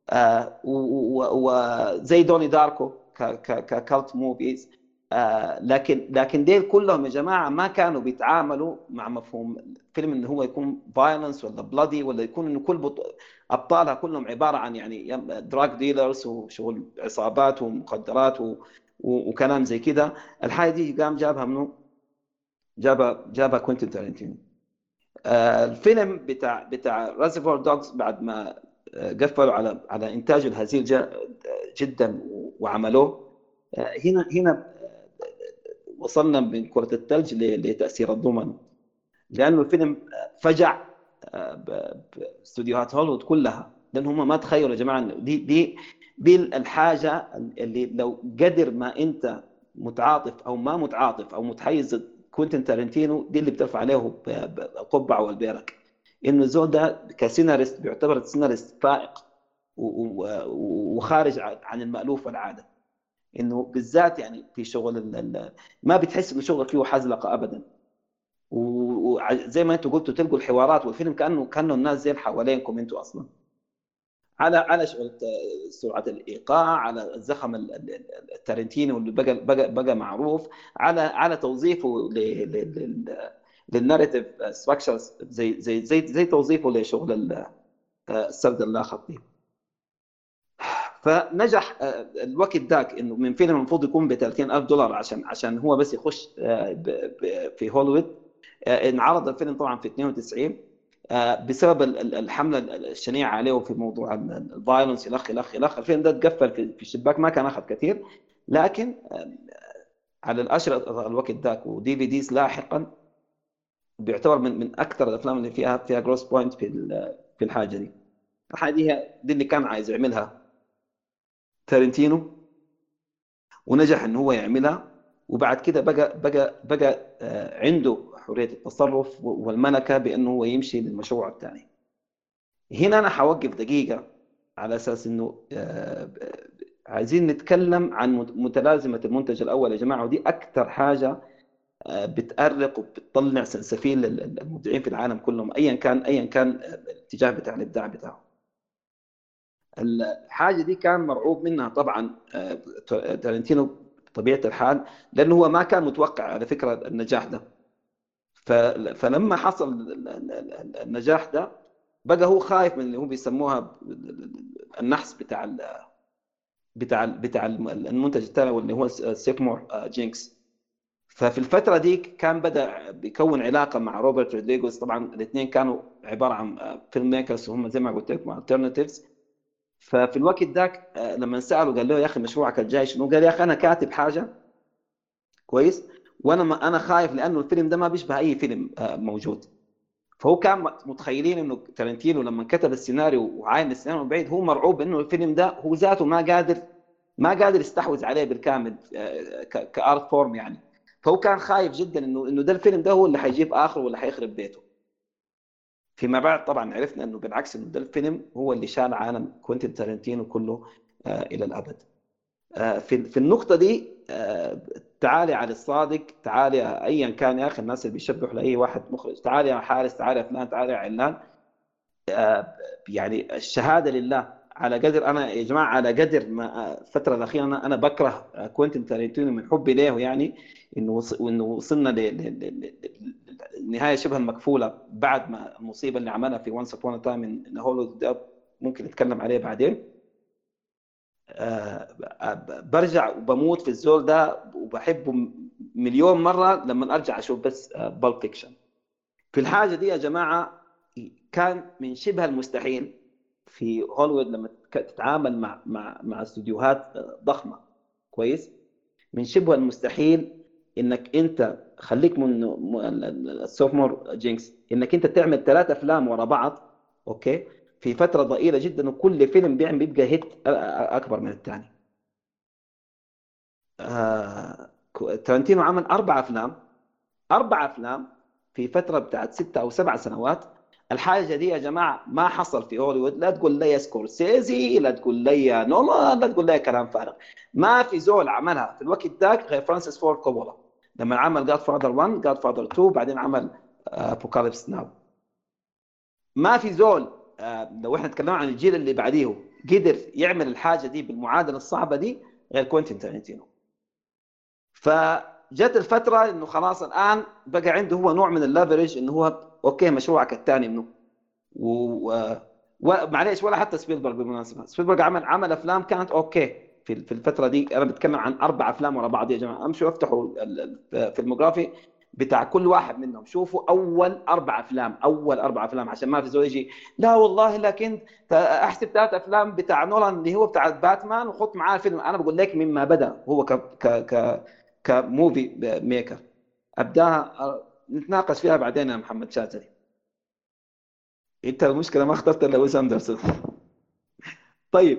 وزي دوني داركو ككالت موفيز. لكن ديل كلهم يا جماعه ما كانوا بيتعاملوا مع مفهوم فيلم انه هو يكون فايلنس ولا بلادي، ولا يكون انه كل ابطالها كلهم عباره عن يعني دراج ديلرز وشغل عصابات ومخدرات وكلام زي كده. الحاجه دي قام جابها منه، جابها كوينتين تارنتينو. الفيلم بتاع ريزرفوار دوغز بعد ما قفلوا على انتاجه الهزيل جدا وعملوه، هنا وصلنا من كرة الثلج لتأثير الضمن، لأنه الفيلم فجع باستوديوهات هوليوود كلها، لأن هم ما تخيلوا يا جماعة دي الحاجة اللي لو قدر ما أنت متعاطف أو ما متعاطف أو متحيز كوينتين تارنتينو، دي اللي بترفع عليه القبعة والبيرك، إنه الزول ده كسيناريست بيعتبر سيناريست فائق وخارج عن المألوف والعادة. انه بالذات يعني في شغل ما بتحس انه شغل فيه حزلقه ابدا، وزي ما انتم قلتوا تلقوا الحوارات والفيلم كانه الناس زي حوالينكم انتم اصلا، على شغل سرعه الايقاع، على الزخم التارنتينو اللي بقى معروف، على توظيفه للناريتيف ستراكشرز، زي توظيفه لشغل السرد اللاخطي. فنجح الوقت ذاك انه من فيلم المفروض يكون ب $30,000 عشان هو بس يخش في هوليوود. انعرض الفيلم طبعا في 92 بسبب الحمله الشنيعه عليه في موضوع الفايلنس الى اخره. الفيلم ده تقفل في الشباك، ما كان اخذ كثير، لكن على الاشرطه الوقت ذاك ودي في ديز لاحقا بيعتبر من اكثر الافلام اللي فيها جروس بوينت في الحاجه دي. الحاجه دي اللي كان عايز يعملها تارنتينو، ونجح ان هو يعملها. وبعد كده بقى عنده حريه التصرف والملكه بانه هو يمشي للمشروع الثاني. هنا انا حوقف دقيقه على اساس انه عايزين نتكلم عن متلازمه المنتج الاول يا جماعه، ودي اكثر حاجه بتأرق وبتطلع سلسفيل للمبدعين في العالم كلهم، ايا كان الاتجاه بتاع الابداع بتاعه. الحاجه دي كان مرعوب منها طبعا تارنتينو بطبيعه الحال، لانه هو ما كان متوقع على فكره النجاح ده. فلما حصل النجاح ده بقى هو خايف من اللي هو بيسموها النحس بتاع المنتج الثاني، واللي هو سيكمور جينكس. ففي الفتره دي كان بدا بيكون علاقه مع روبرت رودريغوز. طبعا الاثنين كانوا عباره عن فيلم ميكرز، وهم زي ما قلت لكم alternatives. ففي الوقت ذاك لما سأله قال له يا اخي مشروعك الجاي شنو؟ قال يا اخي انا كاتب حاجه كويس، انا خايف لانه الفيلم ده ما بيشبه اي فيلم موجود. فهو كان متخيلين انه تارنتينو لما كتب السيناريو وعاين السيناريو من بعيد هو مرعوب انه الفيلم ده هو ذاته ما قادر يستحوذ عليه بالكامل كارت فورم يعني. فهو كان خايف جدا انه ده الفيلم ده هو اللي حيجيب اخره واللي حيخرب بيته. فيما بعد طبعا عرفنا انه بالعكس، انه ده الفيلم هو اللي شال عالم كوينتين تارنتينو كله الى الابد. في النقطه دي تعالي على الصادق، تعالي ايا كان يا اخي الناس اللي بيشبحوا لاي واحد مخرج، تعالي يا حارس، تعالي يا فلان، تعالي يا علان. يعني الشهاده لله، على قدر انا يا جماعه، على قدر ما الفتره الاخيره انا بكره كوينتين تارانتينو من حبي له، يعني انه وصلنا للنهايه شبه المكفوله بعد ما المصيبه اللي عملها في وانس ابون تايم ان هوليوود، ده ممكن نتكلم عليه بعدين. برجع وبموت في الزول ده وبحبه مليون مره لما ارجع اشوف بس بالب فيكشن. في الحاجه دي يا جماعه كان من شبه المستحيل في هوليوود لما تتعامل مع استوديوهات ضخمه، كويس، من شبه المستحيل انك انت خليك من السوفمور جينكس انك انت تعمل 3 افلام ورا بعض، اوكي، في فتره ضئيله جدا، وكل فيلم بيبقى هيت اكبر من الثاني. تارانتينو عمل 4 افلام، 4 افلام في فتره بتاعت 6 او 7 سنوات. الحاجه دي يا جماعه ما حصل في هوليوود. لا تقول لي سكورسيزي، لا تقول لي نولان، لا تقول لي كلام فارغ. ما في زول عملها في الوقت ذاك غير فرانسيس فورد كوبولا لما عمل جاد فاذر 1، جاد فاذر 2، بعدين عمل ابوكاليبس ناو. ما في زول لو احنا تكلمنا عن الجيل اللي بعديه قدر يعمل الحاجه دي بالمعادله الصعبه دي غير كوينتين تارانتينو. فجت الفتره انه خلاص الان بقى عنده هو نوع من الليفرج، انه هو اوكي مشروعك الثاني منه. ومعليش ولا حتى سبيلبرغ، بالمناسبه سبيلبرغ عمل افلام كانت اوكي في الفتره دي. انا بتكلم عن 4 افلام ورا بعض يا جماعه. امشوا افتحوا الفيلموغرافي بتاع كل واحد منهم، شوفوا اول 4 افلام، اول 4 افلام، عشان ما في زول يجي لا والله لكن احسب 3 افلام بتاع نولان اللي هو بتاع باتمان وخط معاه فيلم. انا بقول لك مما بدا هو كموفي ميكر. ابداها نتناقش فيها بعدين يا محمد شاذلي. انت المشكله ما اخترت الا ويس اندرسون. طيب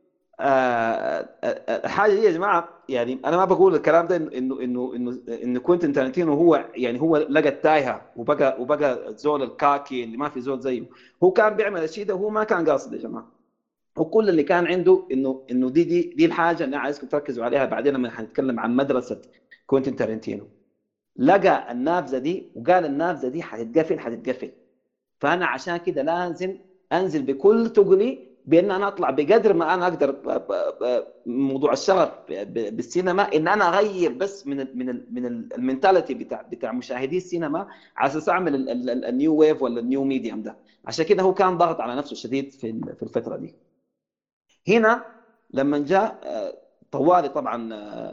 الحاجه دي يا جماعه، يعني انا ما بقول الكلام ده انه كوينتين تارانتينو هو يعني هو لقى التايهه وبقى الزول الكاكي اللي ما في زول زيه. هو كان بيعمل الشيء ده وهو ما كان قاصد يا جماعه. وكل اللي كان عنده انه دي الحاجه اللي انا عايزكم تركزوا عليها بعدين لما حنتكلم عن مدرسه كوينتين تارانتينو. لقى النافذه دي وقال النافذه دي حتتقفل. فانا عشان كده لازم انزل بكل تقلي بان انا اطلع بقدر ما انا اقدر موضوع الشغف بالسينما، ان انا اغير بس من المنتاليتي بتاع مشاهدي السينما على اساس اعمل النيو ويف ولا النيو ميديوم ده. عشان كده هو كان ضاغط على نفسه شديد في الفتره دي. هنا لما جاء طوالي طبعا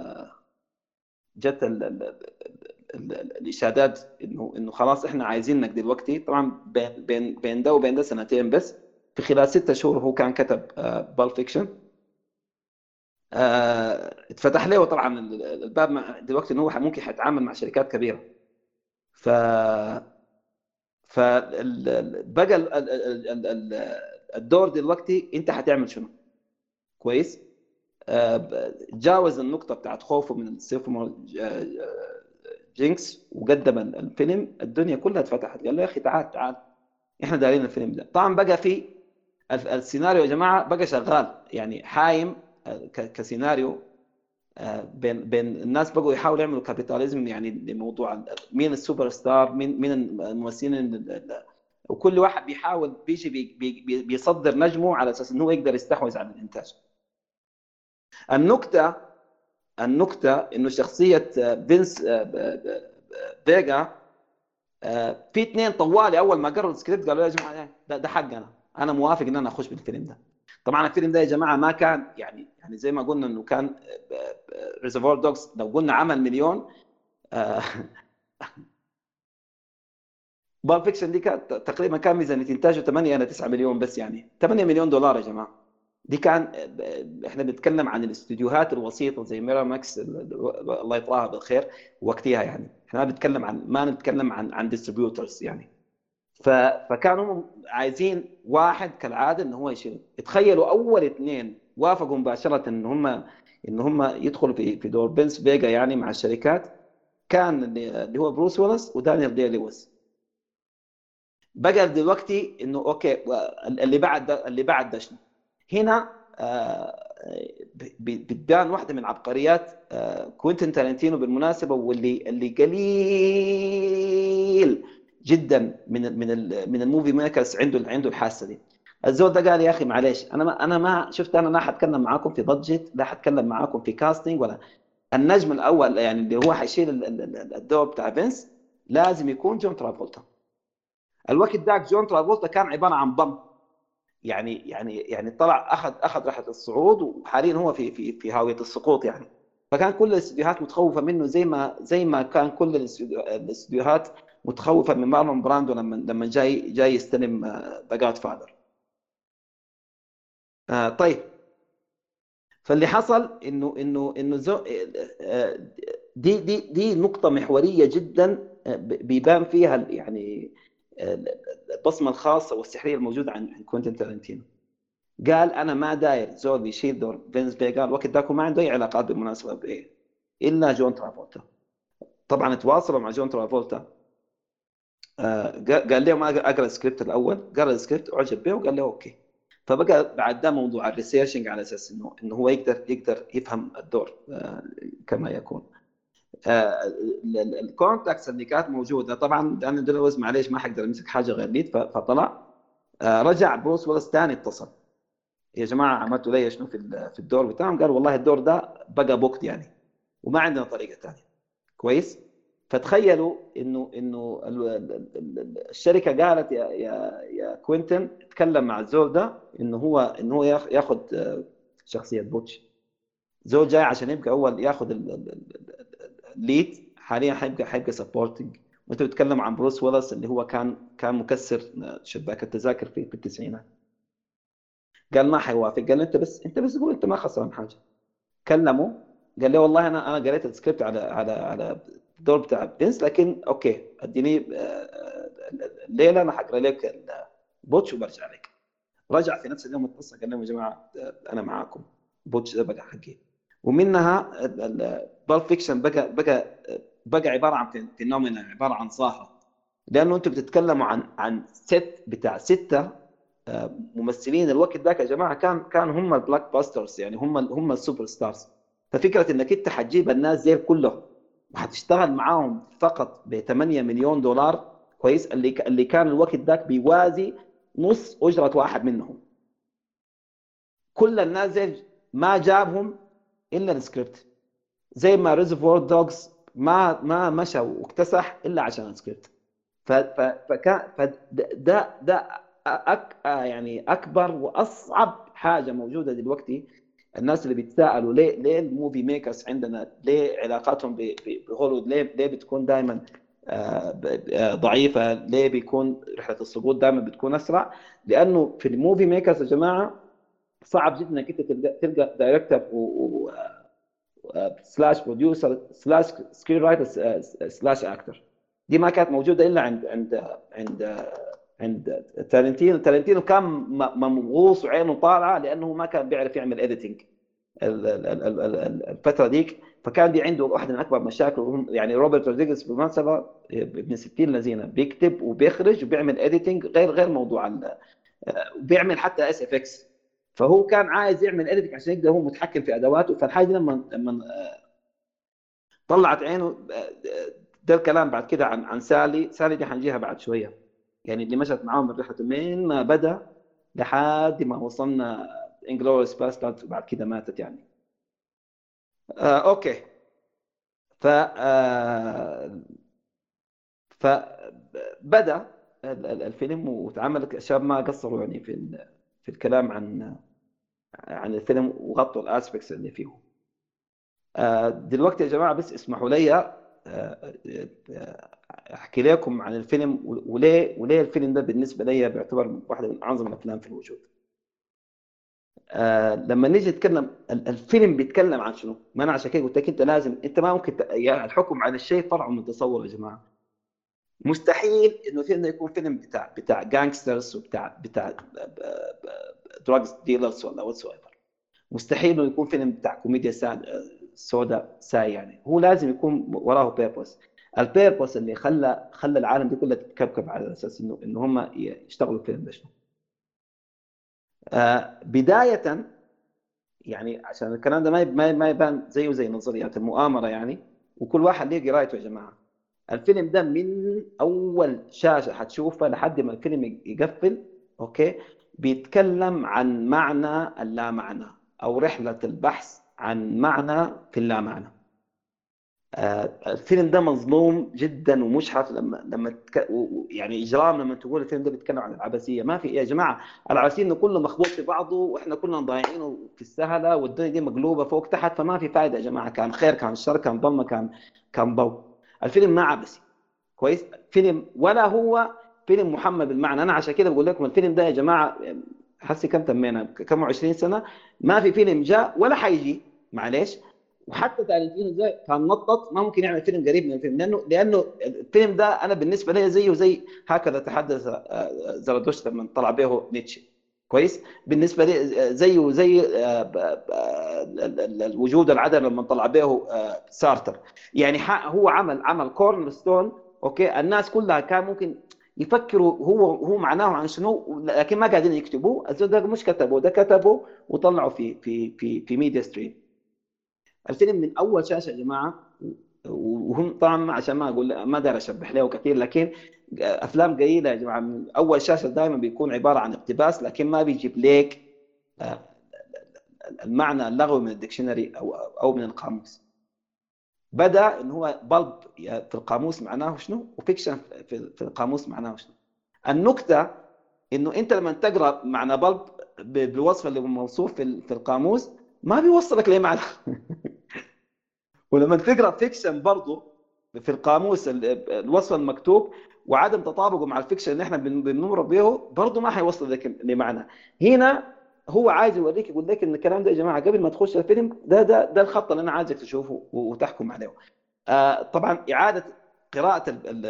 جت الاشادات انه خلاص احنا عايزينك دلوقتي. طبعا بين ده وبين ده سنتين بس. في خلال 6 شهور هو كان كتب بال فيكشن. اتفتح له طبعا الباب دلوقتي انه هو ممكن يتعامل مع شركات كبيره. ف بقى الدور دلوقتي انت هتعمل شنو، كويس. جاوز النقطه بتاعت خوفه من السيفمور جينكس وقدم الفيلم. الدنيا كلها اتفتحت، قال له يا اخي تعال احنا دارين الفيلم ده. طبعا بقى في السيناريو يا جماعه بقى شغال، يعني حايم كسيناريو بين الناس. بقوا يحاولوا يعملوا كابيتاليزم، يعني لموضوع مين السوبر ستار، مين الممثلين، وكل واحد بيحاول بيجي بيصدر نجمه على اساس انه يقدر يستحوذ على الانتاج. النكته انه شخصيه فينس فيجا في 2 طوالي اول ما قروا السكريبت قالوا يا جماعه ده حقنا، انا موافق ان انا اخش بالفيلم ده. طبعا الفيلم ده يا جماعه ما كان يعني زي ما قلنا انه كان ريزرفوار دوجز لو قلنا عمل مليون. بال فيكشن دي كانت تقريبا كان ميزانيه انتاجه 8 الى 9 مليون بس، يعني 8 مليون دولار يا جماعه. دي كان احنا بنتكلم عن الاستديوهات الوسيطه زي ميراماكس الله يطلعها بالخير وقتها، يعني احنا ما بنتكلم عن ديستريبيوترز يعني. فكانوا عايزين واحد كالعاده ان هو يشيل. تخيلوا اول 2 وافقوا مباشره ان هم يدخلوا في دور بنس فيجا يعني مع الشركات، كان اللي هو بروس ويلس ودانيال دي لويس. بقى دلوقتي انه اوكي اللي بعد ده شنو؟ هنا بتبان واحده من عبقريات كوينتين تارانتينو بالمناسبه، واللي قليل جدا من الموفي ميكرز عنده الحاسه دي. الزول ده قال يا اخي معلش، انا ما شفت، انا لا حتكلم معاكم في بادجت، لا حتكلم معاكم في كاستنج، ولا النجم الاول يعني اللي هو حيشيل الدور بتاع فينس لازم يكون جون ترافولتا. الوقت ذاك جون ترافولتا كان عباره عن بم، يعني طلع اخذ رحله الصعود، وحاليا هو في هاويه السقوط يعني. فكان كل الاستديوهات متخوفه منه زي ما كان كل الاستديوهات متخوفه من مارلون براندو لما جاي يستلم ذا جاد فادر. طيب، فاللي حصل انه دي نقطه محوريه جدا بيبان فيها يعني البصمه الخاصه والسحريه الموجوده عند كوينتين تارانتينو. قال انا ما داير زول يشيل دور فينس فيجا، الوقت ذاك ما عنده اي علاقات بالمناسبه بايه الا جون ترافولتا. طبعا تواصلوا مع جون ترافولتا، قال له ما اقرا السكريبت الاول، قرا السكريبت اعجب به وقال له اوكي. فبقى بعد ده موضوع الريسيرشنج على اساس انه هو يقدر يفهم الدور كما يكون. الكونتاكتس اللي كانت موجوده طبعا داني دلوز معليش ما حقدر امسك حاجه غير ليد، فطلع رجع بروس ويلس ثاني اتصل، يا جماعه عملتوا لي شنو في الدور بتاعهم؟ قال والله الدور ده بقى بوكت يعني، وما عندنا طريقه ثانيه. كويس. فتخيلوا انه الشركه قالت يا كوينتن اتكلم مع الزول ده انه هو ياخذ شخصيه بوتش. زول جاي عشان يبقى اول ياخذ الليد، حاليا حيبقى سبورتنج. وانت بتتكلم عن بروس ويلس اللي هو كان مكسر شباك التذاكر في التسعينات. قال ما حيوافق، قال انت بس قول انت ما خسران حاجه. كلمه، قال له والله انا قريت السكريبت على الدور بتاع بنس، لكن اوكي اديني الليله انا حقرا لك البوتش وبرجع لك. رجع في نفس اليوم اتصل قال لهم يا جماعه انا معاكم، بوتش ده بقى حقي. ومنها بالب فيكشن بقى عباره عن فينومينا، عباره عن ظاهره، لانه انتم بتتكلموا عن ست بتاع 6 ممثلين. الوقت ذاك يا جماعه كان هم البلاك باسترز، يعني هم السوبر ستارز. ففكره انك انت حتجيب الناس دي كلهم وحتشتغل معاهم فقط ب 8 مليون دولار، كويس، اللي كان الوقت ذاك بيوازي نص اجره واحد منهم. كل الناس دي ما جابهم الا السكريبت، زي ما ريزرفوار دوجز ما مشى واكتسح الا عشان السكريبت. فكان ده يعني اكبر واصعب حاجه موجوده دلوقتي. الناس اللي بيتساءلوا ليه الموفي ميكرز عندنا، ليه علاقاتهم بهوليوود ليه بتكون دائما ضعيفه، ليه بيكون رحله السقوط دائما بتكون اسرع؟ لانه في الموفي ميكرز يا جماعه صعب جدا انك انت تلقى دايركتور سلاش بروديوسر سلاش سكرين رايتر سلاش اكتر. دي ما كانت موجوده الا عند تارنتينو كان مغوص وعينه طالعه لانه ما كان بيعرف يعمل اديتنج الفتره ديك. فكان دي عنده واحده من اكبر مشاكل. يعني روبرت رودريغيز بالمناسبه ابن 60 لذينه، بيكتب وبيخرج وبيعمل اديتنج غير موضوع وبيعمل حتى اس اف اكس. فهو كان عايز يعمل اديتنج عشان يقدر هو متحكم في ادواته. فالحاجه لما طلعت عينه. ده الكلام بعد كده عن سالي دي حنجيها بعد شويه، يعني اللي مشت معاهم الرحله من ما بدا لحد ما وصلنا انجلوريوس باسترد وبعد كده ماتت يعني. اوكي. ف فبدا الفيلم وتعمل الشباب ما قصروا يعني في الكلام عن الفيلم وغطوا الاسبكتس اللي فيه. دلوقتي يا جماعه بس اسمحوا لي احكي لكم عن الفيلم وليه الفيلم ده بالنسبه لي بيعتبر واحده من اعظم الافلام في الوجود. لما نيجي نتكلم الفيلم بيتكلم عن شنو؟ ما انا عشان كده قلت لك انت ما ممكن يعني الحكم على الشيء طلعوا من التصور يا جماعه. مستحيل انه الفيلم ده يكون فيلم بتاع جانجسترز بتاع دراجز ديلرز ولا واتس ايفر. مستحيل انه يكون فيلم بتاع كوميديا سوداء ساي. يعني هو لازم يكون وراه بيربوس. البيربوس اللي خلى العالم دي كلها تتكبكب على اساس انه هم يشتغلوا الفيلم ده شنو. بدايه يعني عشان الكلام ده ما يبان زيه زي نظريات المؤامره يعني، وكل واحد ليه قرايته يا جماعه. الفيلم ده من اول شاشه هتشوفها لحد ما الفيلم يقفل، اوكي، بيتكلم عن معنى اللامعنى او رحله البحث عن معنى في اللامعنى. الفيلم ده مظلوم جدا ومشحف يعني اجرام لما تقول الفيلم ده بيتكلم عن العبثيه. ما في يا جماعه، العبثيه انه كله مخبوط في بعضه واحنا كلنا ضايعينه في السهله والدنيا دي مقلوبه فوق تحت، فما في فائده يا جماعه. كان خير، كان شر، كان ضلمه، كان ضوء. الفيلم ما عبثي كويس، فيلم ولا هو فيلم محمد بالمعنى. انا عشان كده بقول لكم الفيلم ده يا جماعه، حسي كم تمينا كم 20 سنه ما في فيلم جاء ولا حيجي، معلش. وحتى تارنتينو زي كان نطط ما ممكن يعمل فيلم قريب من الفيلم، لانه الفيلم ده انا بالنسبه لي زيه زي هكذا تحدث زرادشت لما طلع به نيتشه، كويس. بالنسبه لي زيه زي الوجود العدم لما طلع به سارتر. يعني هو عمل كورن ستون، اوكي. الناس كلها كان ممكن يفكروا هو معناه عن شنو، لكن ما قاعدين يكتبوه. الزول ده مش كتبه، ده كتبه وطلعوا في ميديا ستريم. الفيلم من اول شاشه يا جماعه، وهم طبعا عشان ما اقول ما دار اشبح له كثير، لكن افلام قليله يا جماعه من اول شاشه دائما بيكون عباره عن اقتباس، لكن ما بيجيب لك المعنى اللغوي من الدكشنري او من القاموس. بدا ان هو بلب في القاموس معناه شنو، وفيكشن في القاموس معناه شنو. النكته انه انت لما تقرا معنى بلب بالوصف اللي موصوف في القاموس ما بيوصلك لمعنى ولما تقرا فيكشن برضه في القاموس الوصف المكتوب وعدم تطابقه مع الفيكشن اللي احنا بنمر به برضه ما حيوصل لك لمعنى. هنا هو عايز يوريك، يقول لك ان الكلام ده يا جماعه قبل ما تخش الفيلم ده الخط اللي انا عايزك تشوفه وتحكم عليه. طبعا اعاده قراءه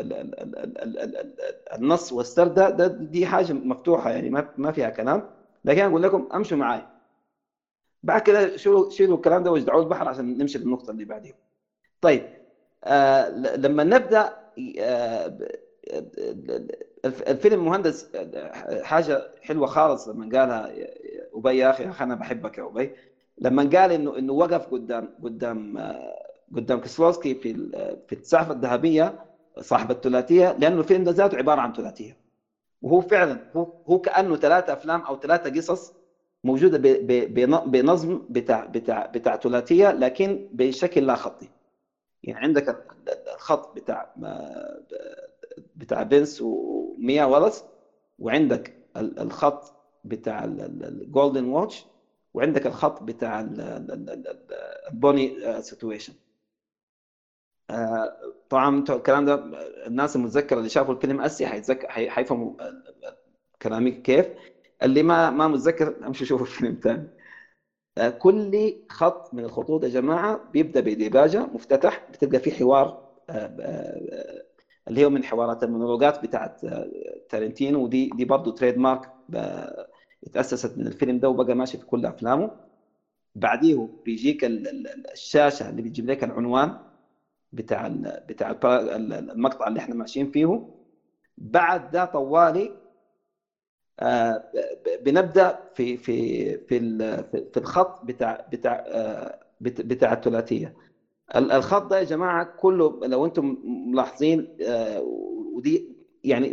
النص والسرد دي حاجه مفتوحه يعني ما فيها كلام، لكن اقول لكم امشوا معي. بعد كده شيلوا الكلام ده واجدعوا البحر عشان نمشي للنقطه اللي بعديها. طيب لما نبدا الفيلم مهندس حاجه حلوه خالص لما قالها ابي. يا اخي انا بحبك يا ابي. لما قال انه وقف قدام كسلوسكي في السعفه الذهبيه صاحب الثلاثيه، لانه الفيلم ده ذاته عباره عن ثلاثيه، وهو فعلا هو كانه 3 افلام او 3 قصص موجوده بنظم بتاع ثلاثيه، لكن بشكل لا خطي. يعني عندك الخط بتاع بنس وميا ولس، وعندك الخط بتاع الجولدن واتش، وعندك الخط بتاع البوني سيتويشن. طبعا الكلام ده الناس المتذكره اللي شافوا الفيلم اسي حيفهموا كلامي كيف. اللي ما متذكر امشي شوفوا الفيلم ثاني. كل خط من الخطوط يا جماعه بيبدا بديباجه مفتتح، بتلقى فيه حوار اللي هو من حوارات المونولوجات بتاعت تارنتينو، ودي برضه تريد مارك اتاسست من الفيلم ده وبقى ماشي في كل افلامه. بعديه بيجيك الشاشه اللي بتجيب لك العنوان بتاع المقطع اللي احنا ماشيين فيه. بعد ده طوالي بنبدا في الخط بتاع الثلاثيه. الخط ده يا جماعه كله لو انتم ملاحظين ودي يعني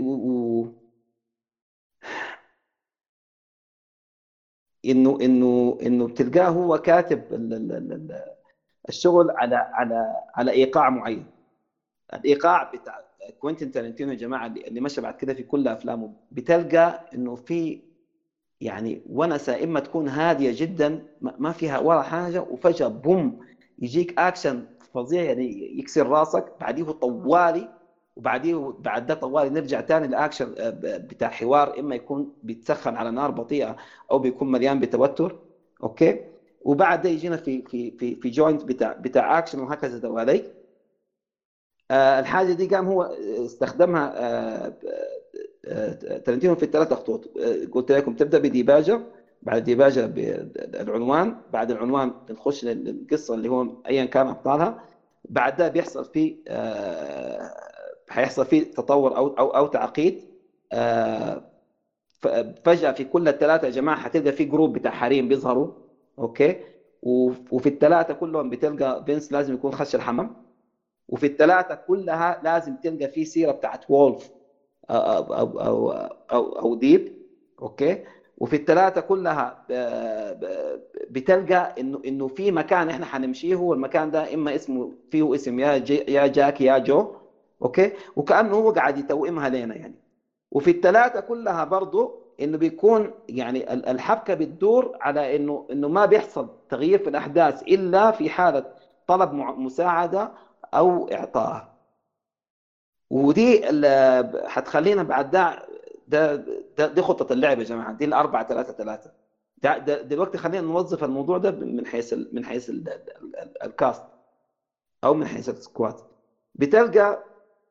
انه بتلقاه هو كاتب الشغل على ايقاع معين. الايقاع بتاع كوينتين تارنتينو يا جماعه اللي مشى بعد كده في كل افلامه، بتلقى انه في يعني ونسه اما تكون هاديه جدا ما فيها ولا حاجه، وفجاه بوم يجيك اكشن فظيع يعني يكسر راسك، بعديه طوالي، وبعديه بعد ده طوالي نرجع تاني الاكشن بتاع حوار اما يكون بيتسخن على نار بطيئه او بيكون مليان بتوتر، اوكي. وبعد ده يجينا في جوينت بتاع اكشن وهكذا دواليك. الحاجه دي قام هو استخدمها ترنتينو في ال3 خطوط. قلت لكم تبدا بديباجه، بعد ديباجه بالعنوان، بعد العنوان بنخش للقصه اللي هو ايا كان ابطالها. بعد ده بيحصل فيه هيحصل فيه تطور او تعقيد. فجاه في كل ال3 يا جماعه هتلقى في جروب بتاع حريم بيظهروا، اوكي. وفي ال3 كلهم بتلقى فينس لازم يكون خش الحمام، وفي الثلاثه كلها لازم تلقى في سيره بتاعت وولف او ديب. اوكي. وفي الثلاثه كلها بتلقى انه في مكان احنا حنمشيه، هو المكان ده اما اسمه فيه اسم يا جاك يا جو. اوكي. وكانه هو قاعد يتوئمها لنا يعني. وفي الثلاثه كلها برضه انه بيكون يعني الحبكه بتدور على انه ما بيحصل تغيير في الاحداث الا في حاله طلب مساعده او اعطائها. ودي اللي هتخلينا بعد دي خطه اللعب يا جماعه، دي الأربعة 3-3. دلوقتي خلينا نوظف الموضوع ده من حيث الكاست او من حيث السكواد. بتلقى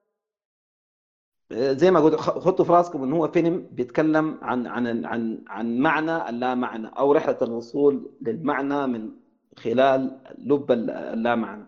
زي ما قلت حطوا في راسكم ان هو فيلم بيتكلم عن معنى اللا معنى او رحله الوصول للمعنى من خلال لب اللا معنى.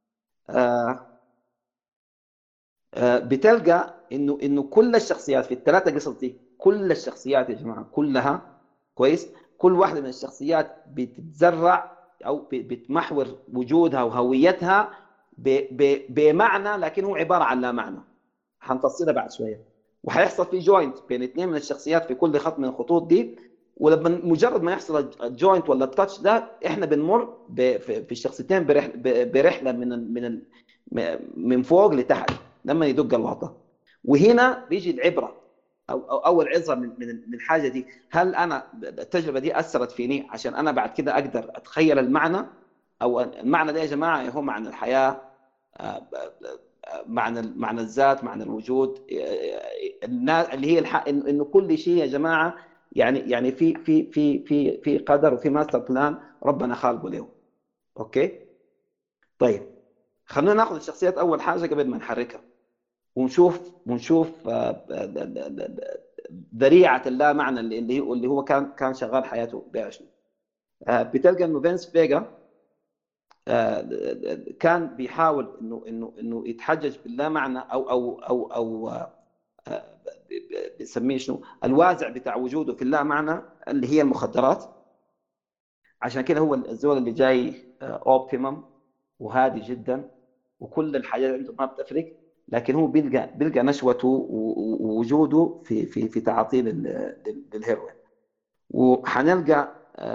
بتلقى انه كل الشخصيات في الثلاثه قصص دي، كل الشخصيات يا جماعه كلها كويس، كل واحده من الشخصيات بتتزرع او بتمحور وجودها وهويتها بمعنى، لكن هو عباره عن لا معنى. هنفصلها بعد شويه. وهيحصل في جوينت بين اثنين من الشخصيات في كل خط من الخطوط دي، ولما مجرد ما يحصل الجوينت ولا التاتش ده احنا بنمر في الشخصيتين برحله من فوق لتحت لما يدق الوطا. وهنا بيجي العبره او العظه من الحاجه دي. هل انا التجربه دي اثرت فيني عشان انا بعد كده اقدر اتخيل المعنى، او المعنى ده يا جماعه هو معنى الحياه، معنى الذات، معنى الوجود، اللي هي انه كل شيء يا جماعه يعني في قدر وفي ماستر بلان ربنا خالقه له. اوكي. طيب خلونا ناخذ الشخصيات اول حاجه قبل ما نحركها ونشوف ذريعه اللا معنى اللي هو كان شغال حياته بها شنو. بتلقى انه فينس فيجا كان بيحاول انه يتحجج باللا معنى او بنسميه شنو الوازع بتاع وجوده في اللا معنى اللي هي المخدرات. عشان كده هو الزول اللي جاي اوبتيمم وهادي جدا وكل الحياه عنده ما بتفرق، لكن هو بيلقى نشوته ووجوده في تعاطيه للهيروين. وحنلقى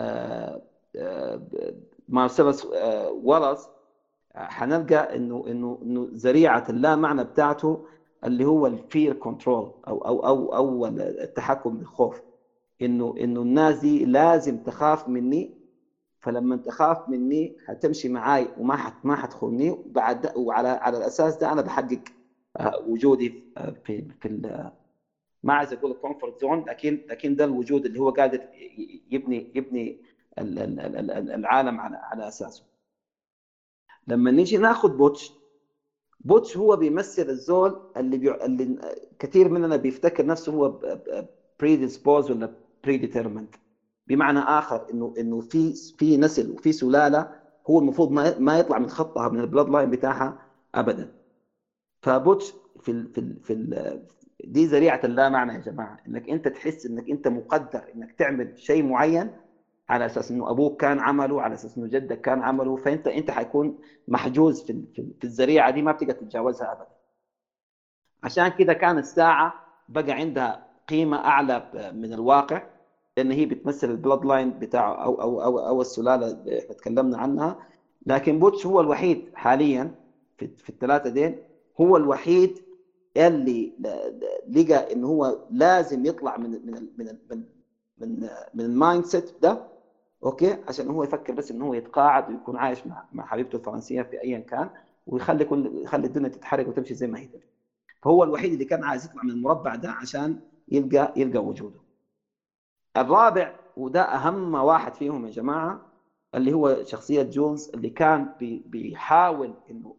مارسيلوس والاس حنلقى انه ذريعه اللا معنى بتاعته اللي هو الفير كنترول او التحكم بالخوف. انه الناس دي لازم تخاف مني، فلما تخاف مني هتمشي معاي وما حتخوني، وعلى الاساس ده انا بحقق وجودي في ما عايز اقول الكومفورت زون، لكن ده الوجود اللي هو قادر يبني العالم على اساسه. لما نيجي ناخذ بوتش هو بيمثل الزول اللي كثير مننا بيفتكر نفسه هو predisposed ولا predetermined، بمعنى اخر انه في نسل وفي سلاله هو المفروض ما يطلع من خطها من البلاد لاين بتاعها ابدا. فبوتش في دي ذريعه اللا معنى يا جماعه، انك انت تحس انك انت مقدر انك تعمل شيء معين على اساس انه ابوك كان عمله، على اساس انه جدك كان عمله، فانت حيكون محجوز في الذريعه دي، ما بتقدر تتجاوزها ابدا. عشان كده كان الساعه بقى عندها قيمه اعلى من الواقع، لان هي بتمثل البلاد لاين بتاعه او السلاله اللي احنا تكلمنا عنها. لكن بوتش هو الوحيد حاليا في الثلاثه دين، هو الوحيد اللي لقى انه هو لازم يطلع من المايند سيت ده. اوكي. عشان هو يفكر بس انه هو يتقاعد ويكون عايش مع حبيبته الفرنسيه في ايا كان، ويخلي يخلي الدنيا تتحرك وتمشي زي ما هي تمشي. فهو الوحيد اللي كان عايز يطلع من المربع ده عشان يلقى وجوده. الرابع وده اهم واحد فيهم يا جماعه اللي هو شخصيه جولز، اللي كان بيحاول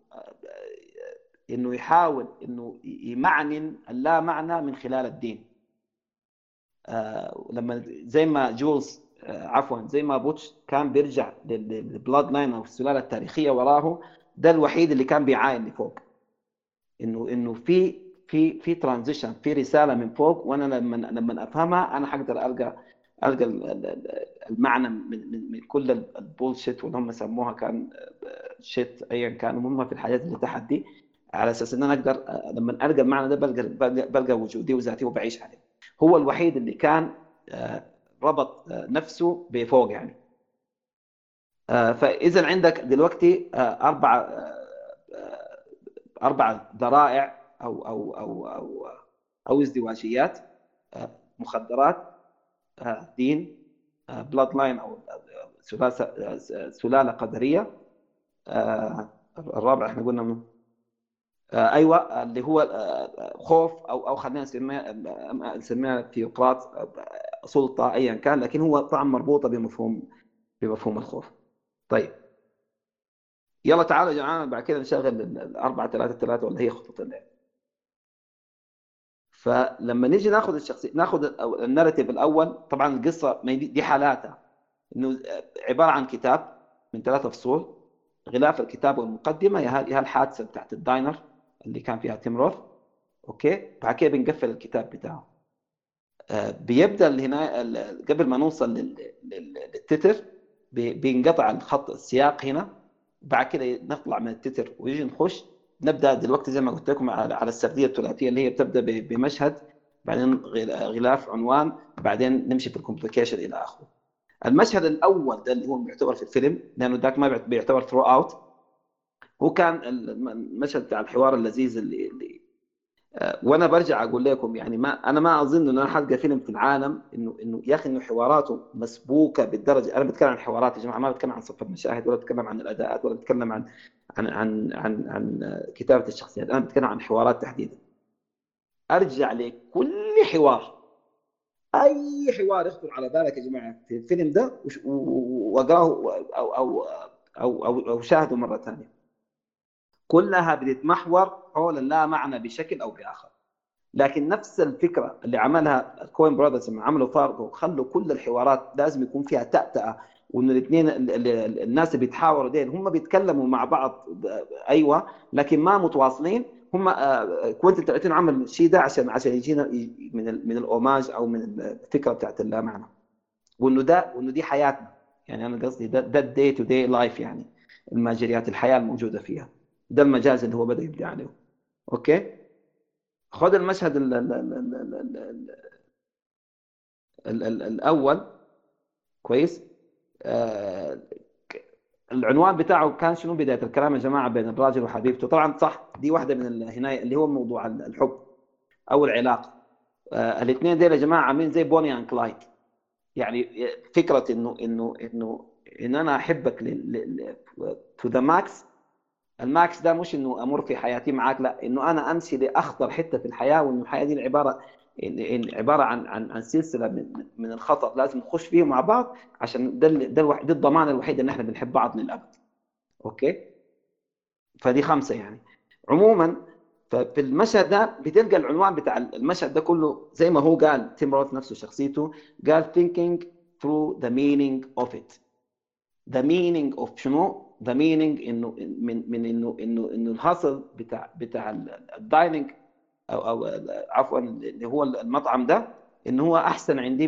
انه يحاول انه يمعنن اللا معنى من خلال الدين. لما زي ما جولز زي ما بوتش كان بيرجع للبلاد لاين او السلاله التاريخيه وراه، ده الوحيد اللي كان بيعاين لفوق، انه في ترانزيشن، في رساله من فوق، وانا لما افهمها انا حقدر القى المعنى من كل البولشيت واللي هم سموها كان شيت ايا كان هم في الحاجات اللي تحت دي. على اساس ان انا اقدر لما القى المعنى ده بلقى وجودي وذاتي وبعيش عليه. هو الوحيد اللي كان ربط نفسه بفوق يعني. فاذا عندك دلوقتي اربع ذرائع او ازدواجيات: مخدرات، دين، بلاد لاين او سلاله قدريه، الرابع احنا قلنا منه ايوه اللي هو خوف او خلينا نسميها ثيوقراط، سلطه ايا كان، لكن هو طبعا مربوطه بمفهوم الخوف. طيب يلا تعالوا يا جماعه بعد كده نشغل الأربعة 3 3 ولا هي خطة اللعب. فلما نيجي ناخذ الشخصيه، ناخذ الناريتيف الاول. طبعا القصه دي حالاتها انه عباره عن كتاب من 3 فصول. غلاف الكتاب والمقدمه يا الحادثه بتاعت الداينر اللي كان فيها تيم روث، اوكي. بعد كده بنقفل الكتاب بتاعه. بيبدا هنا قبل ما نوصل للتتر بينقطع الخط السياق هنا. بعد كده نطلع من التتر ويجي نخش نبدا دلوقتي زي ما قلت لكم على السرديه الثلاثيه اللي هي بتبدا بمشهد، بعدين غلاف عنوان، بعدين نمشي في الكومبليكيشن الى اخره. المشهد الاول ده اللي هو بيعتبر في الفيلم لانه ذاك ما بيعتبر ثرو اوت، هو كان المشهد بتاع الحوار اللذيذ اللي وانا برجع اقول لكم يعني انا ما اظن انه انا حلقه فيلم في العالم انه يا اخي انه حواراته مسبوكه بالدرجه. انا بتكلم عن حوارات يا جماعه، ما بتكلم عن صف المشاهد ولا بتكلم عن الاداءات ولا بتكلم عن كتابه الشخصيات. انا بتكلم عن حوارات تحديدا. ارجع لكل حوار، اي حوار يخطر على بالك يا جماعه في الفيلم ده واقراه او شاهده مره ثانيه، كلها بتتمحور حول اللا معنى بشكل او باخر. لكن نفس الفكره اللي عملها الكوين براذرز لما عملوا فارغو، خلوا كل الحوارات لازم يكون فيها تأتأة، وانه الاثنين الناس اللي بيتحاوروا دين هم بيتكلموا مع بعض ايوه لكن ما متواصلين. هم كوينتين ترنتينو عمل الشيء ده عشان يجينا من الاوماج او من الفكره بتاعت اللا معنى، وانه دي حياتنا. يعني انا قصدي ده الدي تو دي لايف، يعني المجريات الحياه الموجوده فيها. ده المجاز اللي هو بدا يبدع عليه. اوكي، خذ المشهد الاول كويس. العنوان بتاعه كان شنو؟ بدايه الكلام يا جماعه بين الراجل وحبيبته. طبعا صح، دي واحده من هنا اللي هو موضوع الحب او العلاقه. الاثنين دول يا جماعه عاملين زي بوني اند كلايد. يعني فكره انه انا احبك تو ذا ماكس. الماكس ده مش انه امر في حياتي معاك، لا، انه انا امشي لاخطر حته في الحياه، وانه الحياه دي عباره عن سلسله من الخطر لازم نخش فيه مع بعض، عشان ده الضمان الوحيد ان احنا بنحب بعض للابد. اوكي، فدي 5 يعني. عموما ففي المشهد ده بتلقى العنوان بتاع المشهد ده كله زي ما هو قال تيم روث نفسه شخصيته، قال thinking through the meaning of it. the meaning of شنو؟ the meaning انه من انه الهاسل بتاع الدايننج او عفوا اللي هو المطعم ده، انه هو احسن عندي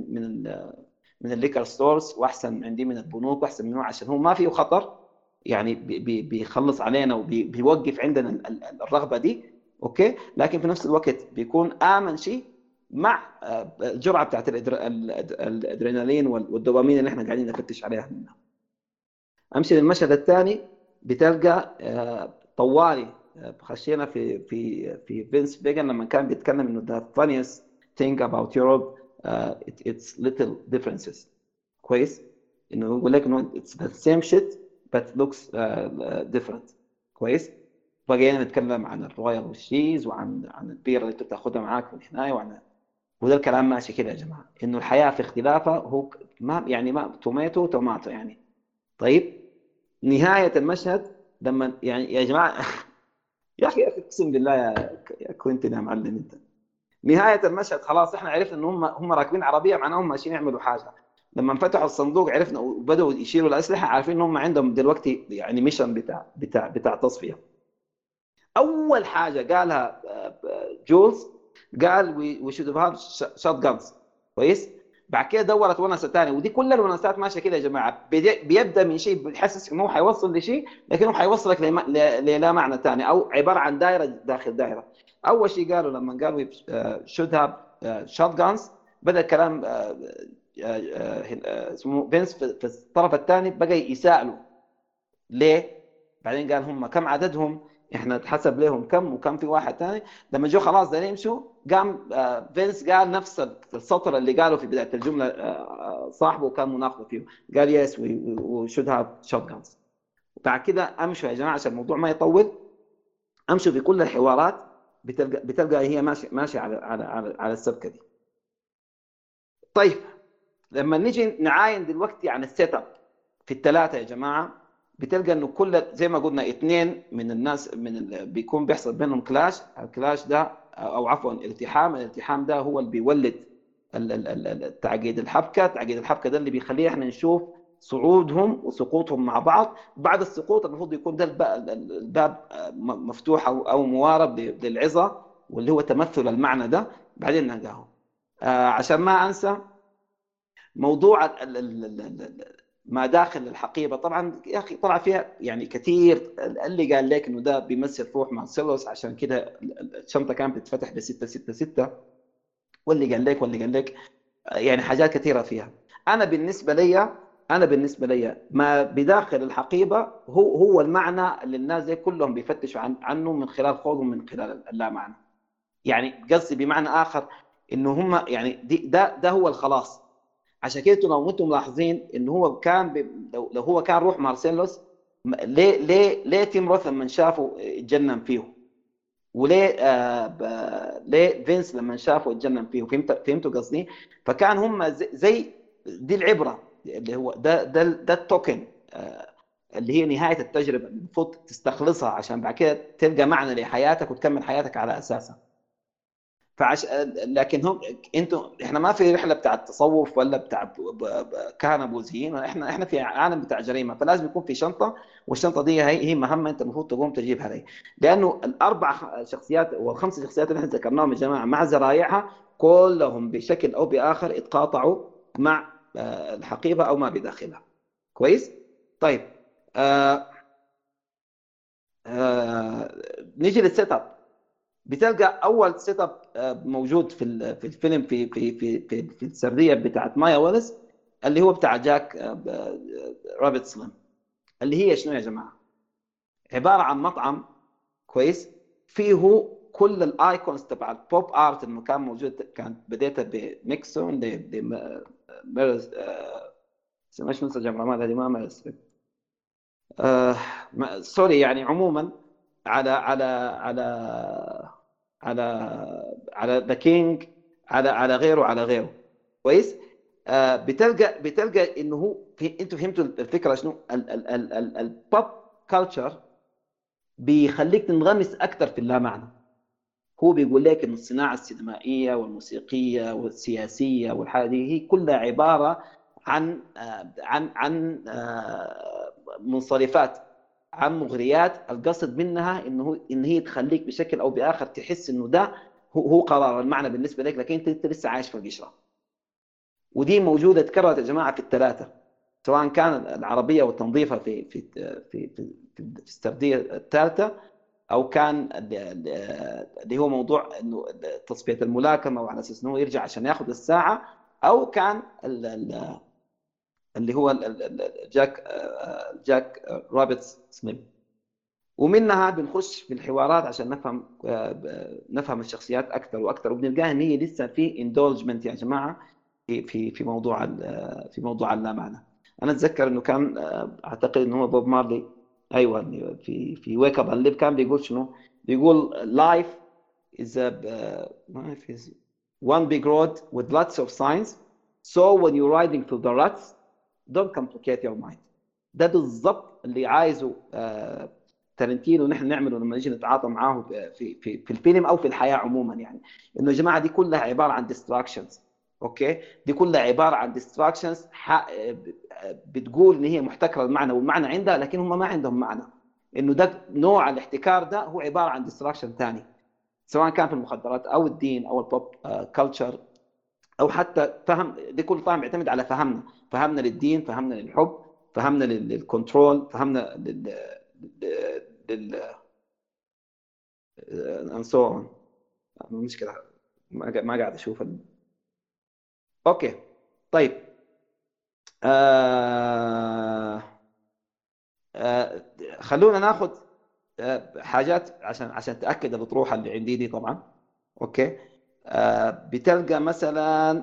من الليكر ستورز، واحسن عندي من البنوك، واحسن منه عشان هو ما فيه خطر، يعني بيخلص علينا وبيوقف عندنا الرغبه دي. اوكي، لكن في نفس الوقت بيكون امن شيء مع الجرعه بتاعت الادرينالين والدوبامين اللي احنا قاعدين نفتش عليها منها. امشي للمشهد الثاني، بتلقى طوالي خشينا في فينس فيجن لما كان بيتكلم انه the funniest thing about Europe it's little differences. كويس، انه يقول لك انه it's the same shit but looks different. كويس، بقينا نتكلم عن الرويال والشيز وعن البيره اللي بتاخذها معاك من هنا وده الكلام ماشي كده يا جماعه، انه الحياه في اختلافها هو ما يعني ما توماتو يعني. طيب نهايه المشهد لما يعني يا جماعه يا اخي اقسم بالله يا كوينتين يا معلم انت، نهايه المشهد خلاص احنا عرفنا ان هم راكبين عربيه، معناهم ماشيين يعملوا حاجه. لما فتحوا الصندوق عرفنا وبداوا يشيلوا الاسلحه، عارفين ان هم عندهم دلوقتي يعني ميشن بتاع تصفيه. اول حاجه قالها جولز، قال وي شود هاف شوت جانز. كويس، بعد كده دورت ونسه ثانيه، ودي كل الونسات ماشيه كده يا جماعه، بيبدا من شيء بيحسسك انه هو حيوصل لشيء، لكنه حيوصلك للا معنى ثاني، او عباره عن دائره داخل دائره. اول شيء قالوا لما قالوا should have shotguns، بدا الكلام اسمه فينس في الطرف الثاني بقى يسالوا ليه، بعدين قال هم كم عددهم، احنا اتحسب لهم كم وكم في واحد ثاني. لما جو خلاص ده يمشوا، قام فينس قال نفس السطر اللي قاله في بدايه الجمله صاحبه كان مناقض فيه، قال يس وي شود هاف شوت جانز. بعد كده امشوا يا جماعه عشان الموضوع ما يطول، امشوا في كل الحوارات بتلقى هي ماشي على السبكه دي. طيب لما نيجي نعاين دلوقتي عن السيت اب في الثلاثه يا جماعه، بتلقى انه كل زي ما قلنا اثنين من الناس بيكون بيحصل بينهم كلاش، الكلاش ده او عفوا الالتحام ده هو اللي بيولد تعقيد الحبكه. تعقيد الحبكه ده اللي بيخليه احنا نشوف صعودهم وسقوطهم مع بعض. بعد السقوط المفروض يكون ده الباب مفتوح او موارب للعظه، واللي هو تمثل المعنى ده بعدين نلقاه. عشان ما انسى موضوع ما داخل الحقيبه، طبعا يا اخي طلع فيها يعني كثير. اللي قال لك انه ده بيمثل روح مارسيلوس عشان كده الشنطه كانت بتتفتح ب 666، واللي قال لك يعني حاجات كثيره فيها. انا بالنسبه لي ما بداخل الحقيبه هو المعنى اللي الناس زي كلهم بيفتشوا عنه من خلال خوضهم من خلال اللامعنى. يعني قصدي بمعنى اخر انه هم يعني ده هو الخلاص. عشان كده لو انتم ملاحظين انه هو كان لو هو كان روح مارسيلوس، ليه تيم روث لما شافه اتجنن فيه، وليه ليه فينس لما شافه اتجنن فيه. فهمتوا قصدي؟ فكان هم زي دي العبره اللي هو ده التوكن اللي هي نهايه التجربه، المفروض تستخلصها عشان بعد كده تلقى معنى لحياتك وتكمل حياتك على اساسها. لكن هم احنا ما في رحله بتاع التصوف ولا بتاع كهنه بوذيين، احنا في عالم بتاع جريمه، فلازم يكون في شنطه، والشنطه دي هي مهمه انت المفروض تقوم تجيبها لي، لانه الاربع شخصيات والخمس شخصيات اللي احنا ذكرناهم يا جماعه مع ذرائعها كلهم بشكل او باخر اتقاطعوا مع الحقيبه او ما بداخلها. كويس؟ طيب نيجي للسيت اب. بتلقى اول سيت اب موجود في الفيلم في السرديه بتاعت مايا ويلس، اللي هو بتاع جاك رابت سليم، اللي هي شنو يا جماعه؟ عباره عن مطعم كويس فيه كل الايكونز تبع البوب ارت اللي كان موجود. كانت بديتها بنيكسون ميرز مش ننسى جمرة هذه ما ميرز سوري، يعني عموما على ذا كينج، على غيره كويس. بتلقى انه هو انتوا فهمتوا الفكره شنو؟ البوب كلتشر بيخليك تنغمس اكثر في اللامعنى. هو بيقول لك انه الصناعه السينمائيه والموسيقيه والسياسيه والحاجه دي هي كلها عباره عن منصرفات، عن مغريات. القصد منها ان هي تخليك بشكل او باخر تحس انه ده هو قرار المعنى بالنسبه لك، لكن انت لسه عايش في القشره. ودي موجوده تكررت يا جماعه في الثلاثه، سواء كان العربيه وتنظيفها في السرديه الثالثه، او كان اللي هو موضوع انه تصفيه الملاكمه وعلى اساس انه يرجع عشان ياخذ الساعه، او كان اللي هو جاك رابتس سميث. ومنها بنخش في الحوارات عشان نفهم الشخصيات اكثر واكثر، وبنلقاها ان هي لسه في اندولجمنت يا جماعه في موضوع اللامعنى. انا اتذكر انه كان اعتقد انه هو بوب مارلي، ايوه، في ويك اب الليف كان بيقول شنو؟ بيقول life is one big road with lots of signs, so when you're riding through the ruts don't complicate your mind. ده بالضبط اللي عايزه تارنتينو نحن نعمله لما نيجي نتعاطى معاه في الفيلم او في الحياه عموما. يعني انه يا جماعه دي كلها عباره عن distractions. اوكي، دي كلها عباره عن distractions بتقول ان هي محتكره المعنى والمعنى عندها، لكن هم ما عندهم معنى. انه ده نوع الاحتكار ده هو عباره عن distraction ثاني، سواء كان في المخدرات او الدين او البوب كلتشر او حتى فهم، دي كل فهم يعتمد على فهمنا للدين، فهمنا للحب، فهمنا للكنترول، فهمنا لل and so on. المشكله ما قاعد اشوف اوكي طيب. خلونا ناخذ حاجات عشان تاكد الاطروحه اللي عندي دي طبعا. اوكي. بتلقى مثلا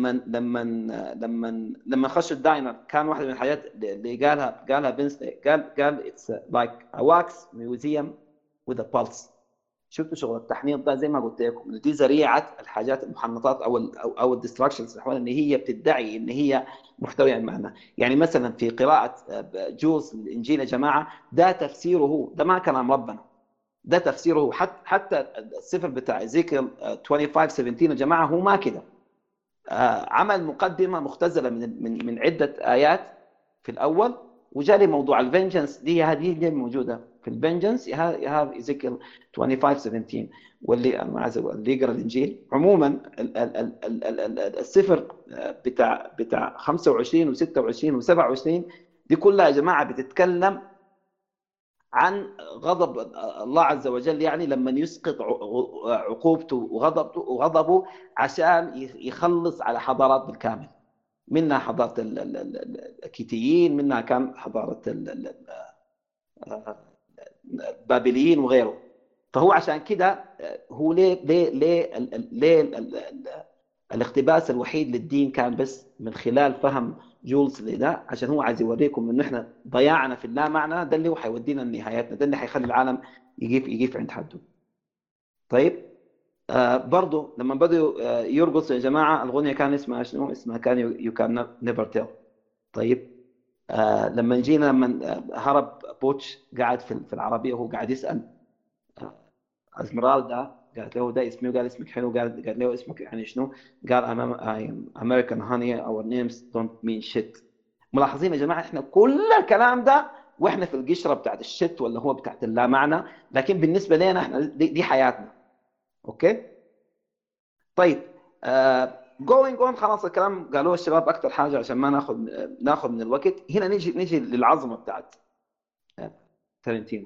لما خش الداينر، كان واحده من الحاجات اللي قالها بنس، قال اتس لايك ا واكس ميوزيوم وذ ا بالس. شفتوا شغل التحنيط ده؟ زي ما قلت لكم دي ذريعه الحاجات المحنطات او الديستراكشنز اللي هي بتدعي ان هي محتويه المعنى. يعني مثلا في قراءه جوز الانجيل يا جماعه، ده تفسيره هو، ده ما كلام ربنا، ده تفسيره هو. حتى السفر بتاع ايزيكيل 25:17 يا جماعه هو ما كده. عمل مقدمه مختزله من عده ايات في الاول، وجالي موضوع الفينجنس دي، هذه اللي موجوده في الفينجنس، يو هاف ايزيكيل 25:17. واللي انا عايز اللي يقرا الانجيل عموما السفر بتاع 25 و26 و27 دي كلها يا جماعه بتتكلم عن غضب الله عز وجل، يعني لما يسقط عقوبته وغضبه عشان يخلص على حضارات بالكامل. منها حضارة الكيتيين، منها كان حضارة البابليين وغيره. فهو عشان كده هو ليه الاقتباس الوحيد للدين كان بس من خلال فهم جولز ده، عشان هو عايز يوريكم انه احنا ضياعنا في اللا معنى ده اللي هو حيودينا لنهايتنا، ده اللي حيخلي العالم يقيف عند حده. طيب برضو لما بدأوا يرقصوا يا جماعة، الأغنية كان اسمها شنو؟ اسمها كان يو كان نيفر تيل. طيب لما هرب بوتش قاعد في العربية وهو قاعد يسأل أزمرالدا، قالت له ده اسمي، وقال اسمك حلو، قال له اسمك يعني شنو؟ قال American honey our names don't mean shit. ملاحظين يا جماعة احنا كل الكلام ده واحنا في القشرة بتاعت الشت ولا هو بتاعت اللا معنى، لكن بالنسبة لنا احنا دي حياتنا. اوكي طيب going on. خلاص الكلام قالوه الشباب اكثر حاجة عشان ما ناخذ من الوقت. هنا نيجي للعظمة بتاعت تارنتينو.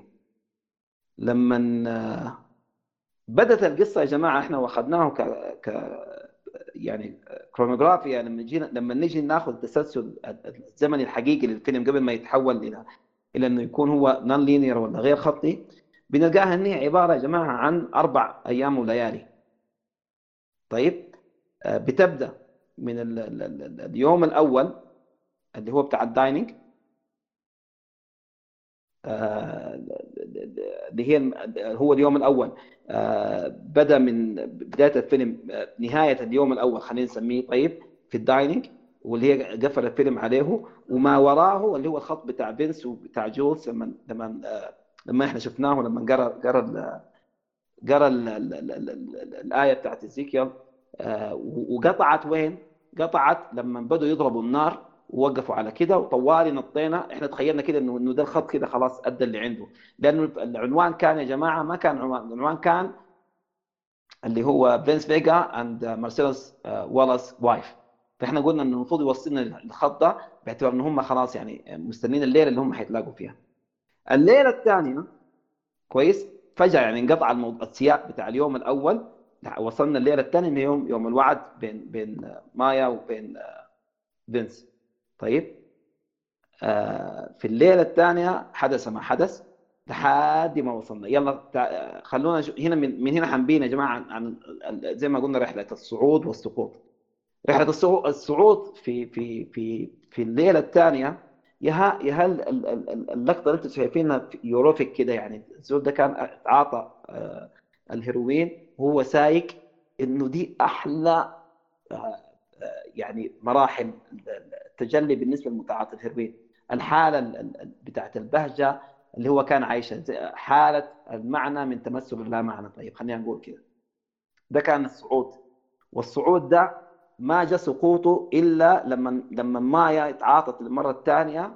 لما بدت القصه يا جماعه احنا واخذناه يعني كرونوغرافيا، لما نيجي ناخذ تسلسل الزمني الحقيقي للفيلم قبل ما يتحول الى انه يكون هو نون لينير ولا غير خطي، بنلقاها ان هي عباره يا جماعه عن 4 ايام وليالي. طيب بتبدا من اليوم الاول اللي هو بتاع الدايننج، اللي هي هو اليوم الاول. بدا من بدايه الفيلم، نهايه اليوم الاول خلينا نسميه طيب في الدايننج، واللي هي قفل الفيلم عليه، وما وراه اللي هو الخط بتاع فينس وبتاع جولز لما احنا شفناه لما قرا الايه بتاعت ايزيكيل. وقطعت وين؟ قطعت لما بدوا يضربوا النار ووقفوا على كده، وطوالي نطينا احنا تخيلنا كده انه ده الخط كده خلاص ادى اللي عنده، لانه العنوان كان يا جماعه ما كان عنوان، العنوان كان اللي هو فينس فيجا اند مارسيلوس والاس وايف. فاحنا قلنا انه المفروض يوصلنا الخط ده باعتبار ان هم خلاص يعني مستنين الليله اللي هم حيتلاقوا فيها. الليله الثانيه كويس فجاه يعني انقطع السياق بتاع اليوم الاول، وصلنا الليله الثانيه من يوم الوعد بين مايا وبين فينس. طيب في الليله الثانيه حدث ما حدث لحد ما وصلنا. يلا خلونا هنا من هنا حنبين يا جماعه عن زي ما قلنا رحله الصعود والسقوط. رحله الصعود في الليله الثانيه، يا هل اللقطه اللي انتم شايفينها يوروفيك كده، يعني الزول ده كان تعاطى الهيروين وهو سايق، انه دي احلى يعني مراحل التجلي بالنسبه لمتعاطي الهيروين. الحاله بتاعت البهجه اللي هو كان عايشها، حاله المعنى من تمثل اللا معنى. طيب خلينا نقول كده، ده كان الصعود. والصعود ده ما جاء سقوطه الا لما مايا تعاطت المره الثانيه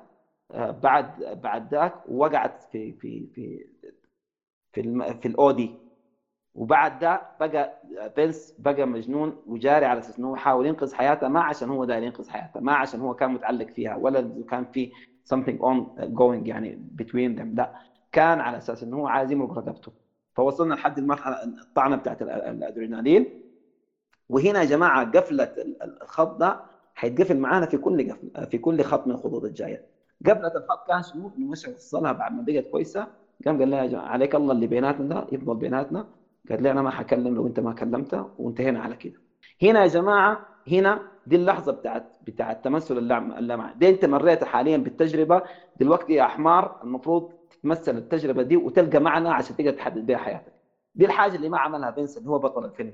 بعد ذاك، ووقعت في الاودي، وبعد ده بقى بنس بقى مجنون وجاري على اساس انه هو يحاول ينقذ حياته، ما عشان هو داير ينقذ حياته، ما عشان هو كان متعلق فيها ولا كان في something on going يعني between them، لا كان على اساس انه هو عايز يمرق رقبته. فوصلنا لحد المرحله الطعنه بتاعت الادرينالين. وهنا يا جماعه قفله الخط ده حيتقفل معانا في كل قفل، في كل خط من الخطوط الجايه. قفله الخط كان شنو؟ انه مش وصلها بعد ما بقت كويسه، قام قال لها يا جماعه عليك الله اللي بيناتنا ده يفضل بيناتنا. قال لي انا ما حكلم لو انت ما كلمته، وانتهينا على كده. هنا يا جماعه، هنا دي اللحظه بتاعت تمثل اللمعه دي. انت مريت حاليا بالتجربه، دلوقتي يا حمار المفروض تتمثل التجربه دي وتلقى معنى عشان تقدر تحدد بها حياتك. دي الحاجه اللي ما عملها بنس اللي هو بطل الفيلم.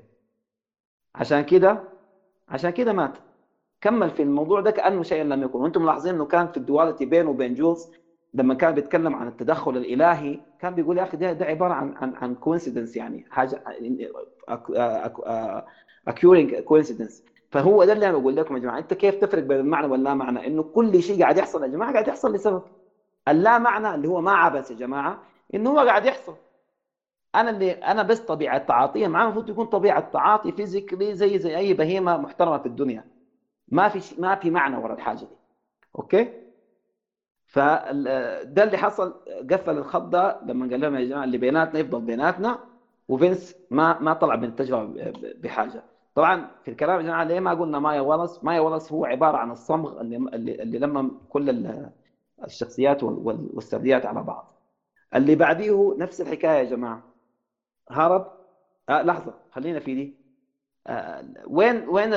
عشان كده مات. كمل في الموضوع ده كانه شيء لم يكن. وانتم ملاحظين انه كان في الدواليتي بينه وبين جولز لما كان بيتكلم عن التدخل الالهي، كان بيقول يا اخي ده عباره عن كوينسيدنس، يعني حاجه اكيورينج كوينسيدنس. فهو ده اللي انا بقول لكم يا جماعه، انت كيف تفرق بين المعنى واللا معنى؟ انه كل شيء قاعد يحصل يا جماعه قاعد يحصل لسبب. اللا معنى اللي هو ما عبث يا جماعه، انه هو قاعد يحصل. انا بس طبيعه تعاطيه معاه المفروض تكون طبيعه تعاطي فيزيكلي زي اي بهيمه محترمه في الدنيا. ما في معنى ورا الحاجه دي. اوكي. فده اللي حصل، قفل الخط ده لما قال لهم يا جماعه اللي بيناتنا يفضل بيناتنا. وفينس ما طلع من التجربه بحاجه. طبعا في الكلام يا جماعه ليه ما قلنا مايا ولس هو عباره عن الصمغ اللي لمم كل الشخصيات والسرديات على بعض. اللي بعديه نفس الحكايه يا جماعه، هرب. لحظه خلينا في دي. وين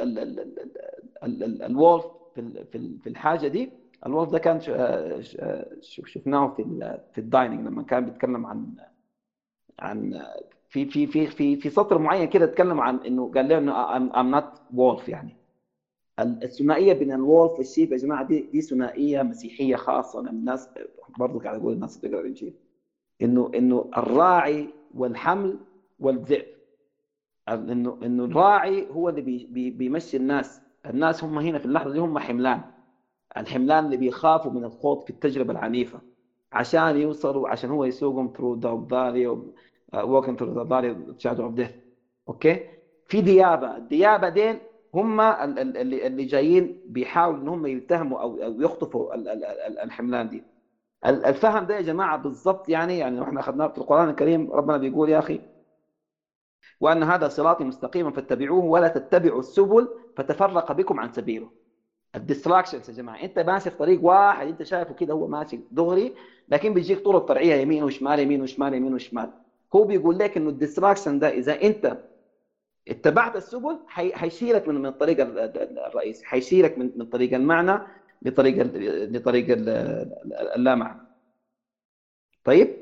الولف في الحاجه دي. الولف ده كان شفناه في الدايننج لما كان بيتكلم عن في سطر معين كده اتكلم عن انه قال له انه I'm not wolf. يعني الثنائيه بين الولف والشيب يا جماعه دي ثنائيه مسيحيه خاصه للناس. برضه قاعد اقول الناس بتقرا الانجيل انه الراعي والحمل والذئب. انه الراعي هو اللي بيمشي الناس هم هنا في اللحظه دي هم الحملان اللي بيخافوا من الخوض في التجربه العنيفه عشان يوصلوا، عشان هو يسوقهم through the valley walking through the valley shadow of death. اوكي. في الديابه دين هم اللي جايين بيحاولوا ان هم يلتهموا او يخطفوا الحملان دي. الفهم ده يا جماعه بالضبط يعني احنا اخذناه في القران الكريم. ربنا بيقول يا اخي وأن هذا صراطي مستقيما فاتبعوه ولا تتبعوا السبل فتفرق بكم عن سبيله. الديستراكشنز يا جماعه، انت ماشي في طريق واحد انت شايفه كده هو ماشي دغري، لكن بيجيك طرق فرعيه يمين وشمال يمين وشمال يمين وشمال. هو بيقول لك انه الديستراكشن ده اذا انت اتبعت السبل حيشيلك من الطريق الرئيسي، حيشيلك من طريق المعنى لطريق اللا معنى. طيب.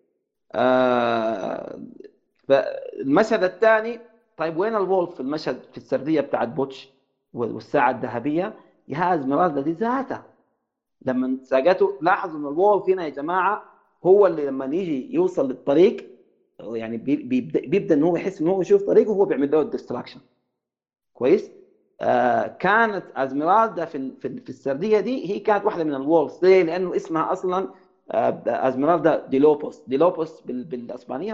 فالمشهد الثاني، طيب وين الولف في المشهد في السرديه بتاعت بوتش والساعه الذهبيه؟ يا ازمرالدا دي ذاتها لما ساقته. لاحظوا ان الولف هنا يا جماعه هو اللي لما يجي يوصل للطريق يعني بيبدا ان هو يحس ان هو يشوف طريقه وهو بيعمل له الديستراكشن. كويس. كانت ازمرالدا في السرديه دي هي كانت واحده من الولفز. ليه؟ لانه اسمها اصلا ازمرالدا ديلوبوس بالاسبانيه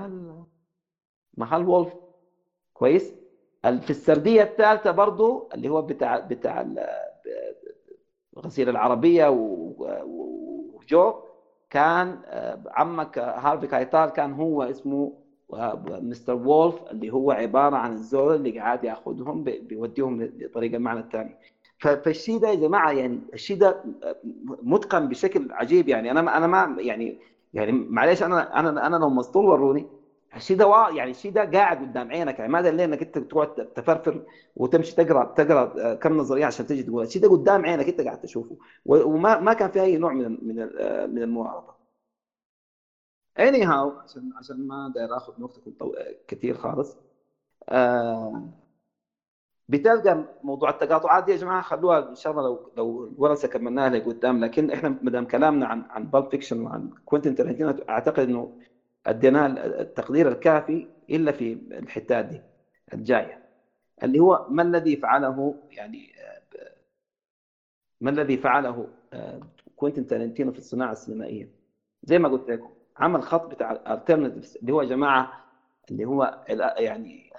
مع الولف. كويس. في السرديه الثالثه برضو اللي هو بتاع غسيل العربيه وجو، كان عمك هارفي كايتال كان هو اسمه مستر وولف، اللي هو عباره عن الزول اللي قاعد ياخذهم بيوديهم لطريق المعنى الثاني. فالشيء ده يا جماعه يعني الشيء ده متقن بشكل عجيب. يعني انا ما يعني معلش انا لو مسطول وروني الشيء ده يعني الشيء ده قاعد قدام عينك. يعني ما دليل انك انت تقعد تفرفر وتمشي تقرا كم نظريه عشان تجي تقول الشيء ده قدام عينك انت قاعد تشوفه، وما كان في اي نوع من المعارضه. اني هاو عشان ما داير اخذ وقتكم كثير خالص. بتلقى موضوع التقاطعات دي يا جماعه خلوها ان شاء الله لو الورثه كملناها لقدام. لكن احنا ما دام كلامنا عن بالب فيكشن وعن كوينتين تارانتينو اعتقد انه ادينا التقدير الكافي الا في الحتات دي الجايه، اللي هو ما الذي فعله كوينتين تارانتينو في الصناعه السينمائيه. زي ما قلت لكم عمل خط بتاع alternatives اللي هو يا جماعه اللي هو يعني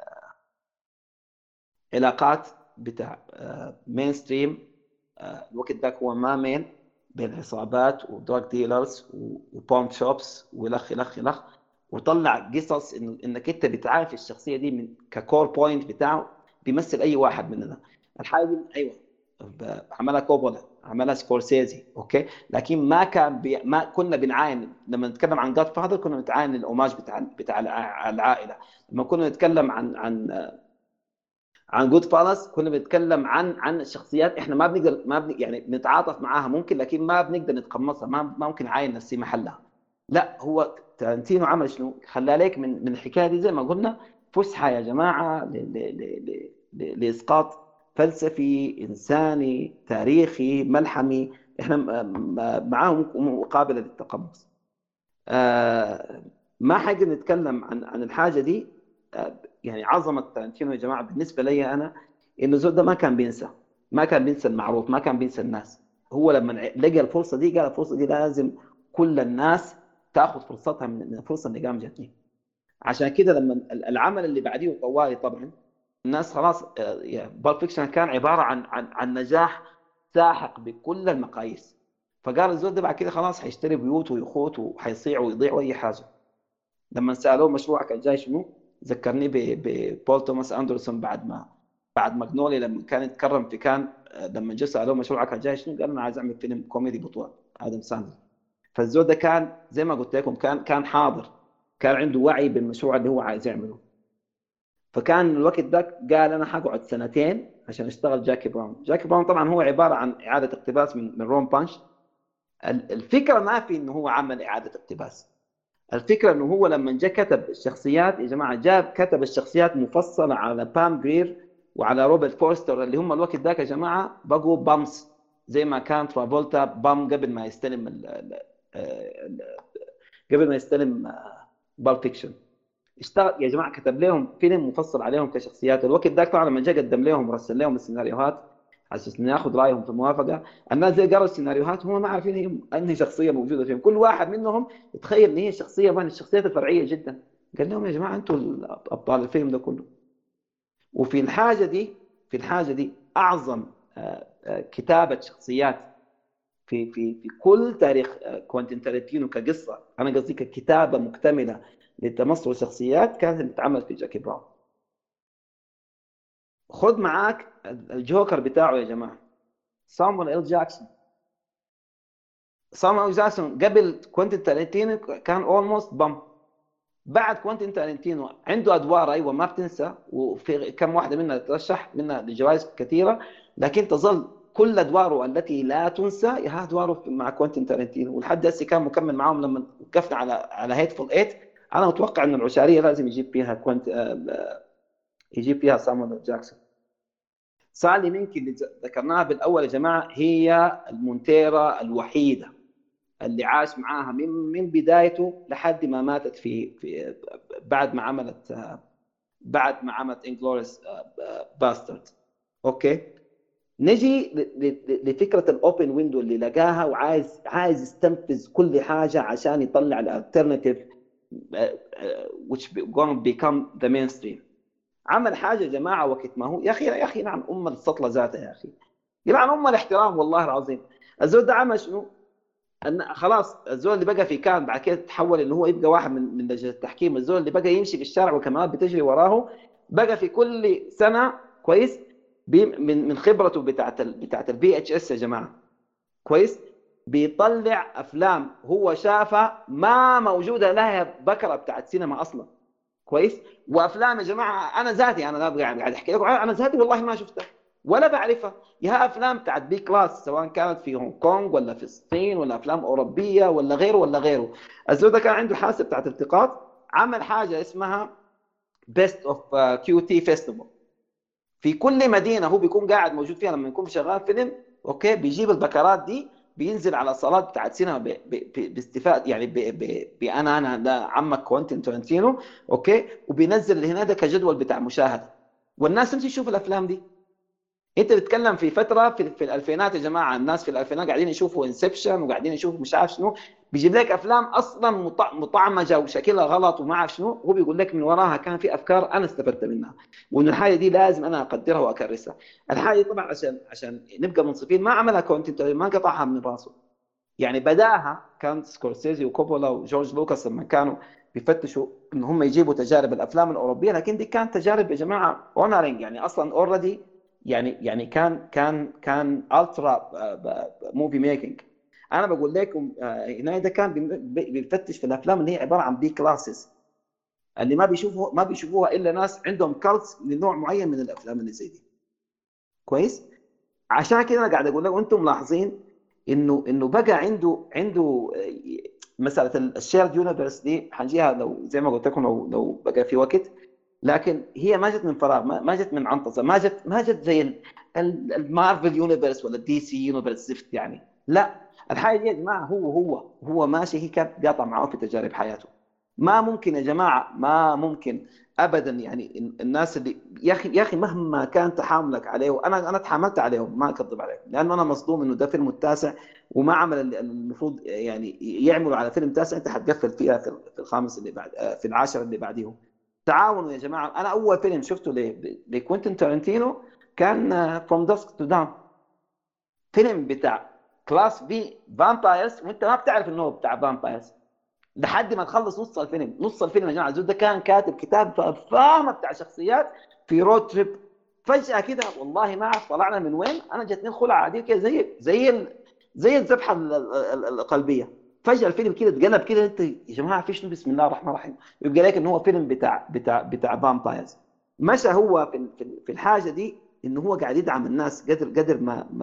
علاقات بتاع مين ستريم. الوقت ذاك هو ما مين بين عصابات ودراج ديلرز وبوم شوبس والخ الخ الخ، وطلع قصص انك انت بتعرف الشخصيه دي من ككور بوينت بتاعه بيمثل اي واحد مننا. الحاجه دي ايوه عملها كوبولا، عملها سكورسيزي، اوكي، لكن ما كان ما كنا بنعاين لما نتكلم عن جاد فاذر، كنا بنعاين الاوماج بتاع العائله. لما كنا نتكلم عن جود فالاس كنا بنتكلم عن الشخصيات احنا ما بنقدر يعني بنتعاطف معاها ممكن، لكن ما بنقدر نتقمصها، ما ممكن نعاين نفسي محلها. لا، هو تارنتينو عمل شنو؟ خلى عليك من الحكايه دي زي ما قلنا فسحه يا جماعه لاسقاط فلسفي انساني تاريخي ملحمي، احنا معاه مقابله للتقمص. ما حاجة نتكلم عن الحاجة دي. يعني عظمة تارنتينو يا جماعة بالنسبة لي أنا إنه زود ده ما كان بينسى المعروف، ما كان بينسى الناس. هو لما لقى الفرصة دي قال الفرصة دي لازم كل الناس تاخذ فرصتها من الفرصة اللي قام جاتني. عشان كده لما العمل اللي بعديه طوالي طبعا الناس خلاص، بالب فيكشن كان عبارة عن نجاح ساحق بكل المقاييس. فقال الزول ده بعد كده خلاص حيشتري بيوت ويخوت وحيصيع ويضيع واي حاجه. لما سالوه مشروعك الجاي شنو؟ ذكرني ببول توماس اندرسون بعد ماجنولي لما كان يتكرم في كان، لما جو سالوه مشروعك الجاي شنو؟ قال انا عايز اعمل فيلم كوميدي بطوله ادم ساندلر. فالزول ده كان زي ما قلت لكم كان حاضر، كان عنده وعي بالمشروع اللي هو عايز يعمله. فكان الوقت ده قال انا حقعد سنتين عشان اشتغل جاكي براون. جاكي براون طبعا هو عباره عن اعاده اقتباس من رون بانش. الفكره ما في انه هو عمل اعاده اقتباس، الفكره انه هو لما جاء كتب الشخصيات يا جماعه كتب الشخصيات مفصله على بام جرير وعلى روبرت فورستر اللي هم الوقت ذاك يا جماعه بقوا بامس زي ما كان ترافولتا بام قبل ما يستلم بالب فيكشن. اشتغل يا جماعه كتب لهم فيلم مفصل عليهم كشخصيات. الوقت ذاك طبعا لما جاء قدم لهم رسل لهم السيناريوهات عشان ياخذ رايهم في الموافقه. الناس زي قرأوا السيناريوهات هم ما عارفين هي انهي شخصيه موجوده فيهم، كل واحد منهم يتخيل ان هي شخصيه من الشخصيات الفرعيه جدا. قال لهم يا جماعه انتم ابطال الفيلم ده كله. وفي الحاجه دي اعظم كتابه شخصيات في كل تاريخ كوينتين تارنتينو كقصه، انا قصدي ككتابه مكتمله لتمثل الشخصيات كانت بتتعمل في جاكي براون. خد معاك الجوكر بتاعه يا جماعه سامويل ال جاكسون. سامويل ال جاكسون قبل كوينتين تارنتينو كان اولموست بام. بعد كوينتين تارنتينو عنده ادوار ايوه ما بتنسى، وفي كم واحده منها ترشح منها لجوائز كثيره، لكن تظل كل ادواره التي لا تنسى هي ادواره مع كوينتين تارنتينو، ولحد هسه كان مكمل معاهم. لما وقفنا على هيتفول 8 انا متوقع ان العشاريه لازم يجيب فيها سامويل جاكسون. سالي مينك اللي ذكرناها بالاول يا جماعه هي المونتيرا الوحيده اللي عاش معاها من بدايته لحد ما ماتت في بعد ما عملت انجلوريس باسترد. اوكي، نجي لفكره الاوبن ويندو اللي لقاها وعايز يستنفذ كل حاجه عشان يطلع الالترناتيف which going become the mainstream. عمل حاجه يا جماعه وقت ما هو يا اخي نعم السطله ذاتها يا اخي يلعن الاحترام والله العظيم. الزول ده عمل شنو؟ ان خلاص الزول اللي بقى في كان بعد كده تحول انه هو يبقى واحد من لجنه التحكيم. الزول اللي بقى يمشي في الشارع والكاميرات بتجري وراه بقى في كل سنه كويس من خبرته بتاعت البي اتش اس يا جماعه كويس بيطلع افلام هو شافها ما موجوده لها بكره بتاعت سينما اصلا كويس. وافلام يا جماعه انا ذاتي انا قاعد احكي لكم انا ذاتي والله ما شفتها ولا بعرفها. يا افلام بتاعت بي كلاس سواء كانت في هونغ كونغ ولا في الصين ولا افلام اوروبيه ولا غيره. الزول ده كان عنده حاسه بتاعت التقاط، عمل حاجه اسمها بيست اوف كيو تي فيستيفال. في كل مدينه هو بيكون قاعد موجود فيها لما يكون شغال فيلم اوكي بيجيب البكرات دي بينزل على صالات بتاعت سينما باستفاده يعني انا ده عمك كوينتين تارنتينو اوكي، وبينزل اللي هنا ده كجدول بتاع مشاهده والناس تمشي تشوف الافلام دي. انت بتتكلم في فتره في الالفينات يا جماعه، الناس في الالفينات قاعدين يشوفوا انسبشن وقاعدين يشوفوا مش عارف شنو، بيجيب لك افلام اصلا مطعمجه وشكلها غلط وما اعرف شنو، هو بيقول لك من وراها كان في افكار انا استفدت منها، وان الحاجه دي لازم انا اقدرها واكرسها. الحاجه طبعا عشان نبقى منصفين ما عملها كوينتين، ما قطعها من راسه، يعني بداها كان سكورسيزي وكوبولا وجورج لوكاس لما كانوا بيفتشوا ان هم يجيبوا تجارب الافلام الاوروبيه، لكن دي كانت تجارب يا جماعه اونرنج، يعني اصلا اوريدي، يعني كان الترا موفي ميكنج. انا بقول لكم هنا ده كان بيفتش في الافلام اللي هي عباره عن بي كلاسز، اللي ما بيشوفوها الا ناس عندهم كالتس لنوع معين من الافلام اللي زي دي. كويس. عشان كده انا قاعد اقول لكم انتم ملاحظين انه بقى عنده مساله الشيرد يونيفرس دي حنجيها لو زي ما قلت لكم، لو بقى في وقت. لكن هي ما جت من فراغ، ما جت من عنطزه، ما جت زي المارفل يونيفرس ولا الدي سي يونيفرس زفت يعني. لا، الحاجه دي يا جماعه هو ماشي، هي كانت قاطعه معاه في تجارب حياته. ما ممكن يا جماعه، ما ممكن ابدا، يعني الناس اللي يا اخي مهما كان تحاملك عليه، انا تحاملت عليهم ما اكذب عليكم، لانه انا مصدوم انه ده فيلم التاسع وما عمل المفروض يعني يعملوا على فيلم تاسع، انت حتقفل فيها في الخامس اللي بعد، في العاشر اللي بعديهم. تعاونوا يا جماعه. انا اول فيلم شفته لكوينتين تارنتينو كان فروم داسك تو داون، فيلم بتاع كلاس بي فامبايرز، وانت ما بتعرف انه هو بتاع فامبايرز لحد ما تخلص نص الفيلم. نص الفيلم يا جماعه الزود ده كان كاتب كتاب فاهمه بتاع شخصيات في رود تريب. فجاه كده والله ما اعرف طلعنا من وين، انا جتني الخلع عادي كده زي الذبحه القلبيه. فجاه الفيلم كده اتقلب كده، انت يا جماعه في شنو؟ بسم الله الرحمن الرحيم. يبقى لك ان هو فيلم بتاع فامبايرز. مشى هو في الحاجه دي، انه هو قاعد يدعم الناس قدر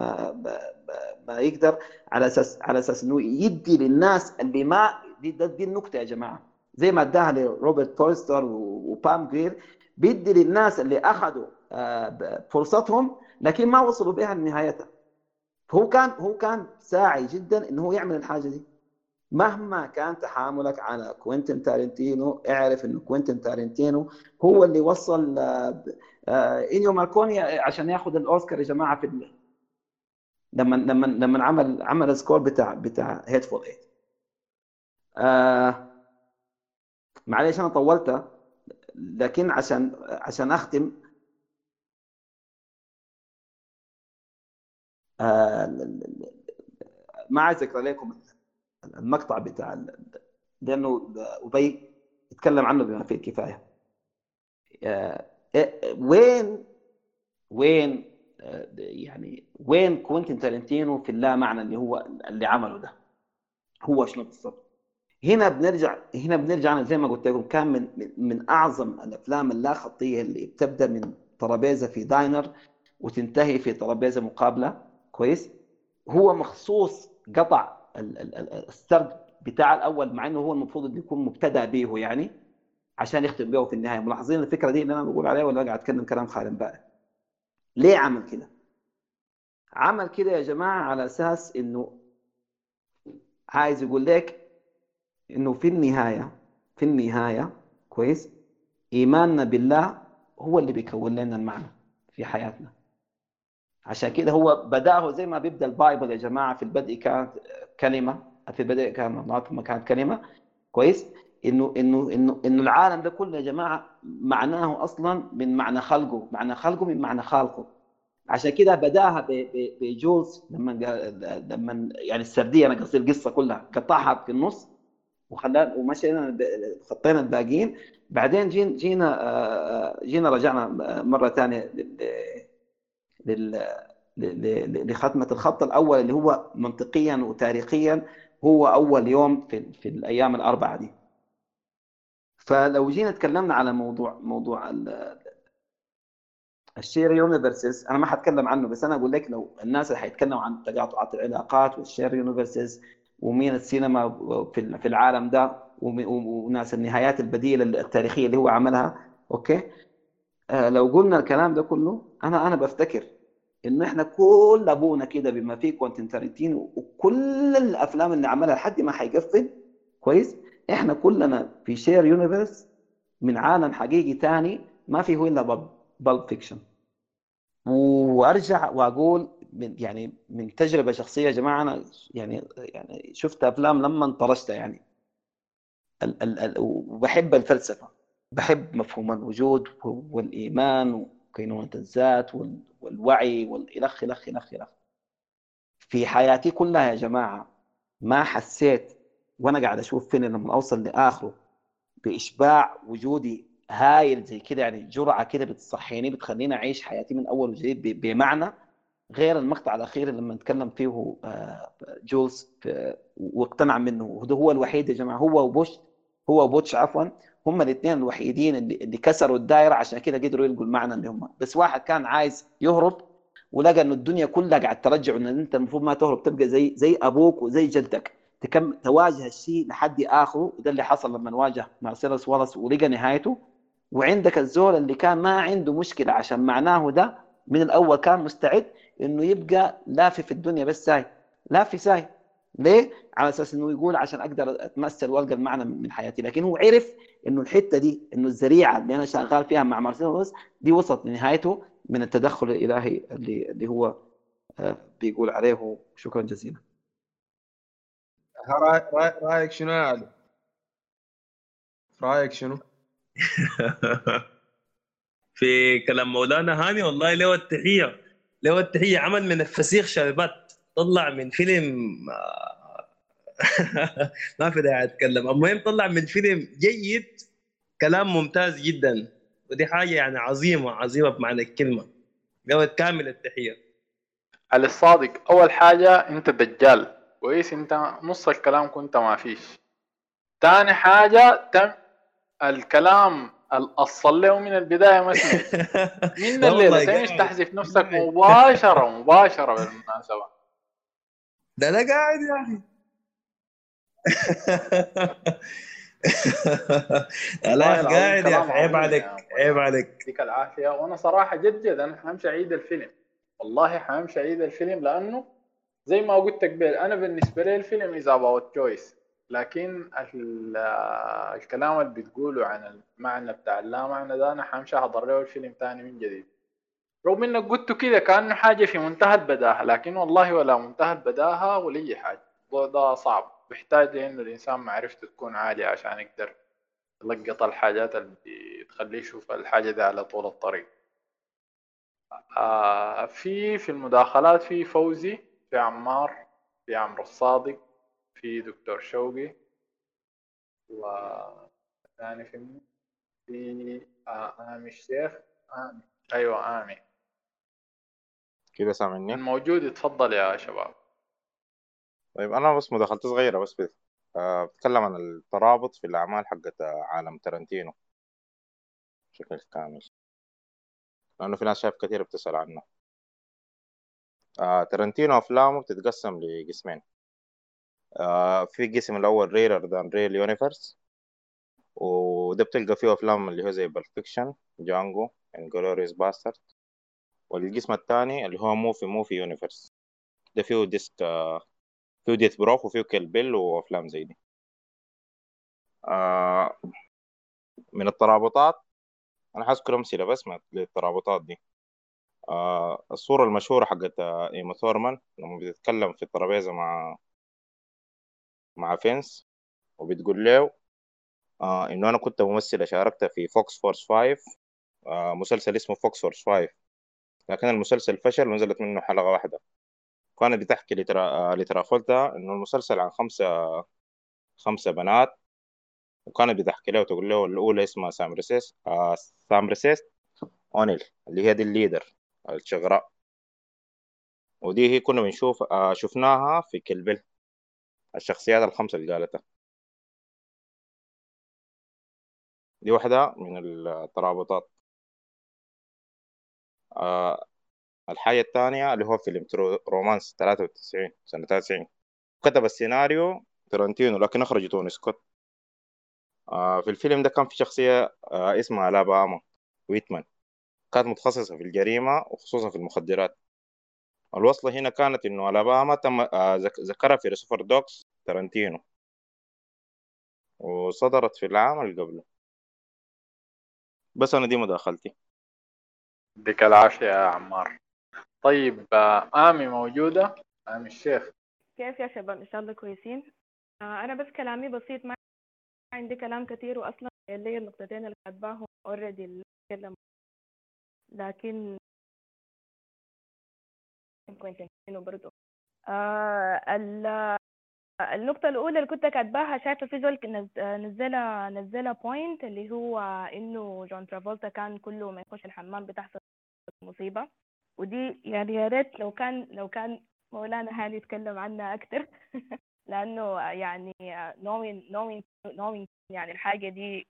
ما يقدر، على اساس انه يدي للناس اللي ما دي النكته يا جماعه، زي ما اداها لروبرت فورستر وبام جرير، بيدي للناس اللي اخذوا فرصتهم لكن ما وصلوا بها لنهايتها. هو كان ساعي جدا انه هو يعمل الحاجه دي. مهما كان تحاملك على كوينتين تارنتينو، اعرف انه كوينتين تارنتينو هو اللي وصل انيو ماركوني عشان ياخذ الاوسكار يا جماعه لما عمل السكور بتاع هيتفول ايت. معلش انا طولت، لكن عشان اختم، ما عايز اقرا لكم المقطع لانه ابي يتكلم عنه بما فيه الكفايه. وين يعني وين كوينتين تارنتينو في اللا معنى اللي عمله ده؟ هو شنو بالضبط؟ هنا بنرجع، أنا زي ما قلت لكم كان من اعظم الافلام اللا خطيه اللي بتبدا من ترابيزه في داينر وتنتهي في ترابيزه مقابله. كويس. هو مخصوص قطع السرد بتاع الاول، مع انه هو المفروض انه يكون مبتدا به يعني، عشان يختم به في النهايه. ملاحظين الفكره دي اللي انا بقول عليها ولا قاعد اتكلم كلام خالي امبارح؟ ليه عمل كده؟ عمل كده يا جماعه على اساس انه عايز يقول لك انه في النهايه كويس، ايماننا بالله هو اللي بيكون لنا المعنى في حياتنا. عشان كده هو بداه زي ما بيبدا البايبل يا جماعه، في البدء كانت كلمه، في البدء كان الله ثم كانت كلمه. كويس. انه العالم ده كله يا جماعه معناه اصلا من معنى خلقه من معنى خالقه. عشان كده بداها بجولز لما يعني السرديه، انا قصدي القصه كلها قطعها في النص ومشينا خطينا الباقيين. بعدين جينا رجعنا مره ثانيه لل... لختمه الخط الاول، اللي هو منطقيا وتاريخيا هو اول يوم في الايام الاربعه دي. فلو جينا تكلمنا على موضوع الشير يونيفرسز، انا ما حتكلم عنه، بس انا اقول لك لو الناس اللي حيتكلموا عن تقاطعات العلاقات والشير يونيفرسز ومين السينما في العالم ده وناس النهايات البديله التاريخيه اللي هو عملها، اوكي. لو قلنا الكلام ده كله، انا بفتكر انه احنا كل ابونا كده بما فيه كوينتين تارنتينو وكل الافلام اللي عملها لحد ما حيقفل. كويس. احنا كلنا في شير يونيفرس من عالم حقيقي تاني ما فيه الا بالب فيكشن. وارجع واقول يعني من تجربه شخصيه يا جماعه، انا يعني شفت افلام لما انطرشت يعني وبحب الفلسفه، بحب مفهوم الوجود والايمان وكينونه الذات والوعي والالخ الخ الخ الخ. في حياتي كلها يا جماعه ما حسيت وانا قاعد اشوف فيلم لما اوصل لاخره باشباع وجودي هايل زي كده، يعني جرعه كده بتصحيني بتخليني اعيش حياتي من اول وجديد بمعنى، غير المقطع الاخير اللي لما نتكلم فيه جولز واقتنع منه. وده هو الوحيد يا جماعه، هو وبوتش عفوا، هم الاثنين الوحيدين اللي كسروا الدائره، عشان كده قدروا يلقوا المعنى اللي هم. بس واحد كان عايز يهرب ولقى انه الدنيا كلها قاعد ترجع ان انت المفروض ما تهرب، تبقى زي ابوك وزي جدك، تواجه الشيء لحد اخره. وده اللي حصل لما واجه مارسيلوس والاس ولقى نهايته. وعندك الزول اللي كان ما عنده مشكله، عشان معناه ده من الاول كان مستعد انه يبقى لافي في الدنيا، بس ساي لافي ساي. ليه؟ على اساس انه يقول عشان اقدر اتمثل والقى المعنى من حياتي. لكن هو عرف انه الحته دي، انه الذريعه اللي انا شغال فيها مع مارسيلوس دي وصلت لنهايته من التدخل الالهي اللي هو بيقول عليه. شكرا جزيلا. رايك شنو يا علي؟ رايك شنو؟ في كلام مولانا هاني، والله له التحيه، له التحيه. عمل من الفسيخ شربات، طلع من فيلم ما في داعي اتكلم. المهم طلع من فيلم جيد، كلام ممتاز جدا، ودي حاجه يعني عظيمه عظيمه بمعنى الكلمه. له كامل التحيه. علي الصادق، اول حاجه انت دجال كويس، انت نص الكلام كنت ما فيش. تاني حاجه الكلام الاصل له من البدايه ما سمعت من لا الليله والله تمش قاعد تحذف نفسك مباشره بالمناسبه. ده انا قاعد يا اخي. لا يا والله اخي العظيم قاعد يا اخي، كلام عيب عظيم يا عليك عيب مولانا، عليك. يديك العافيه. وانا صراحه جد انا حمشي اعيد الفيلم، والله حمشي اعيد الفيلم، لانه زي ما قلت قبل انا بالنسبه لي الفيلم از اباوت تشويس، لكن الكلام اللي بتقوله عن المعنى بتاع اللا معنى ده انا حمشي احضر له الفيلم تاني من جديد. رغم انك قلته كده كانه حاجه في منتهى البداهه، لكن والله ولا منتهى البداهه ولا اي حاجه. ده صعب، بيحتاج انه الانسان معرفته تكون عاليه عشان يقدر يلقط الحاجات اللي تخليه يشوف الحاجه دي على طول الطريق. في المداخلات في فوزي، في عمار، في عمرو الصادق، في دكتور شوقي، و ثاني في آمي الشيخ. ايوه آمي كده سامعني؟ الموجود. اتفضل يا شباب. طيب انا بس مداخلتي صغيره بس بتكلم عن الترابط في الاعمال حقت عالم تارانتينو بشكل كامل، لانه في ناس شايف كثير بتسال عنه. تارانتينو افلامه بتتقسم لقسمين. في القسم الاول ريرر ذان ريل يونيفرس، وده بتلقى فيه افلام اللي هو زي بالفيكشن، جانجو، انجلوريوس باسترد. والقسم الثاني اللي هو موفي يونيفرس، ده فيه ديسك، فيه ديث بروك وفيه كيل بيل وافلام زي دي. من الترابطات انا حاذكر امثله بس للترابطات دي. الصوره المشهوره حقت ايما ثورمان لما بتتكلم في الترابيزه مع فينس، وبتقول له انه انا كنت ممثله شاركت في فوكس فورس 5، مسلسل اسمه فوكس فورس 5، لكن المسلسل فشل ونزلت منه حلقه واحده. كانت بتحكي لترافولتا انه المسلسل عن خمسه بنات، وكانت بتحكي له وتقول له الاولى اسمها سامرسيس اونيل، اللي هي دي الليدر الشغراء، ودي هي كنا بنشوف شفناها في كلبل، الشخصيات الخمسة اللي قالتها. دي واحدة من الترابطات. الحاجة الثانية اللي هو فيلم رومانس 93 سنة 93، كتب السيناريو ترنتينو لكن أخرج توني سكوت. في الفيلم ده كان في شخصية اسمها لاباما ويتمان، كانت متخصصة في الجريمة وخصوصا في المخدرات. الوصلة هنا كانت إنه ألاباما تم ذكرها في ريسيفر دوكس ترنتينو، وصدرت في العام اللي قبله. بس أنا دي مداخلتي. يديك العافية يا عمار. طيب آمي موجودة؟ آمي الشيخ. كيف يا شباب؟ إن شاء الله كويسين. أنا بس كلامي بسيط، ما عندي كلام كثير، وأصلا اللي النقطتين اللي كاتباهم اوريدي اللي اتكلم، لكن كنت برضه النقطة الأولى اللي كنت كاتباها، شايفة في زول نزلها بوينت اللي هو إنه جون ترافولتا كان كله ما يخش الحمام بتحصل مصيبة، ودي يعني يا ريت لو كان مولانا هاني يتكلم عنها أكتر لأنه يعني knowing يعني الحاجة دي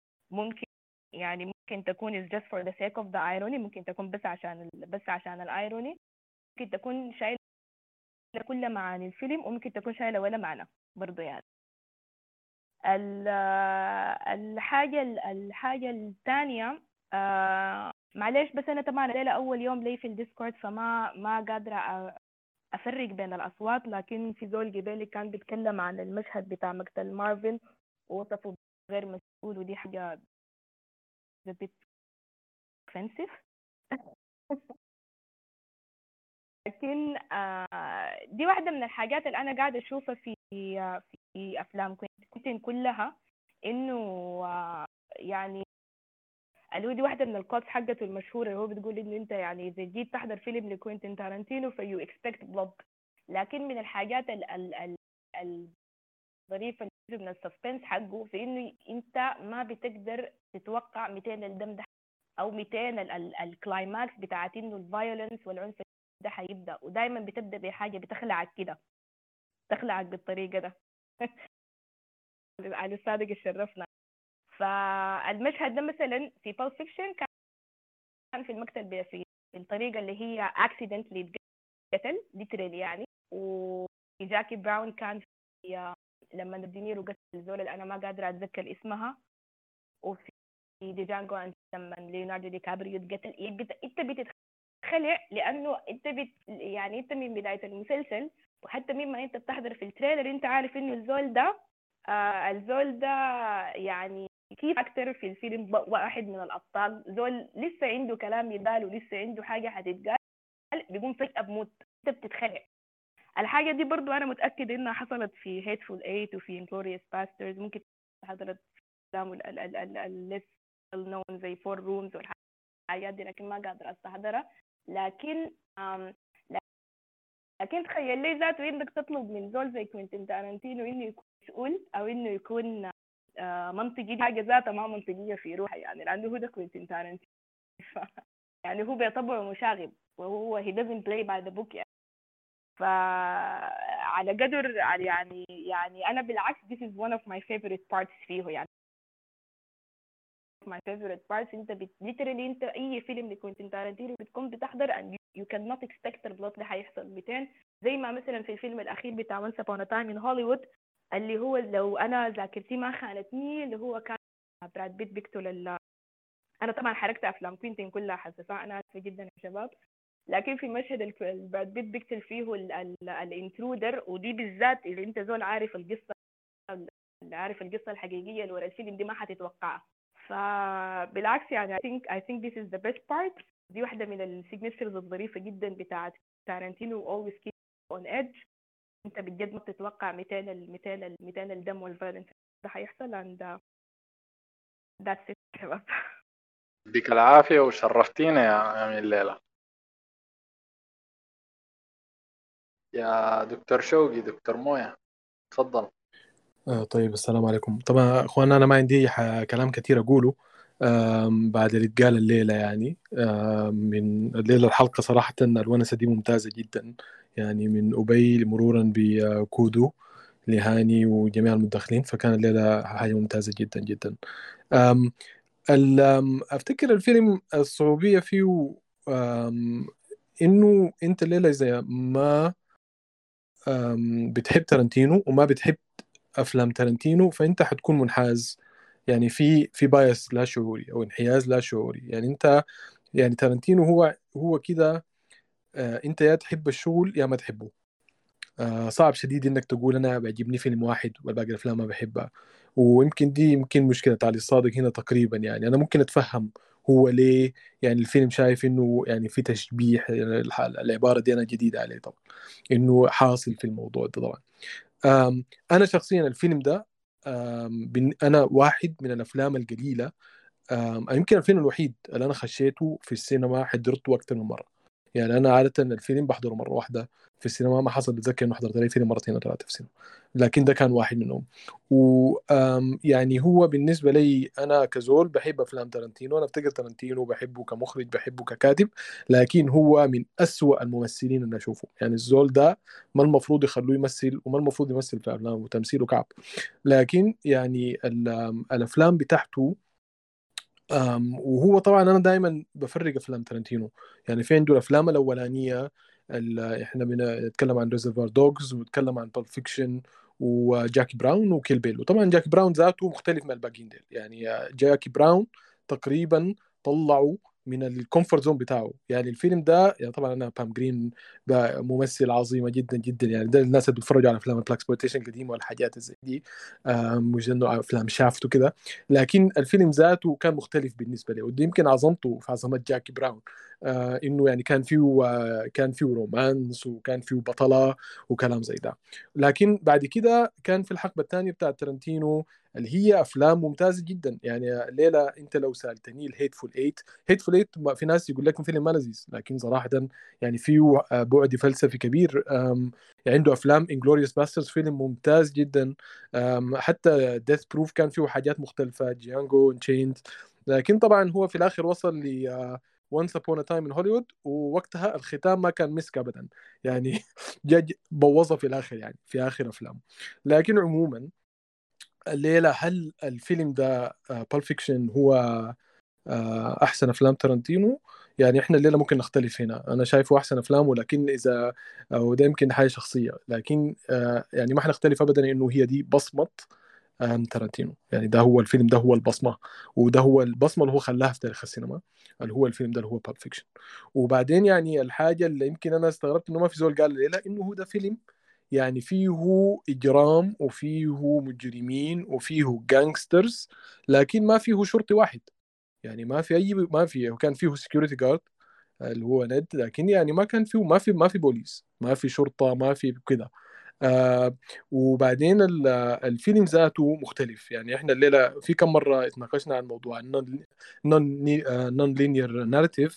ممكن تكون is just for the sake of the irony، ممكن تكون بس عشان الايروني، ممكن تكون شايلة كل معاني الفيلم، وممكن تكون شايلة ولا معنى برضو يعني. الحاجة الثانية، معلش بس أنا طبعا ليلة أول يوم لي في الديسكورد، فما قادرة أفرق بين الأصوات، لكن في زول قبالي كان بيتكلم عن المشهد بتاع مقتل مارفن ووصفه غير مسؤول، ودي حاجة a bit offensive. لكن دي واحدة من الحاجات اللي أنا قاعدة أشوفها في أفلام كوينتين كلها، إنه يعني اللي هو دي واحدة من الكوتس حقته المشهورة، اللي هو بتقول إنه أنت يعني إذا جيت تحضر فيلم لكوينتين تارانتينو فيو إكسبكت بلوب، لكن من الحاجات الظريفة من السسبنس حقه في إنه أنت ما بتقدر تتوقع 200 الدم ده أو 200 الكلايماكس بتاعت إنه الفايولنس والعنف ده حيبدأ، ودايما بتبدأ بحاجة بتخلعك كده، تخلعك بالطريقة ده. على الصادق الشرفنا. فالمشهد ده مثلا في Pulp Fiction كان في المكتب في الطريقة اللي هي accidentally قتل literally يعني، وفي جاكي براون كان في لما دينيرو قتل الزول اللي أنا ما قادرة أتذكر اسمها، وفي ديجانجو لما ليوناردو دي كابريو اتقتل. انت بتتخلع لانه يعني انت من بدايه المسلسل وحتى مما انت بتحضر في التريلر انت عارف انه الزول ده يعني كيف اكتر في الفيلم واحد من الابطال، زول لسه عنده كلام يدال ولسه عنده حاجه هتتقال، بيقوم فجاه بموت، انت بتتخلع. الحاجه دي برضو انا متاكده انها حصلت في هيتفول 8 وفي انجلوريوس باسترز، ممكن حصلت في افلام known زي فور رومز والحاجات دي، لكن ما قادر استحضرها. لكن تخيل لي ذاته انك تطلب من زول زي كوينتين تارانتينو انه يكون مسؤول او انه يكون منطقي، حاجه ذاتها ما منطقيه في روحه يعني، لانه هو ده كوينتين تارانتينو. يعني هو بيطبعه مشاغب، وهو he doesn't play by the book يعني. فعلى قدر يعني انا بالعكس this is one of my favorite parts فيه يعني. my favorite parts انت literally انت اي فيلم لكوينتين تارانتينو بتكون بتحضر and you cannot expect البلوت اللي هيحصل 200، زي ما مثلا في الفيلم الاخير بتاع Once Upon a Time in Hollywood اللي هو لو انا ذاكرتي ما خانتني، اللي هو كان براد بيت بيقتل انا طبعا حركت افلام كوينتين كلها حساسه، انا اسفه جدا يا شباب، لكن في مشهد براد بيت بيقتل فيه الانترودر، ودي بالذات اللي انت زول عارف القصه الحقيقيه اللي ورا الفيلم دي ما حتتوقعها. فبالعكس يعني I think this is the best part. دي واحدة من السيجنتشرز الظريفة جدا بتاعت تارانتينو always keep on edge. انت بجد ما بتتوقع 200 الدم والفايلنس ده هيحصل and that's it شباب. يديك العافية وشرفتينا يا أمي الليلة. يا دكتور شوقي، دكتور مويا، تفضل. طيب السلام عليكم. طبعا اخوانا انا ما عندي كلام كثير اقوله بعد اللي اتقال الليله، يعني من الليله الحلقه صراحه الونسه دي ممتازه جدا، يعني من ابي مرورا بكودو لهاني وجميع المداخلين، فكان الليله حاجه ممتازه جدا جدا. افتكر الفيلم الصعوبيه فيه انه انت الليله اذا ما بتحب تارنتينو وما بتحب افلام تارنتينو فانت حتكون منحاز، يعني في بايس لا شعوري او انحياز لا شعوري. يعني انت يعني تارنتينو هو كده، انت يا تحب الشغل يا ما تحبه. صعب شديد انك تقول انا بيعجبني فيلم واحد والباقي الافلام ما بحبها، ويمكن دي مشكله علي الصادق هنا تقريبا. يعني انا ممكن اتفهم هو ليه يعني الفيلم شايف انه يعني في تشبيح، يعني العباره دي انا جديده عليه طبعا، انه حاصل في الموضوع ده طبعا. انا شخصيا الفيلم ده انا واحد من الافلام القليله، يمكن الفيلم الوحيد اللي انا خشيته في السينما حضرته اكثر من مره. يعني انا عاده الفيلم بحضره مره واحده في السينما، ما حصل اتذكر انه حضرت لي فيلم مرتين او ثلاثه في السينما، لكن ده كان واحد منهم. ويعني هو بالنسبه لي انا كزول بحب افلام تارانتينو، انا افتكر تارانتينو بحبه كمخرج بحبه ككاتب، لكن هو من أسوأ الممثلين اللي اشوفه. يعني الزول ده ما المفروض يخلوه يمثل، وما المفروض يمثل في افلام، وتمثيله كعب. لكن يعني الافلام بتاعته وهو طبعا انا دائما بفرق افلام تارانتينو. يعني في عنده الافلام الاولانيه احنا بنتكلم عن ريزرفوار دوجز، ونتكلم عن بالب فيكشن وجاكي براون وكيل بيل. وطبعا جاكي براون ذاته مختلف من الباقيين ديل. يعني جاكي براون تقريبا طلعوا من الكومفورت زون بتاعه. يعني الفيلم ده يعني طبعا انا بام جرين ممثل عظيمه جدا جدا، يعني ده الناس اللي بيتفرجوا على افلام البلاكسبلويتيشن القديمه والحاجات زي دي، مش انه افلام شافته كده. لكن الفيلم ذاته كان مختلف بالنسبه لي، ودي يمكن عظمته في عظمه جاكي براون. انه يعني كان فيه رومانس، وكان فيه بطله وكلام زي ده. لكن بعد كده كان في الحقبه الثانيه بتاعت تارانتينو اللي هي افلام ممتازه جدا. يعني ليلى انت لو سالتني الهيتفول ايت، هيتفول ايت في ناس يقول لكم فيلم ما لذيذ، لكن صراحه يعني فيه بعد فلسفي كبير. عنده افلام انجلوريوس باسترز فيلم ممتاز جدا. حتى ديث بروف كان فيه حاجات مختلفة، جيانجو انشيند. لكن طبعا هو في الآخر وصل ل وانس ابون ا تايم ان هوليوود، ووقتها الختام ما كان مسك ابدا. يعني جاج بوظها في الاخر، يعني في اخر افلامه. لكن عموما الليله هل الفيلم ده بالب فيكشن هو احسن افلام تارانتينو؟ يعني احنا الليله ممكن نختلف هنا، انا شايفه احسن افلامه، لكن اذا وده يمكن حاجه شخصيه، لكن يعني ما حنختلف ابدا انه هي دي بصمه تارانتينو. يعني ده هو الفيلم، ده هو البصمه، وده هو البصمه اللي هو خلاها في تاريخ السينما، اللي هو الفيلم ده اللي هو بالب فيكشن. وبعدين يعني الحاجه اللي يمكن انا استغربت انه ما في زول قال الليله انه هو ده فيلم يعني فيه اجرام وفيه مجرمين وفيه جانجسترز، لكن ما فيه شرطي واحد. يعني ما في كان فيه سكيورتي جارد اللي هو ند، لكن يعني ما كان فيه، ما في بوليس، ما في شرطة، ما في كده. وبعدين الفيلم ذاته مختلف. يعني احنا الليلة في كم مرة اتناقشنا عن موضوع نون لينير ناريتيف.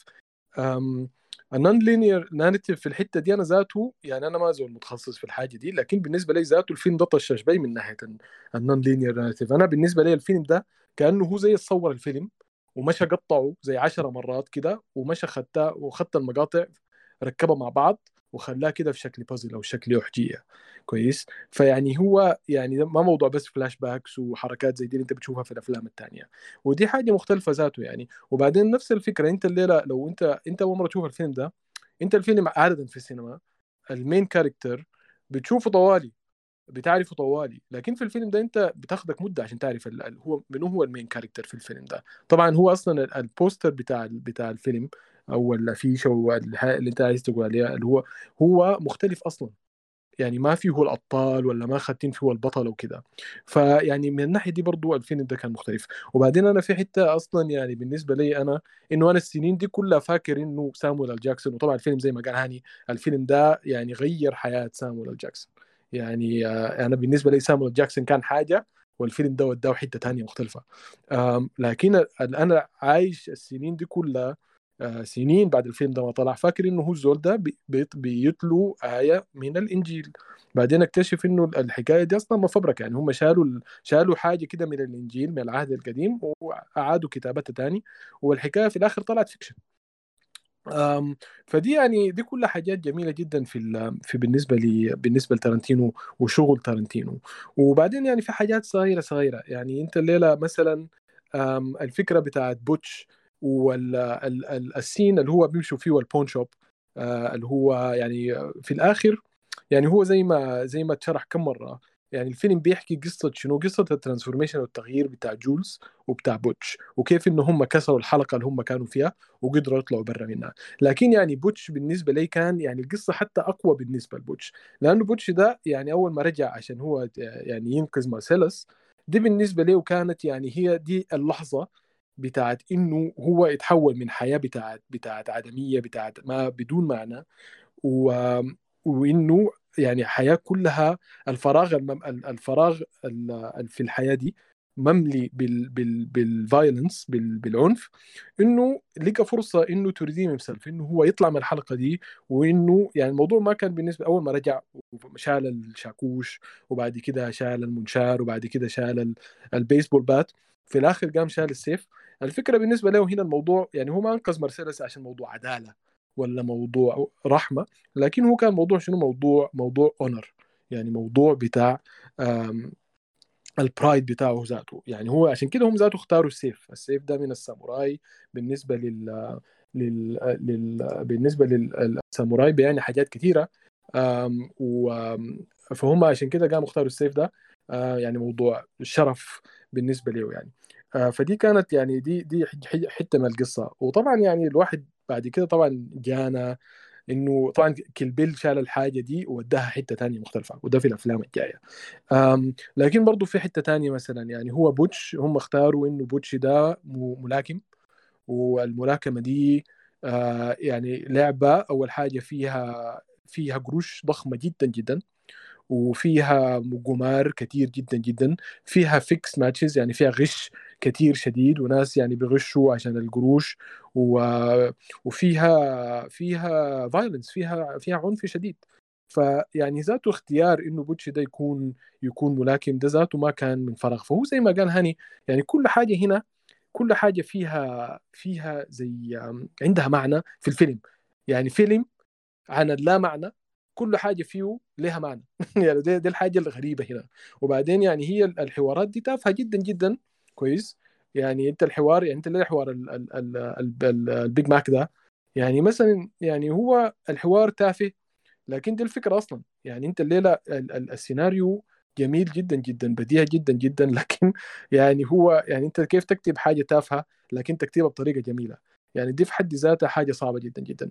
النون لينير ناريتيف في الحته دي انا ذاته، يعني انا ما زول متخصص في الحاجه دي، لكن بالنسبه لي ذاته الفيلم ده طشش بي من ناحيه النون لينير ناريتيف. انا بالنسبه لي الفيلم ده كانه هو زي صور الفيلم ومشى قطعه زي 10 مرات كده، ومشى خدتها وخدت المقاطع ركبها مع بعض وخلاها كده في شكل بازل او شكل احجيه. كويس. فيعني هو يعني ده ما موضوع بس فلاش باكس وحركات زي دي اللي انت بتشوفها في الافلام الثانيه، ودي حاجه مختلفه ذاته يعني. وبعدين نفس الفكره، انت الليله لو انت اول مره تشوف الفيلم ده، انت الفيلم عاده في السينما المين كاركتر بتشوفه طوالي، بتعرفه طوالي، لكن في الفيلم ده انت بتاخدك مده عشان تعرف هو منو هو المين كاركتر في الفيلم ده. طبعا هو اصلا البوستر بتاع الفيلم او الافيش او اللي انت عايز تقول عليها اللي هو مختلف اصلا. يعني ما فيه هو الابطال ولا ما خدين فيه البطل وكده. فيعني من الناحيه دي برضو الفيلم ده كان مختلف. وبعدين انا في حته اصلا يعني بالنسبه لي انا، انه انا السنين دي كلها فاكر انه سامويل ال جاكسون، وطبعا الفيلم زي ما قال هاني الفيلم ده يعني غير حياه سامويل ال جاكسون. يعني انا بالنسبه لي سامويل ال جاكسون كان حاجه، والفيلم ده وداه حته تانية مختلفه. لكن انا عايش السنين دي كلها سنين بعد الفيلم ده ما طلع فاكر انه هو الزول ده بيتلو آية من الانجيل. بعدين اكتشف انه الحكايه دي اصلا مفبركه. يعني هم شالوا حاجه كده من الانجيل من العهد القديم واعادوا كتابتها تاني، والحكايه في الاخر طلعت فيكشن. فدي يعني دي كلها حاجات جميله جدا في بالنسبه لتارنتينو وشغل تارنتينو. وبعدين يعني في حاجات صغيره صغيره، يعني انت الليله مثلا الفكره بتاعت بوتش والسين اللي هو بيمشوا فيه البون شوب، اللي هو يعني في الاخر يعني هو زي ما اتشرح كم مره. يعني الفيلم بيحكي قصه شنو، قصه الترانسفورميشن والتغيير بتاع جولز وبتاع بوتش، وكيف انه هم كسروا الحلقه اللي هم كانوا فيها وقدروا يطلعوا برا منها. لكن يعني بوتش بالنسبه لي كان يعني القصه حتى اقوى بالنسبه لبوتش، لانه بوتش ده يعني اول ما رجع عشان هو يعني ينقذ مارسيلس، دي بالنسبه له كانت يعني هي دي اللحظه بتاعت انه هو يتحول من حياه بتاعت عدميه بتاعت ما بدون معنى، و... وانه يعني حياه كلها الفراغ الفراغ في الحياه دي مملي بالفايلنس بالعنف، انه لقى فرصه انه تريديم يمسلف انه هو يطلع من الحلقه دي. وانه يعني الموضوع ما كان بالنسبه، اول ما رجع شال الشاكوش وبعد كده شال المنشار وبعد كده شال البيسبول بات، في الاخر قام شال السيف. الفكره بالنسبه له هنا الموضوع يعني هو ما انقذ مرسيدس عشان موضوع عداله ولا موضوع رحمه، لكن هو كان موضوع شنو، موضوع اونر، يعني موضوع بتاع البرايد بتاعه ذاته. يعني هو عشان كده هم ذاته اختاروا السيف ده من الساموراي. بالنسبه بالنسبه للساموراي بيعني حاجات كثيره. فهم عشان كده قاموا اختاروا السيف ده. يعني موضوع الشرف بالنسبه له يعني. فدي كانت يعني دي حته من القصه. وطبعا يعني الواحد بعد كده طبعا جانا انه طبعا كيل بيل شال الحاجه دي ووداها حته تانية مختلفه، وده في الافلام الجايه. لكن برضو في حته تانية مثلا، يعني هو بوتش هم اختاروا انه بوتش ده ملاكم، والملاكمه دي يعني لعبه اول حاجه فيها قروش ضخمه جدا جدا، وفيها قمار كتير جدا جدا، فيها فيكس ماتشز يعني فيها غش كتير شديد، وناس يعني بيغشوا عشان القروش، و... وفيها فايلنس، فيها عنف شديد. فيعني ذاته اختيار انه بوتشي ده يكون ملاكم، ده ذاته ما كان من فراغ. فهو زي ما قال هاني، يعني كل حاجه هنا، كل حاجه فيها زي عندها معنى في الفيلم. يعني فيلم عن اللا معنى، كل حاجه فيه لها معنى. يعني دي الحاجه الغريبه هنا. وبعدين يعني هي الحوارات دي تافهه جدا جدا. كويس. يعني انت الحوار، يعني انت ليه حوار البيج ماك ده، يعني مثلا يعني هو الحوار تافه، لكن دي الفكره اصلا. يعني انت الليله السيناريو جميل جدا جدا، بديع جدا جدا، لكن يعني هو يعني انت كيف تكتب حاجه تافهه لكن تكتبها بطريقه جميله؟ يعني دي في حد ذاتها حاجه صعبه جدا جدا.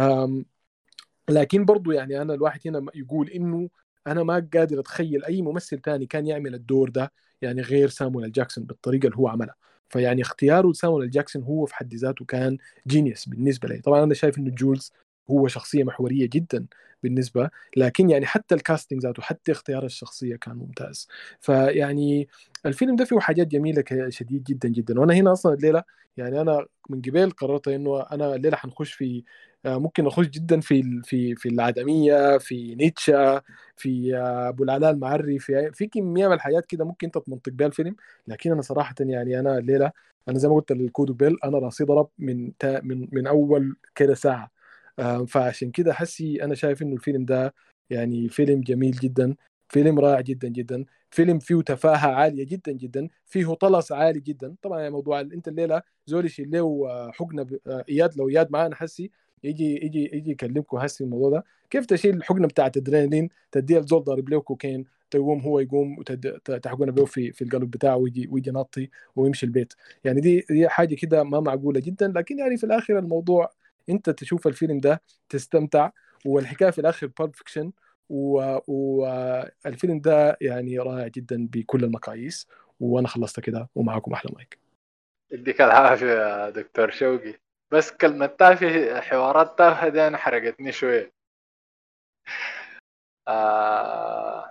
لكن برضو يعني انا الواحد هنا يقول انه انا ما قادر اتخيل اي ممثل تاني كان يعمل الدور ده يعني غير سامويل جاكسون بالطريقه اللي هو عملها. فيعني اختياره لسامويل جاكسون هو في حد ذاته كان جينيوس بالنسبه لي. طبعا انا شايف انه جولز هو شخصيه محوريه جدا بالنسبه، لكن يعني حتى الكاستنج ذاته، حتى اختيار الشخصيه كان ممتاز. فيعني الفيلم ده فيه حاجات جميله شديد جدا جدا. وانا هنا اصلا الليله يعني انا من قبل قررت انه انا الليله حنخش في ممكن نخش جدا في العدميه، في نيتشه، في ابو العلاء المعري، في كميه من الحاجات كده ممكن انت تمنطق بها الفيلم. لكن انا صراحه يعني انا الليله انا زي ما قلت للكودو بيل انا راسي ضرب من اول كده ساعه. فعشان كده حسي انا شايف انه الفيلم ده يعني فيلم جميل جدا، فيلم رائع جدا جدا، فيلم فيه تفاهه عاليه جدا جدا، فيه طلس عالي جدا. طبعا يعني موضوع انت الليله زول يشيل له حقنه اياد، لو اياد معانا حسي يجي يكلمكم هسي في الموضوع ده، كيف تشيل الحقنه بتاعت ادرينالين تديها لزول ضارب له كوكين، تقوم هو يقوم تحقنه به في القلب بتاعه، ويجي ناطي ويمشي البيت. يعني دي حاجه كده ما معقوله جدا. لكن يعني في الاخر الموضوع انت تشوف الفيلم ده تستمتع، والحكايه في الاخر بالب فيكشن، والفيلم ده يعني رائع جدا بكل المقاييس. وانا خلصت كده، ومعاكم احلى مايك. يديك العافية يا دكتور شوقي. بس كلمة تافه، حوارات تافهة دي أنا حرقتني شوية. آه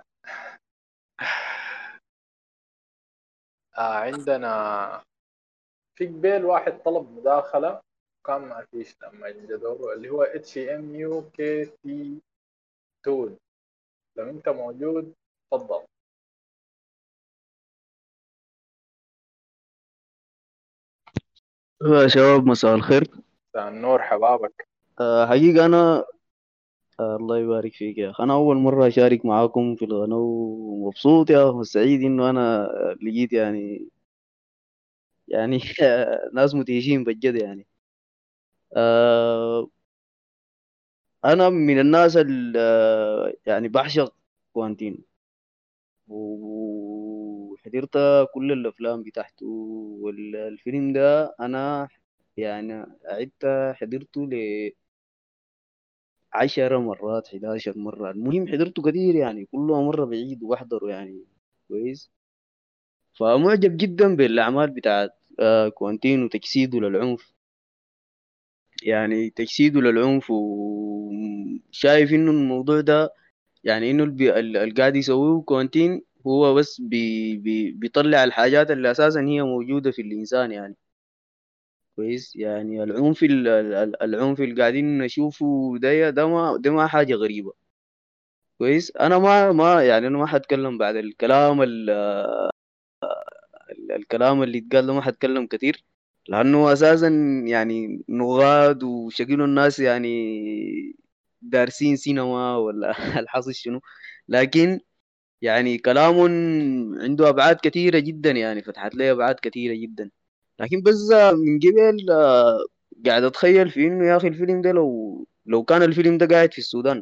عندنا في قبيل واحد طلب مداخلة كان ما فيش لما جا دوره، اللي هو HMUKT تول. لو أنت موجود تفضل. يا شباب مساء الخير. مساء النور حبابك. حقيقة أنا الله يبارك فيك يا أخي، أنا أول مرة أشارك معاكم في الغناء، ومبسوط يا أخي وسعيد إنه أنا لقيت يعني ناس مدهشين بجد يعني. آه، أنا من الناس اللي يعني بعشق كوانتين، وحضرت كل الأفلام بتاعته. والفيلم ده أنا يعني عدت حضرته 10 مرات 11 مرة، المهم حضرته كتير يعني، كل مرة بعيد وبحضره يعني كويس. فمعجب جدا بالأعمال بتاعت كوانتين وتجسيده للعنف، يعني تجسيده للعنف، وشايف انه الموضوع ده يعني انه قاعد يسويه كوانتين هو بس بيطلع الحاجات اللي اساسا هي موجودة في الانسان يعني. كويس، يعني العنف العنف اللي قاعدين نشوفه ده ما حاجة غريبة. كويس، انا ما يعني انا ما حتكلم بعد الكلام الكلام اللي اتقال ده، ما حتكلم كتير، لانه اساسا يعني نغاد وشكلوا الناس يعني دارسين سينما ولا الحاصل شنو. لكن يعني كلام عنده ابعاد كثيره جدا، يعني فتحت لي ابعاد كثيره جدا. لكن بس من قبل قاعد اتخيل في انه يا اخي الفيلم ده لو كان الفيلم ده قاعد في السودان.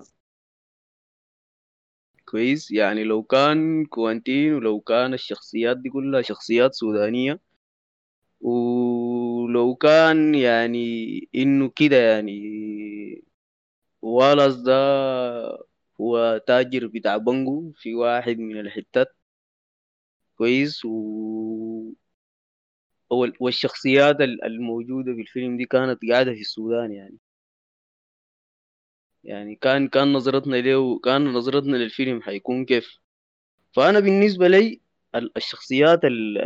كويس، يعني لو كان كوانتين ولو كان الشخصيات دي كلها شخصيات سودانية، ولو كان يعني انه كده يعني والاس ده هو تاجر بتاع بنجو في واحد من الحتات. كويس، والشخصيات الموجودة في الفيلم دي كانت قاعدة في السودان يعني كان نظرتنا للفيلم حيكون كيف. فأنا بالنسبة لي الشخصيات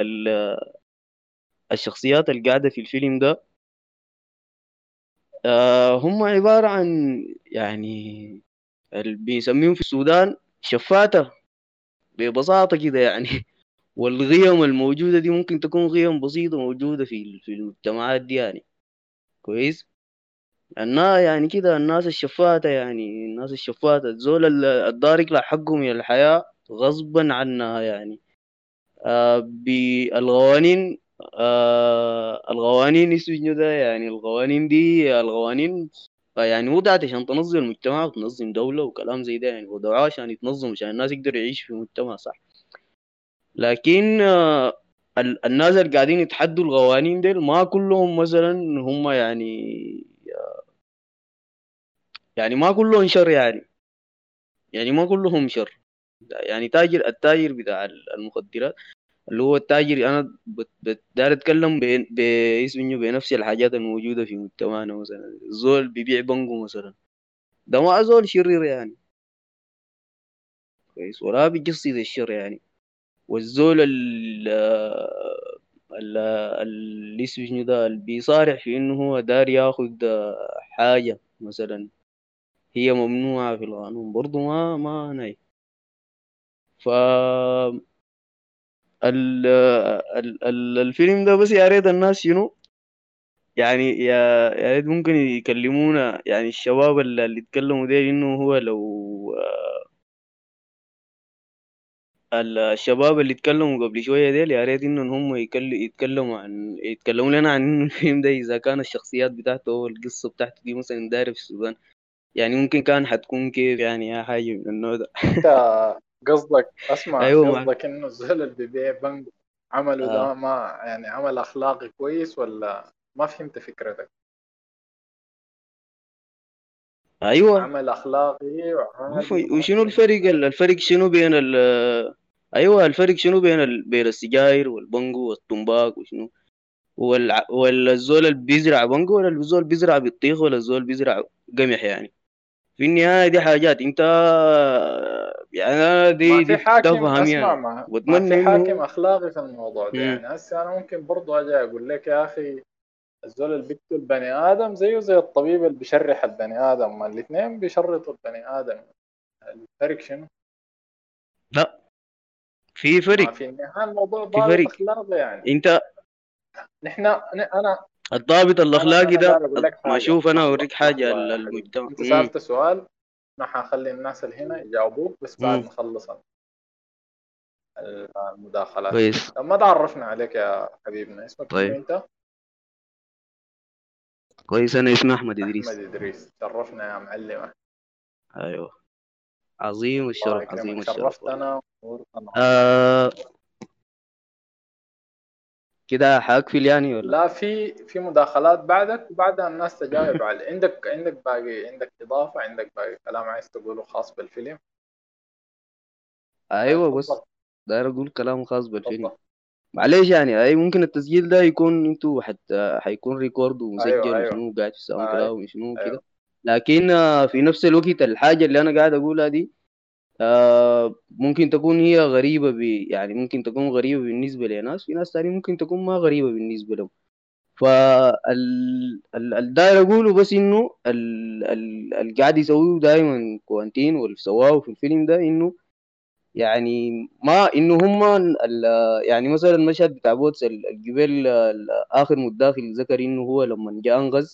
الشخصيات اللي قاعدة في الفيلم ده هم عبارة عن يعني اللي بيسميهم في السودان شفاتة ببساطة كده يعني. والقيم الموجودة دي ممكن تكون قيم بسيطة موجودة في المجتمعات دي يعني. كويس، يعني كده الناس الشفاتة، يعني الناس الشفاتة الزول الدار يطلع حقه من الحياة غصبا عنها يعني. بالقوانين، القوانين اسمه ده، يعني القوانين دي القوانين يعني وضعت عشان تنظم المجتمع وتنظم دولة وكلام زي ده يعني، وضعوها عشان يتنظم عشان الناس يقدروا يعيشوا في مجتمع صح. لكن الناس اللي قاعدين يتحدوا القوانين دي ما كلهم مثلا هم يعني ما كلهم شر يعني ما كلهم شر. يعني التاجر بتاع المخدرات اللي هو التاجر، انا داير اتكلم باسمه بنفس الحاجات الموجوده في مجتمعنا. مثلا الزول بيبيع بنجو مثلا، ده ما زول شرير يعني. كويس، ولا بيجسد الشر يعني. والزول اللي اسمه ده اللي بيصارع في انه هو دار ياخد حاجه مثلا هي ممنوعه في القانون برضه ما ناي. ف الفيلم ده بس يا ريت الناس شنو يعني يا ريت ممكن يكلمونا يعني الشباب اللي اتكلموا ده، انه هو لو الشباب اللي اتكلموا قبل شويه ديل يا ريت انهم هم يتكلموا لنا عن انه الفيلم ده اذا كان الشخصيات بتاعته او القصه بتاعته دي مثلا دايره في السودان، يعني ممكن كان حتكون كيف يعني يا حاجه من النوع ده. انت قصدك اسمع، ايوه ما قصدك انه الزول اللي بيبيع بنك عمله آه. ده ما يعني عمل اخلاقي كويس، ولا ما فهمت فكرتك؟ ايوه، عمل اخلاقي وعمل وشنو ممكن. الفرق شنو بين ايوه الفرق شنو بين السجاير والبنجو والتمباك وشنو، ولا الزول اللي بيزرع بنجو ولا الزول بيزرع بطيخ ولا الزول بيزرع قمح يعني. في النهاية دي حاجات انت يعني أنا ما دي في حاكم، تفهم اسمع، يعني، ما في واتمنى حاكم انه اخلاقي في الموضوع ده مم. يعني. هسه انا ممكن برضو اجي اقول لك يا اخي الزول اللي بيقتل بني ادم زيه زي الطبيب اللي بيشرح البني ادم، ما الاثنين بيشرطوا البني ادم. الفرق شنو؟ لا، في ما فرق، في النهايه الموضوع في ضابط فرق. اخلاقي يعني. انت نحن انا الضابط انا الاخلاقي انا ده، داير اقول لك ما حاجه. اشوف انا لحظه اوريك حاجة لحظه يا حبيبي، المجتمع. انت سالت سؤال، انا حخلي الناس اللي هنا يجاوبوك بس بعد مم. ما نخلص المداخلات. كويس. طب ما تعرفنا عليك يا حبيبنا، اسمك شنو طيب انت؟ كويس، انا اسمي احمد احمد ادريس. ادريس، شرفنا يا معلم. ايوه، عظيم الله الشرف، عظيم يكرمك، الشرف والله. شرفتنا ونورتنا والله. آه كده حاقفل يعني ولا؟ لا، في مداخلات بعدك وبعدها الناس تجاوب على عندك باقي، عندك اضافه، عندك باقي كلام عايز تقوله خاص بالفيلم؟ طيب ايوه، تفضل بس داير اقول كلام خاص بالفيلم. تفضل. معلش يعني اي ممكن التسجيل ده يكون انتوا حيكون ريكورد ايوه ومسجل ايوه وشنو قاعد في ساوند ايوه كلاود وشنو كده. ايوه لكن في نفس الوقت الحاجة اللي انا قاعد اقولها دي ممكن تكون هي غريبة يعني ممكن تكون غريبة بالنسبة لناس، في ناس تاني ممكن تكون ما غريبة بالنسبة لهم. الداير اقوله بس انه اللي قاعد يسويه دايما كوانتين واللي سواه في الفيلم ده انه يعني ما انه هم يعني مثلا المشهد بتاع بوتس الجبال اخر متداخل ذكر انه هو لما جاء انقذ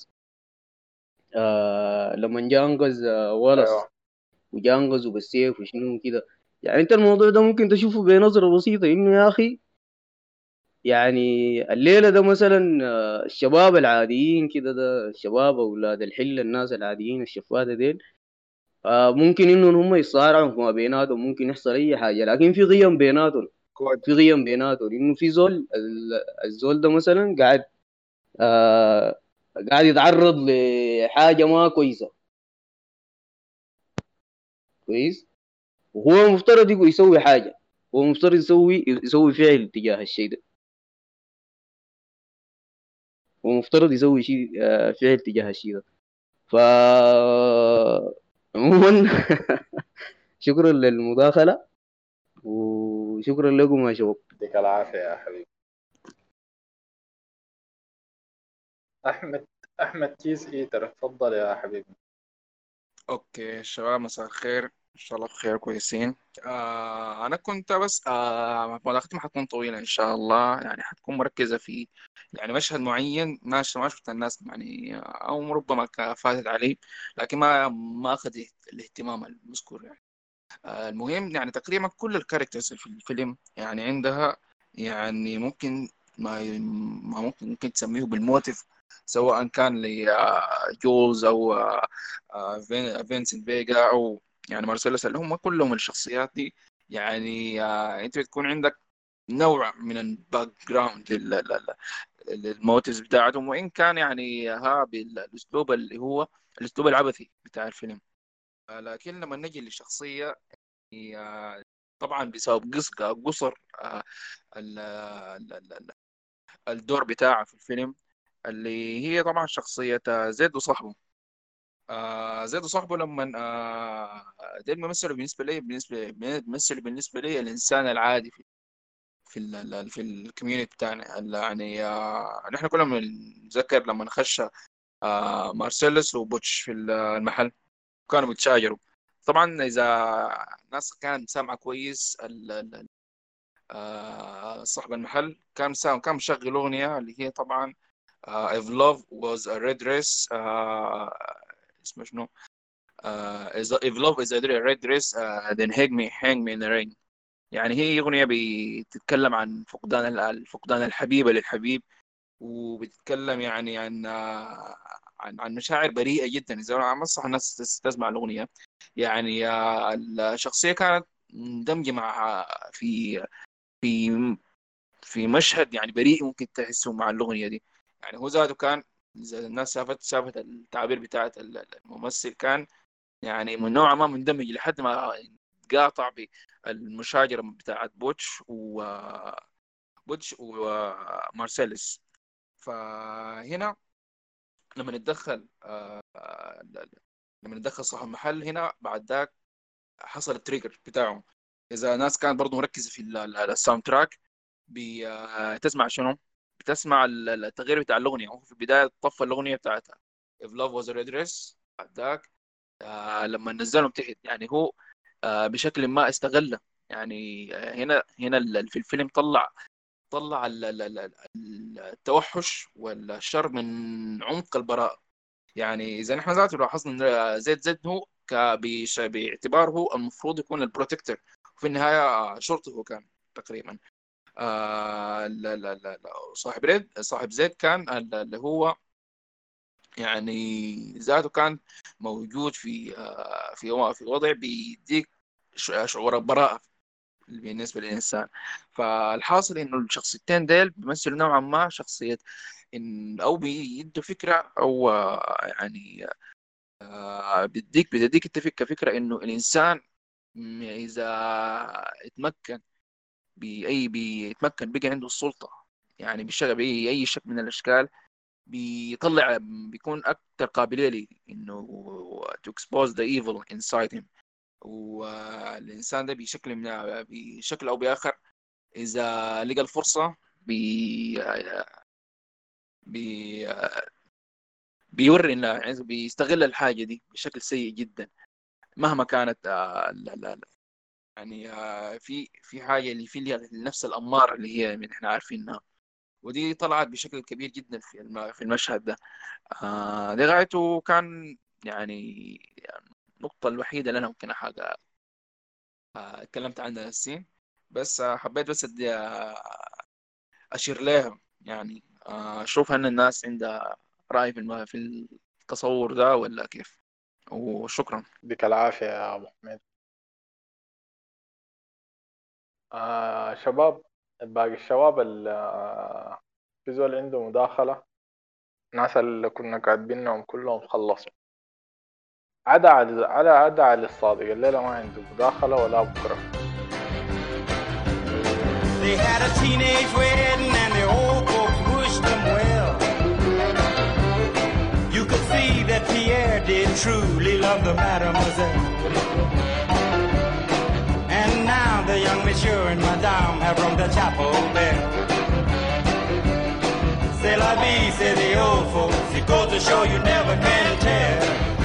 لما جاء انقذ ولس ايوه وجاء انقذه بالسيف وشنو كده. يعني انت الموضوع ده ممكن تشوفه بنظرة بسيطة انه يا اخي يعني الليلة ده مثلا الشباب العاديين كده، ده الشباب أولاد الحلة الناس العاديين الشفاتة ديل ممكن إنه هم يتصارعوا ما بيناتهم، ممكن يحصل أي حاجة، لكن في قيم بيناتهم. كود. في قيم بيناتهم إنه في زول الزول ده مثلا قاعد آه قاعد يتعرض لحاجة ما كويسة كويس، وهو مفترض يسوي حاجة، هو مفترض يسوي فعل تجاه الشيء ده، هو مفترض يسوي شيء فعل تجاه الشيء ده. ف عموما شكرا للمداخلة وشكرا لكم يا شباب. يديك العافيه يا حبيبي. احمد كيس ايتر، تفضل يا حبيبي. اوكي شباب، مساء الخير، ان شاء الله بخير كويسين. انا كنت بس مداخلتي ما حتكون طويله ان شاء الله، يعني حتكون مركزه في يعني مشهد معين ما شفت الناس يعني او ربما فاتت عليه، لكن ما اخذ الاهتمام المذكور يعني. المهم يعني تقريبا كل الكاركترز في الفيلم يعني عندها يعني ممكن ما ممكن تسميه بالموتيف، سواء كان لجولز او فينسنت فيجا او يعني مارسيلوس، اللي هم كلهم الشخصيات دي. يعني انت بتكون عندك نوع من الباك جراوند للموتيفز بتاعتهم، وان كان يعني بالاسلوب اللي هو الاسلوب العبثي بتاع الفيلم. لكن لما نجي للشخصيه طبعا بسبب قصر الدور بتاعه في الفيلم، اللي هي طبعا شخصية زيد وصاحبه. زيد وصاحبه لما ده الممثل بالنسبة لي الإنسان العادي في الكوميونتي بتاعنا يعني. نحن كلنا بنتذكر لما خش مارسيلوس وبوتش في المحل كانوا بيتشاجروا. طبعا إذا الناس كانت سامعة كويس صاحب المحل كان مشغل أغنية اللي هي طبعا if love was a red dress اسمه شنو if love is a red dress then hang me in the rain. يعني هي أغنية بتتكلم عن فقدان الحبيبة للحبيب، وبتتكلم يعني عن مشاعر بريئة جدا. إذا أنا أنصح الناس تسمع الأغنية. يعني الشخصية كانت مندمجة مع في في مشهد يعني بريء ممكن تحسه مع الأغنية دي. يعني هو ذاته كان، إذا الناس شافت التعبير بتاعت الممثل، كان يعني من نوعا ما مندمج لحد ما قاطع بالمشاجرة بتاعت بوتش ومارسيلس. فهنا لما نتدخل صاحب المحل هنا بعد ذاك حصل التريجر بتاعه. إذا ناس كانت برضو مركزة في الساوند تراك بتسمع شنو؟ بتسمع التغيير بتاع الأغنية. هو في البداية طفى الأغنية بتاعتها If Love Was a Red Dress، ذاك لما نزلهم تحت يعني هو بشكل ما استغله. يعني هنا في الفيلم طلع التوحش والشر من عمق البراءة. يعني إذا نحن ذاته لاحظنا إن زد هو باعتباره هو المفروض يكون البروتكتور، وفي النهاية شرطي هو كان تقريبا. لا لا لا لا صاحب زيد كان اللي هو يعني ذاته كان موجود في وضع بيديك شعور البراءة بالنسبة للإنسان. فالحاصل إنه الشخصيتين ديل بيمثلوا نوعا ما شخصية إن أو بيدوا فكرة أو يعني بتديك كفكرة إنه الإنسان إذا اتمكن بيتمكن بقى عنده السلطة يعني بيشتغل بأي شكل من الأشكال، بيكون أكثر قابلية لي إنه to expose the evil inside him. والإنسان ده بشكل أو بآخر إذا لقى الفرصة بيوري إنه يعني بيستغل الحاجة دي بشكل سيء جدا مهما كانت. لا يعني في حاجة اللي في النفس الأمارة اللي هي من إحنا عارفينها، ودي طلعت بشكل كبير جدا في المشهد ده. دي غايته كان يعني النقطة الوحيدة اللي أنا ممكن حاجة اتكلمت عنها السين، بس حبيت بس أشير لها يعني أشوف أن الناس عندها رأي في التصور ده ولا كيف. وشكرا. بك العافية يا أبو حميد. شباب، باقي الشباب في زول عنده مداخلة، الناس اللي كنا كاتبينهم كلهم خلصوا، عدا علي الصادق الليلة ما عنده مداخلة ولا بكرة. They had a teenage wedding and the old folks wished them well. You could see that Pierre did truly love the mademoiselle. And now the young monsieur and madame have rung the chapel bell. C'est la vie, say the old folks, it goes to show you never can tell.